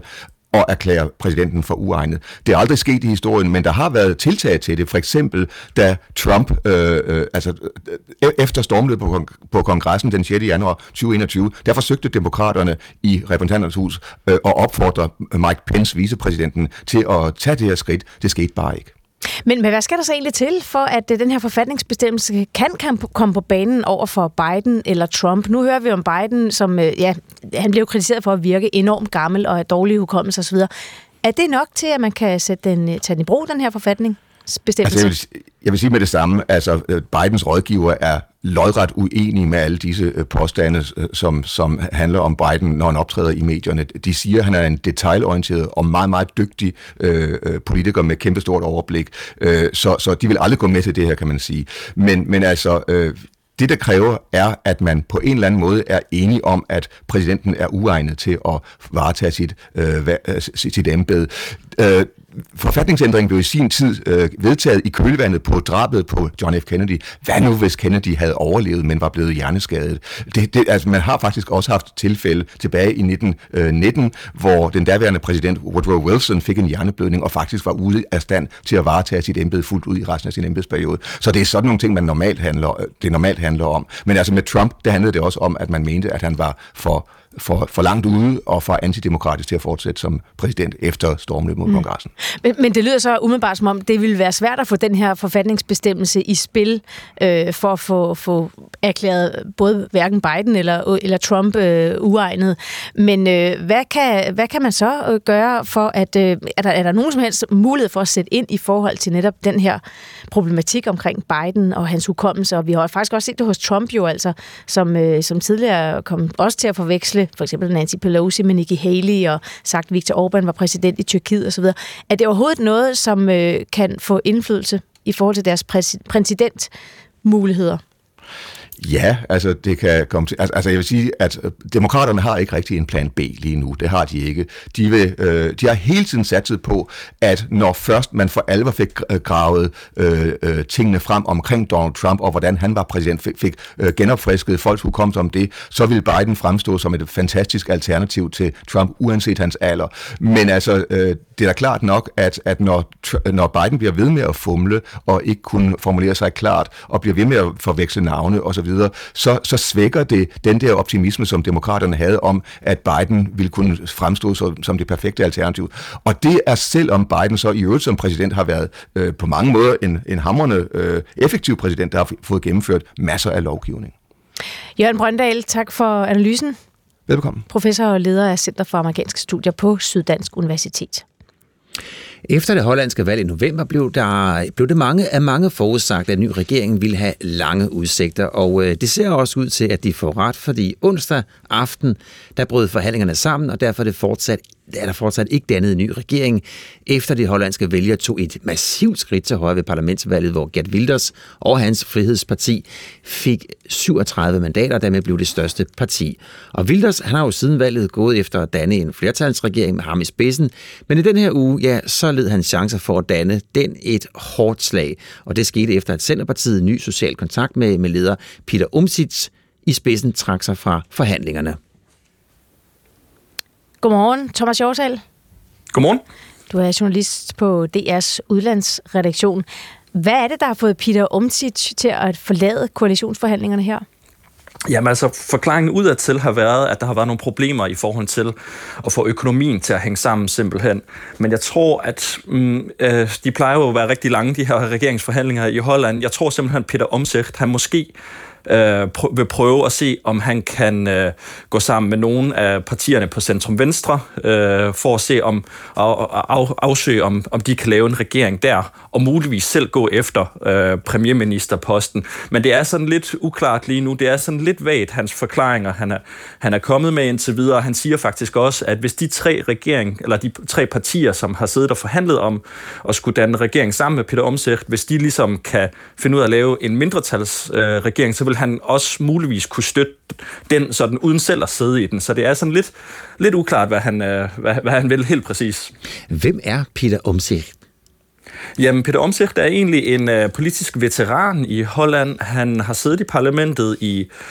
og erklære præsidenten for uegnet. Det er aldrig sket i historien, men der har været tiltag til det. For eksempel, da Trump, øh, øh, altså øh, efter stormløbet på, kong- på kongressen den sjette januar tyve enogtyve, der forsøgte demokraterne i repræsentanternes hus øh, at opfordre Mike Pence, vicepræsidenten, til at tage det her skridt. Det skete bare ikke. Men, men hvad skal der så egentlig til, for at den her forfatningsbestemmelse kan, kan komme på banen over for Biden eller Trump? Nu hører vi om Biden, som ja, han blev kritiseret for at virke enormt gammel og have dårlig hukommelse osv. Er det nok til, at man kan sætte den, tage den i brug, den her forfatningsbestemmelse? Altså, jeg, vil, jeg vil sige med det samme, altså Bidens rådgiver er lodret uenige med alle disse påstande, som, som handler om Biden, når han optræder i medierne. De siger, at han er en detailorienteret og meget, meget dygtig øh, politiker med kæmpestort overblik. Øh, så, så de vil aldrig gå med til det her, kan man sige. Men, men altså... Øh, Det, der kræver, er, at man på en eller anden måde er enige om, at præsidenten er uegnet til at varetage sit, øh, sit embede. Øh, forfatningsændringen blev i sin tid øh, vedtaget i kølvandet på drabet på John F. Kennedy. Hvad nu, hvis Kennedy havde overlevet, men var blevet hjerneskadet? Det, det, altså, man har faktisk også haft tilfælde tilbage i nitten nitten, hvor den daværende præsident Woodrow Wilson fik en hjerneblødning og faktisk var ude af stand til at varetage sit embede fuldt ud i resten af sin embedsperiode. Så det er sådan nogle ting, man normalt handler, det normalt handler om. Men altså med Trump, der handlede det også om, at man mente, at han var for For, for langt ude og for antidemokratisk til at fortsætte som præsident efter stormløbet mod kongressen. Mm. Men, men det lyder så umiddelbart som om, det ville være svært at få den her forfatningsbestemmelse i spil øh, for at få, få erklæret både hverken Biden eller, eller Trump øh, uegnet. Men øh, hvad, kan, hvad kan man så gøre for, at øh, er, der, er der nogen som helst mulighed for at sætte ind i forhold til netop den her problematik omkring Biden og hans hukommelse? Og vi har faktisk også set det hos Trump jo altså, som, øh, som tidligere kom også til at forveksle for eksempel Nancy Pelosi med Nikki Haley og sagt, at Viktor Orbán var præsident i Tyrkiet osv. Er det overhovedet noget, som øh, kan få indflydelse i forhold til deres præsidentmuligheder? Ja, altså det kan komme til. Altså jeg vil sige, at demokraterne har ikke rigtig en plan B lige nu. Det har de ikke. De, vil, øh, de har hele tiden satset på, at når først man for alvor fik gravet øh, øh, tingene frem omkring Donald Trump, og hvordan han var præsident, fik, fik øh, genopfrisket folks hukommelse om det, så ville Biden fremstå som et fantastisk alternativ til Trump, uanset hans alder. Men altså, øh, det er da klart nok, at, at når, når Biden bliver ved med at fumle, og ikke kunne formulere sig klart, og bliver ved med at forveksle navne osv., Videre, så, så svækker det den der optimisme, som demokraterne havde om, at Biden ville kunne fremstå som, som det perfekte alternativ. Og det er selvom Biden så i øvrigt som præsident har været øh, på mange måder en, en hamrende øh, effektiv præsident, der har fået gennemført masser af lovgivning. Jørgen Brøndal, tak for analysen. Velkommen. Professor og leder af Center for Amerikanske Studier på Syddansk Universitet. Efter det hollandske valg i november blev, der, blev det mange af mange forudsagt, at en ny regering ville have lange udsigter, og øh, det ser også ud til, at de får ret, fordi onsdag aften, der brød forhandlingerne sammen, og derfor er, det fortsat, er der fortsat ikke dannet en ny regering, efter de hollandske vælgere tog et massivt skridt til højre ved parlamentsvalget, hvor Geert Wilders og hans Frihedsparti fik syvogtredive mandater, og dermed blev det største parti. Og Wilders, han har jo siden valget gået efter at danne en flertalsregering med ham i spidsen, men i den her uge, ja, så led han chancer for at danne den et hårdt slag, og det skete efter, at Centerpartiet ny social kontakt med, med leder Peter Omtzigt i spidsen trak sig fra forhandlingerne. Godmorgen, Thomas Hjortdal. Godmorgen. Du er journalist på D R's udlandsredaktion. Hvad er det, der har fået Peter Omtzigt til at forlade koalitionsforhandlingerne her? Jamen altså, forklaringen udadtil har været, at der har været nogle problemer i forhold til at få økonomien til at hænge sammen simpelthen. Men jeg tror, at mm, øh, de plejer jo at være rigtig lange, de her regeringsforhandlinger i Holland. Jeg tror simpelthen, at Peter Omtzigt, han måske øh, pr- vil prøve at se, om han kan øh, gå sammen med nogle af partierne på Centrum Venstre, øh, for at se om af, af, afsøge, om, om de kan lave en regering der, og muligvis selv gå efter øh, premierministerposten. Men det er sådan lidt uklart lige nu. Det er sådan lidt vagt, hans forklaringer, han er, han er kommet med indtil videre. Han siger faktisk også, at hvis de tre regering, eller de tre partier, som har siddet og forhandlet om at skulle danne regering sammen med Peter Omtzigt, hvis de ligesom kan finde ud af at lave en mindretalsregering, øh, så vil han også muligvis kunne støtte den sådan uden selv at sidde i den. Så det er sådan lidt, lidt uklart, hvad han, øh, hvad, hvad han vil helt præcis. Hvem er Peter Omtzigt? Jamen, Peter Omtzigt er egentlig en øh, politisk veteran i Holland. Han har siddet i parlamentet i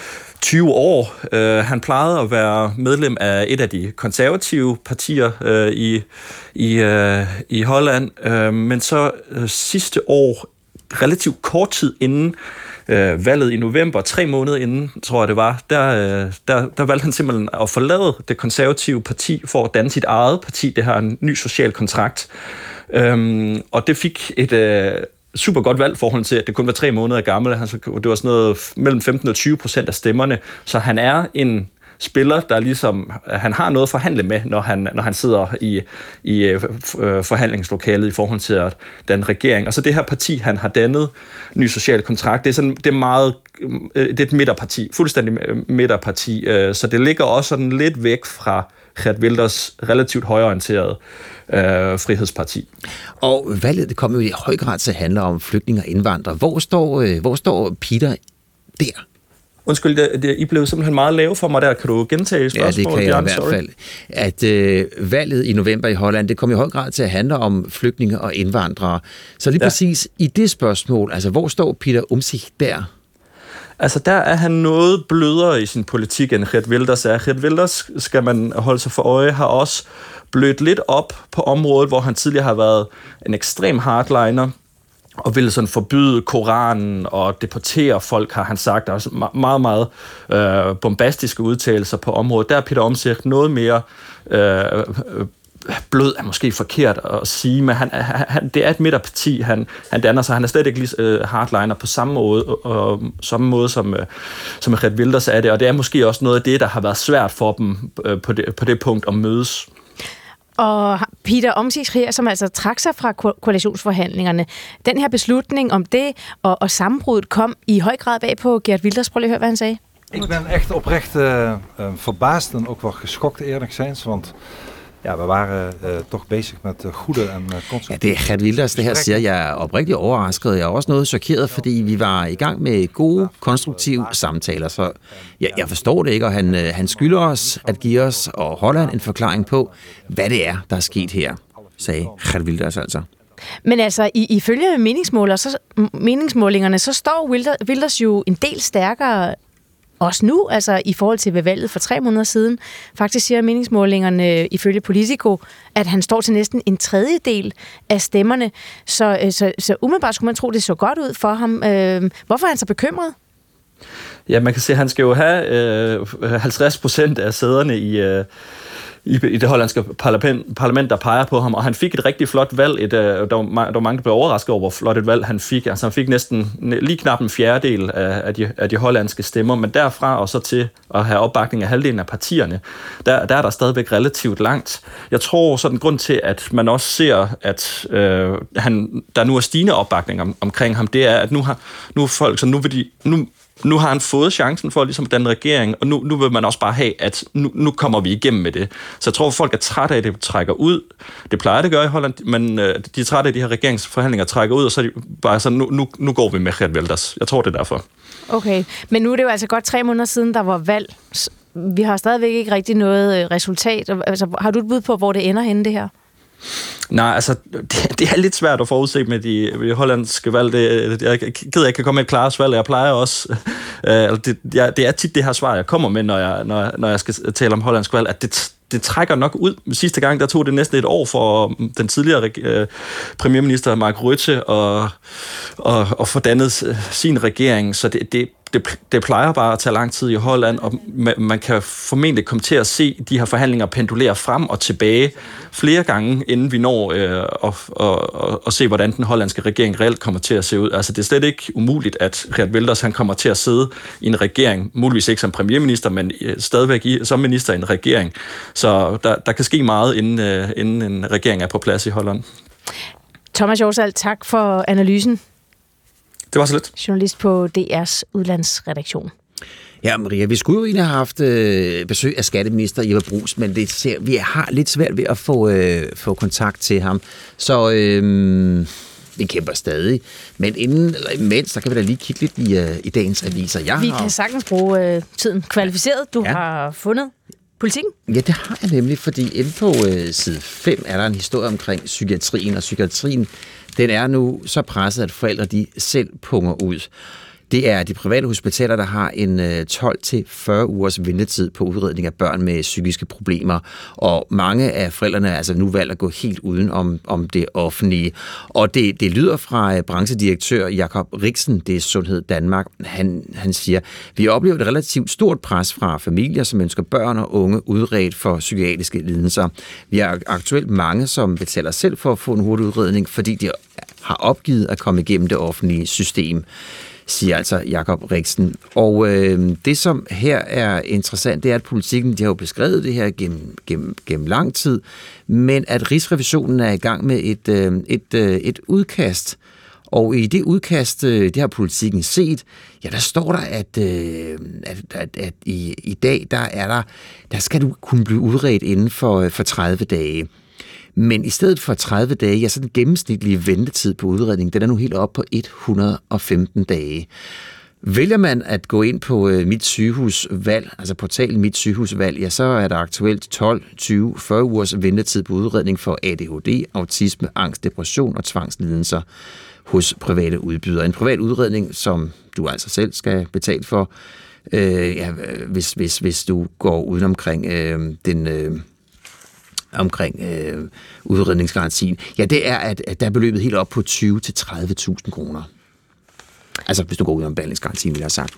tyve år. Uh, han plejede at være medlem af et af de konservative partier uh, i, i, uh, i Holland, uh, men så uh, sidste år, relativt kort tid inden øh, valget i november, tre måneder inden, tror jeg det var, der, øh, der, der valgte han simpelthen at forlade det konservative parti for at danne sit eget parti. Det har en ny social kontrakt. Øhm, og det fik et øh, super godt valg forhold til, at det kun var tre måneder gammel. Det var sådan noget mellem femten og tyve procent af stemmerne. Så han er en spiller, der ligesom, han har noget at forhandle med, når han, når han sidder i, i øh, forhandlingslokalet i forhold til at den regering. Og så det her parti, han har dannet, Ny Social Kontrakt, det er, sådan, det er meget, det er et midterparti, fuldstændig midterparti, øh, så det ligger også sådan lidt væk fra Geert Wilders relativt højreorienterede øh, frihedsparti. Og valget, det kommer jo i høj grad til at handle om flygtninge og indvandrere. Hvor står, øh, hvor står Peter der? Undskyld, det, det, I blev simpelthen meget lave for mig der. Kan du gentage spørgsmålet? Ja, det kan jeg Bjørn? i hvert fald. At øh, valget i november i Holland, det kom i høj grad til at handle om flygtninge og indvandrere. Så lige ja. præcis i det spørgsmål, altså hvor står Peter Omtzigt der? Altså der er han noget blødere i sin politik, end Geert Wilders er. Geert Wilders, skal man holde sig for øje, har også blødt lidt op på området, hvor han tidligere har været en ekstrem hardliner, og ville sådan forbyde Koranen og deportere folk, har han sagt. Der er også meget, meget øh, bombastiske udtalelser på området. Der er Peter Omtzigt noget mere øh, blød, er måske forkert at sige, men han, han, det er et midterparti, han, han danner sig. Han er slet ikke lige øh, hardliner på samme måde, og, samme måde som, øh, som Geert Wilders er det, og det er måske også noget af det, der har været svært for dem øh, på, det, på det punkt at mødes. Og Peter Omtzigt her, som altså trak sig fra ko- koalitionsforhandlingerne, den her beslutning om det og, og sammenbruddet kom i høj grad bag på Geert Wilders. Prøv lige at høre, hvad han sagde. Ik ben echt oprecht uh, uh, verbaasd en ook wel geschokt eerlijk zijns, want ja, we waren uh, toch bezig met uh, goede en uh, constructieve... Ja, det er Geert Wilders, det her siger. Jeg er oprigtigt overrasket. Jeg er også noget chokeret, fordi vi var i gang med gode, konstruktive samtaler. Så jeg, jeg forstår det ikke, og han, han skylder os at give os og Holland en forklaring på, hvad det er, der er sket her, sagde Geert Wilders altså. Men altså, i, ifølge meningsmåler, så, meningsmålingerne, så står Wilders, Wilders jo en del stærkere også nu, altså i forhold til ved valget for tre måneder siden. Faktisk siger meningsmålingerne ifølge Politico, at han står til næsten en tredjedel af stemmerne. Så, så, så umiddelbart skulle man tro, det så godt ud for ham. Øh, hvorfor er han så bekymret? Ja, man kan se, at han skal jo have øh, halvtreds procent af sæderne i... Øh I, i det hollandske parlament, parlament, der peger på ham, og han fik et rigtig flot valg. Et, der, var, der var mange, der blev overrasket over, hvor flot et valg han fik. Altså han fik næsten lige knap en fjerdedel af, af, de, af de hollandske stemmer, men derfra og så til at have opbakning af halvdelen af partierne, der, der er der stadigvæk relativt langt. Jeg tror sådan grund til, at man også ser, at øh, han, der nu er stigende opbakning om, omkring ham, det er, at nu har nu er folk, så nu vil de... Nu, Nu har han fået chancen for ligesom den regering, og nu, nu vil man også bare have, at nu, nu kommer vi igennem med det. Så jeg tror, at folk er trætte af, at det trækker ud. Det plejer det at gøre i Holland, men øh, de er trætte af, at de her regeringsforhandlinger trækker ud, og så er de bare sådan, nu, nu, nu går vi med Geert Wilders. Jeg tror, det er derfor. Okay, men nu er det jo altså godt tre måneder siden, der var valg. Vi har stadigvæk ikke rigtig noget resultat. Altså, har du et bud på, hvor det ender henne, det her? Nej, altså, det, det er lidt svært at forudse med de, med de hollandske valg. Det, jeg er ked af, jeg kan komme med et klart valg, jeg plejer også. Uh, det, jeg, det er tit det her svar, jeg kommer med, når jeg, når, når jeg skal tale om hollandsk valg, at det, det trækker nok ud. Sidste gang, der tog det næsten et år for den tidligere uh, premierminister Mark Rutte at og, og få dannet sin regering, så det, det Det, det plejer bare at tage lang tid i Holland, og man kan formentlig komme til at se de her forhandlinger pendulere frem og tilbage flere gange, inden vi når øh, at, at, at se, hvordan den hollandske regering reelt kommer til at se ud. Altså, det er slet ikke umuligt, at Geert Wilders han kommer til at sidde i en regering, muligvis ikke som premierminister, men stadigvæk i, som minister i en regering. Så der, der kan ske meget, inden, øh, inden en regering er på plads i Holland. Thomas Jorsal, tak for analysen. Det var så lidt. Journalist på D R's udlandsredaktion. Ja, Maria, vi skulle jo egentlig have haft øh, besøg af skatteminister Jeppe Bruus, men det ser, vi har lidt svært ved at få, øh, få kontakt til ham. Så øh, vi kæmper stadig. Men inden, eller imens, så kan vi da lige kigge lidt i, øh, i dagens aviser. Jeg vi har... kan sagtens bruge øh, tiden kvalificeret. Du ja. har fundet politikken. Ja, det har jeg nemlig, fordi inde på øh, side fem er der en historie omkring psykiatrien, og psykiatrien den er nu så presset, at forældre de selv punger ud. Det er de private hospitaler, der har en tolv til fyrre ugers ventetid på udredning af børn med psykiske problemer, og mange af forældrene er altså nu valgt at gå helt uden om, om det offentlige. Og det, det lyder fra branchedirektør Jakob Riksen, det er Sundhed Danmark. Han, han siger, vi oplever et relativt stort pres fra familier, som ønsker børn og unge udredt for psykiatriske lidelser. Vi har aktuelt mange, som betaler selv for at få en hurtig udredning, fordi de har opgivet at komme igennem det offentlige system, siger altså Jakob Riksen. Og øh, det, som her er interessant, det er, at politikken, de har jo beskrevet det her gennem, gennem, gennem lang tid, men at Rigsrevisionen er i gang med et, øh, et, øh, et udkast. Og i det udkast, det har politikken set, ja, der står der, at, øh, at, at, at i, i dag, der, er der, der skal du kunne blive udredt inden for, for tredive dage. Men i stedet for tredive dage, ja, så den gennemsnitlige ventetid på udredning, den er nu helt op på et hundrede og femten dage. Vælger man at gå ind på øh, Mit Sygehusvalg, altså portalen Mit Sygehusvalg, ja, så er der aktuelt tolv, tyve, fyrre ugers ventetid på udredning for A D H D, autisme, angst, depression og tvangslidelser hos private udbydere. En privat udredning, som du altså selv skal betale for, øh, ja, hvis, hvis, hvis du går uden omkring øh, den... Øh, omkring øh, udredningsgarantien, ja, det er, at, at der er beløbet helt op på tyve til tredive tusind kroner. Altså, hvis du går ud om behandlingsgarantien, vil jeg have sagt.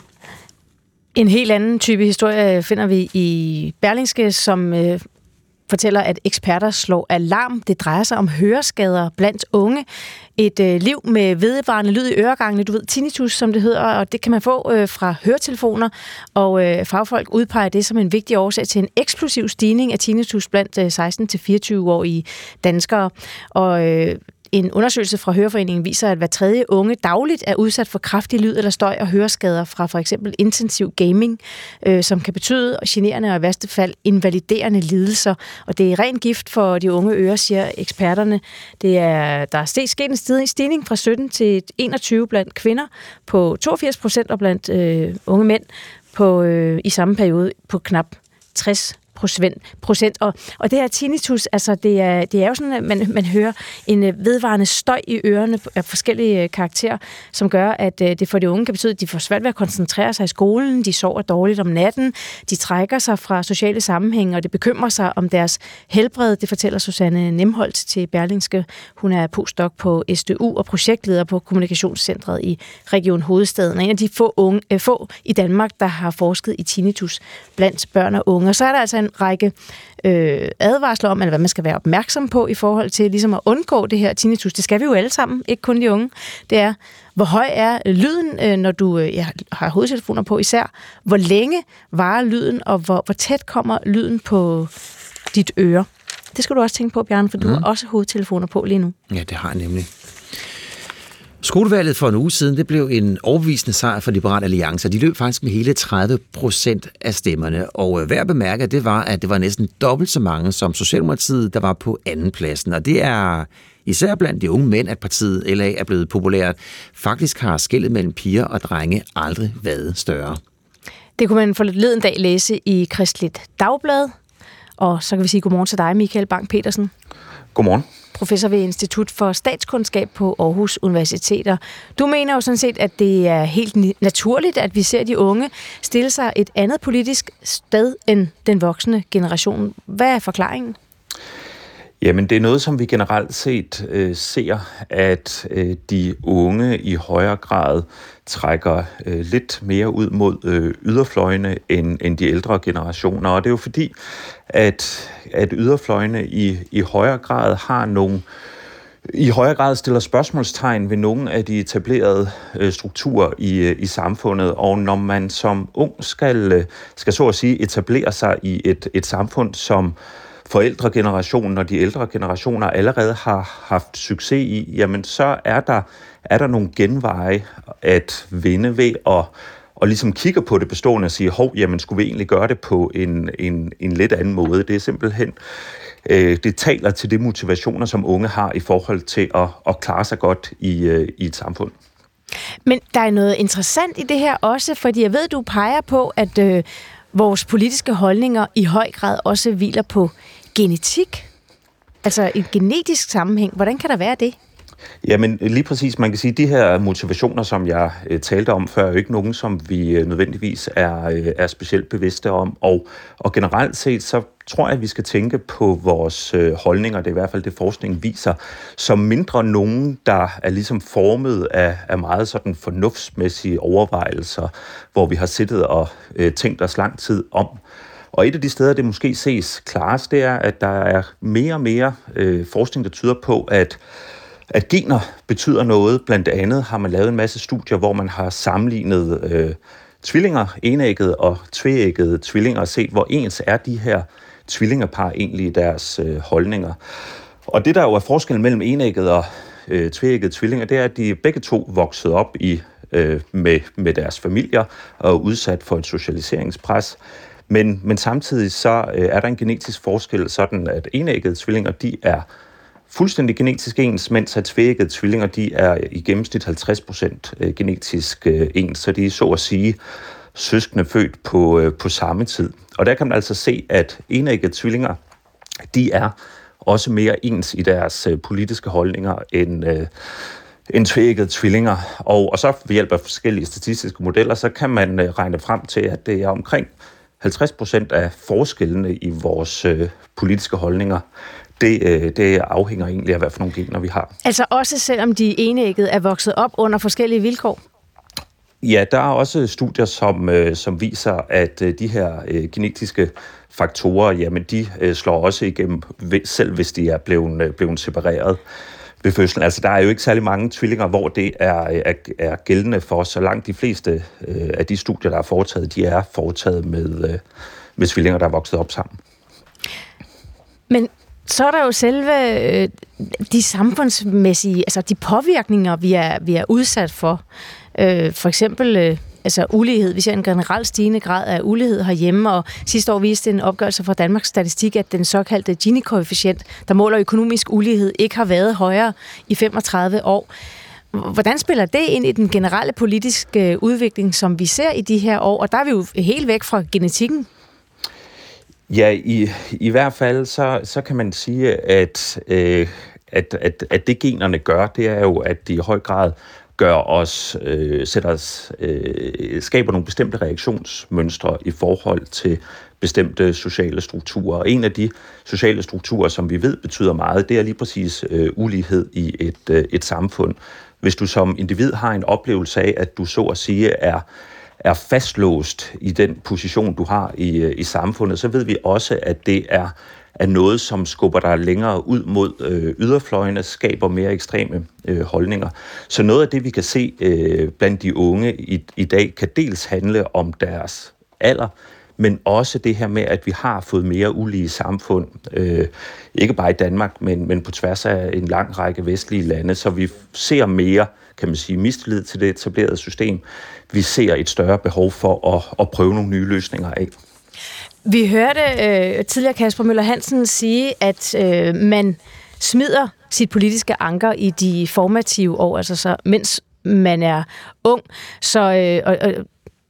En helt anden type historie finder vi i Berlingske, som øh, fortæller, at eksperter slår alarm. Det drejer sig om høreskader blandt unge. Et øh, liv med vedvarende lyd i øregangene, du ved, tinnitus, som det hedder, og det kan man få øh, fra høretelefoner, og øh, fagfolk udpeger det som en vigtig årsag til en eksplosiv stigning af tinnitus blandt øh, seksten til fireogtyve-årige danskere. Og øh, en undersøgelse fra Høreforeningen viser, at hver tredje unge dagligt er udsat for kraftig lyd eller støj og høreskader fra for eksempel intensiv gaming, øh, som kan betyde generende og i værste fald invaliderende lidelser. Og det er ren gift for de unge ører, siger eksperterne. Det er, der er sket en stigning fra sytten til enogtyve blandt kvinder, på toogfirs procent og blandt øh, unge mænd på, øh, i samme periode på knap tres procent. Og, og det her tinnitus, altså det er, det er jo sådan, at man, man hører en vedvarende støj i ørerne af forskellige karakterer, som gør, at det for de unge kan betyde, at de får svært ved at koncentrere sig i skolen, de sover dårligt om natten, de trækker sig fra sociale sammenhænge, og det bekymrer sig om deres helbred. Det fortæller Susanne Nemholdt til Berlingske. Hun er postdoc på S D U og projektleder på Kommunikationscentret i Region Hovedstaden, og en af de få, unge, øh, få i Danmark, der har forsket i tinnitus blandt børn og unge. Og så er der altså en række øh, advarsler om, eller hvad man skal være opmærksom på i forhold til ligesom at undgå det her tinnitus. Det skal vi jo alle sammen, ikke kun de unge. Det er, hvor høj er lyden, øh, når du øh, ja, har hovedtelefoner på især. Hvor længe varer lyden, og hvor, hvor tæt kommer lyden på dit øre. Det skal du også tænke på, Bjarne, for mm. du har også hovedtelefoner på lige nu. Ja, det har jeg nemlig. Skolevalget for en uge siden, det blev en overbevisende sejr for Liberal Alliance. De løb faktisk med hele tredive procent af stemmerne. Og værd at bemærke, det var, at det var næsten dobbelt så mange som Socialdemokratiet, der var på anden pladsen. Og det er især blandt de unge mænd, at partiet L A er blevet populært. Faktisk har skellet mellem piger og drenge aldrig været større. Det kunne man forleden dag læse i Kristeligt Dagblad. Og så kan vi sige godmorgen til dig, Michael Bang-Petersen. Godmorgen. Professor ved Institut for Statskundskab på Aarhus Universitet. Du mener jo sådan set, at det er helt naturligt, at vi ser de unge stille sig et andet politisk sted end den voksne generation. Hvad er forklaringen? Jamen, det er noget, som vi generelt set øh, ser, at øh, de unge i højere grad trækker øh, lidt mere ud mod øh, yderfløjene end, end de ældre generationer. Og det er jo fordi, at, at yderfløjene i, i højere grad har nogle i højere grad stiller spørgsmålstegn ved nogle af de etablerede øh, strukturer i, i samfundet, og når man som ung skal, skal så at sige etablere sig i et, et samfund, som forældregenerationen og de ældre generationer allerede har haft succes i, jamen så er der, er der nogle genveje at vinde ved at og ligesom kigge på det bestående og sige, hov, jamen skulle vi egentlig gøre det på en, en, en lidt anden måde. Det er simpelthen, øh, det taler til de motivationer, som unge har i forhold til at, at klare sig godt i, øh, i et samfund. Men der er noget interessant i det her også, fordi jeg ved, du peger på, at øh, vores politiske holdninger i høj grad også hviler på genetik. Altså en genetisk sammenhæng. Hvordan kan der være det? Jamen lige præcis, man kan sige, at de her motivationer, som jeg øh, talte om før, er jo ikke nogen, som vi øh, nødvendigvis er, øh, er specielt bevidste om. Og, og generelt set, så tror jeg, at vi skal tænke på vores øh, holdninger, det er i hvert fald det forskningen viser, som mindre nogen, der er ligesom formet af, af meget sådan fornuftsmæssige overvejelser, hvor vi har siddet og øh, tænkt os lang tid om. Og et af de steder, det måske ses klarest, det er, at der er mere og mere øh, forskning, der tyder på, at at gener betyder noget. Blandt andet har man lavet en masse studier, hvor man har sammenlignet øh, tvillinger, enæggede og tveæggede tvillinger, og set, hvor ens er de her tvillingepar egentlig i deres øh, holdninger. Og det, der jo er forskellen mellem enæggede og øh, tveæggede tvillinger, det er, at de begge to voksede op i, øh, med, med deres familier og udsat for et socialiseringspres. Men, men samtidig så øh, er der en genetisk forskel, sådan at enæggede tvillinger, de er fuldstændig genetisk ens, mens at tveæggede tvillinger, de er i gennemsnit halvtreds procent genetisk ens, så de er så at sige søskende født på, på samme tid. Og der kan man altså se, at enæggede tvillinger, de er også mere ens i deres politiske holdninger end, end tveæggede tvillinger. Og, og så ved hjælp af forskellige statistiske modeller, så kan man regne frem til, at det er omkring halvtreds procent af forskellene i vores politiske holdninger, Det, det afhænger egentlig af, hvad for nogle gener vi har. Altså også selvom de enæggede er vokset op under forskellige vilkår? Ja, der er også studier, som, som viser, at de her genetiske faktorer, jamen de slår også igennem, selv hvis de er blevet, blevet separeret ved fødslen. Altså der er jo ikke særlig mange tvillinger, hvor det er, er, er gældende for, så langt de fleste af de studier, der er foretaget, de er foretaget med, med tvillinger, der er vokset op sammen. Men så er der jo selve øh, de samfundsmæssige, altså de påvirkninger, vi er, vi er udsat for. Øh, for eksempel øh, altså ulighed. Vi ser en generelt stigende grad af ulighed herhjemme, og sidste år viste en opgørelse fra Danmarks Statistik, at den såkaldte Gini-koefficient, der måler økonomisk ulighed, ikke har været højere i femogtredive år. Hvordan spiller det ind i den generelle politiske udvikling, som vi ser i de her år? Og der er vi jo helt væk fra genetikken. Ja, i, i hvert fald så, så kan man sige, at, øh, at, at, at det generne gør, det er jo, at de i høj grad gør os, øh, sætter os, øh, skaber nogle bestemte reaktionsmønstre i forhold til bestemte sociale strukturer. Og en af de sociale strukturer, som vi ved betyder meget, det er lige præcis øh, ulighed i et, øh, et samfund. Hvis du som individ har en oplevelse af, at du så at sige er er fastlåst i den position, du har i, i samfundet, så ved vi også, at det er, er noget, som skubber dig længere ud mod øh, yderfløjene, skaber mere ekstreme øh, holdninger. Så noget af det, vi kan se øh, blandt de unge i, i dag, kan dels handle om deres alder, men også det her med, at vi har fået mere ulige samfund, øh, ikke bare i Danmark, men, men på tværs af en lang række vestlige lande, så vi ser mere, kan man sige, mistillid til det etablerede system. Vi ser et større behov for at, at prøve nogle nye løsninger af. Vi hørte øh, tidligere Kasper Møller Hansen sige, at øh, man smider sit politiske anker i de formative år, altså så, mens man er ung. Så øh, og, og,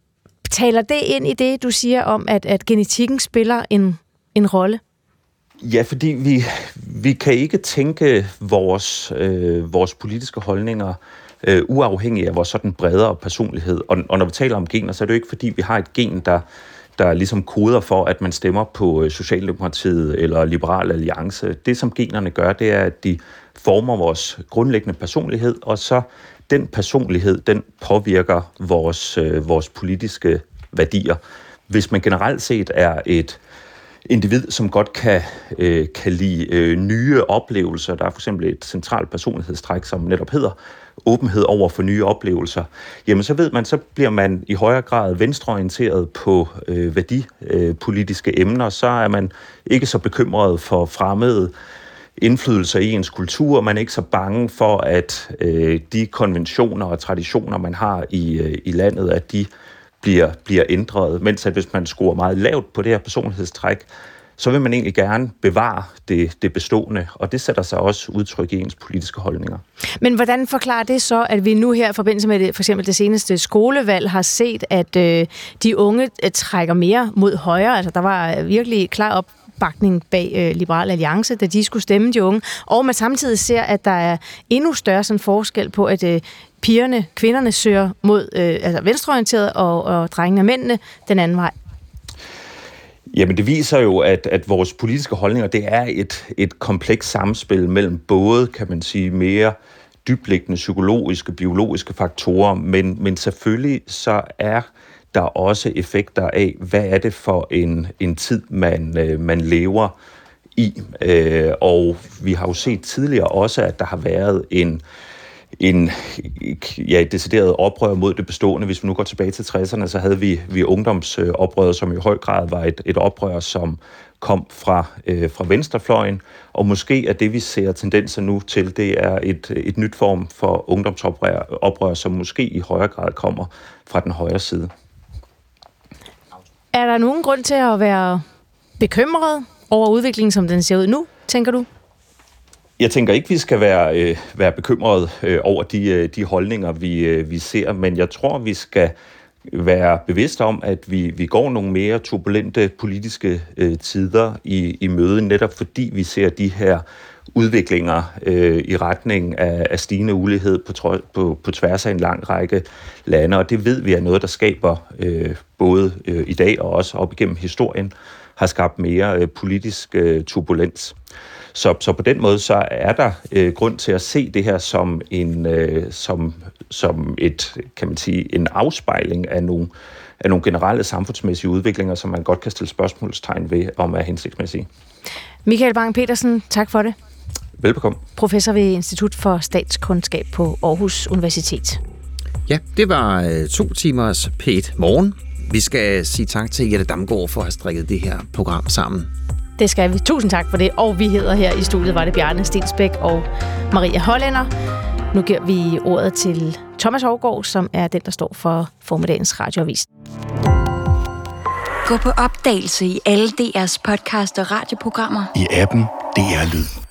taler det ind i det, du siger om, at, at genetikken spiller en, en rolle? Ja, fordi vi, vi kan ikke tænke vores, øh, vores politiske holdninger øh, uafhængig af vores sådan bredere personlighed. Og, og når vi taler om gener, så er det jo ikke fordi, vi har et gen, der, der ligesom koder for, at man stemmer på Socialdemokratiet eller Liberal Alliance. Det, som generne gør, det er, at de former vores grundlæggende personlighed, og så den personlighed, den påvirker vores, øh, vores politiske værdier. Hvis man generelt set er et individ, som godt kan, øh, kan lide øh, nye oplevelser, der er for eksempel et centralt personlighedstræk, som netop hedder åbenhed over for nye oplevelser, jamen så ved man, så bliver man i højere grad venstreorienteret på øh, værdipolitiske øh, emner, så er man ikke så bekymret for fremmede indflydelser i ens kultur, man er ikke så bange for, at øh, de konventioner og traditioner, man har i, øh, i landet, at de bliver, bliver ændret, mens at hvis man scorer meget lavt på det her personlighedstræk, så vil man egentlig gerne bevare det, det bestående, og det sætter sig også udtryk i ens politiske holdninger. Men hvordan forklarer det så, at vi nu her i forbindelse med det, for eksempel det seneste skolevalg har set, at øh, de unge øh, trækker mere mod højre? Altså der var virkelig klar opbakning bag øh, Liberal Alliance, da de skulle stemme de unge, og man samtidig ser, at der er endnu større sådan forskel på, at øh, pigerne, kvinderne søger mod øh, altså venstreorienteret, og, og drengene og mændene den anden vej. Jamen det viser jo, at, at vores politiske holdninger, det er et, et komplekst samspil mellem både, kan man sige, mere dybliggende psykologiske, biologiske faktorer, men, men selvfølgelig så er der også effekter af, hvad er det for en, en tid, man, øh, man lever i. Øh, og vi har jo set tidligere også, at der har været en en ja, et decideret oprør mod det bestående. Hvis vi nu går tilbage til tresserne, så havde vi, vi ungdomsoprøret, som i høj grad var et, et oprør, som kom fra, øh, fra venstrefløjen, og måske er det, vi ser tendenser nu til, det er et, et nyt form for ungdomsoprør, oprør, som måske i højere grad kommer fra den højre side. Er der nogen grund til at være bekymret over udviklingen, som den ser ud nu, tænker du? Jeg tænker ikke, vi skal være, øh, være bekymrede øh, over de, øh, de holdninger, vi, øh, vi ser, men jeg tror, vi skal være bevidste om, at vi, vi går nogle mere turbulente politiske øh, tider i, i møde, netop fordi vi ser de her udviklinger øh, i retning af, af stigende ulighed på, trø- på, på tværs af en lang række lande, og det ved vi er noget, der skaber øh, både øh, i dag og også op igennem historien, har skabt mere øh, politisk øh, turbulens. Så, så på den måde så er der øh, grund til at se det her som en øh, som som et kan man sige en afspejling af nogle af nogle generelle samfundsmæssige udviklinger, som man godt kan stille spørgsmålstegn ved om er hensigtsmæssige. Michael Bang-Petersen, tak for det. Velbekomme. Professor ved Institut for Statskundskab på Aarhus Universitet. Ja, det var øh, to timers P et Morgen. Vi skal sige tak til Jette Damgaard for at have strikket det her program sammen. Det skal vi. Tusind tak for det. Og vi hedder her i studiet, var det Bjarne Stensbæk og Maria Hollænder. Nu giver vi ordet til Thomas Hougaard, som er den, der står for formiddagens radioavis. Gå på opdagelse i alle D R's podcast og radioprogrammer. I appen D R Lyd.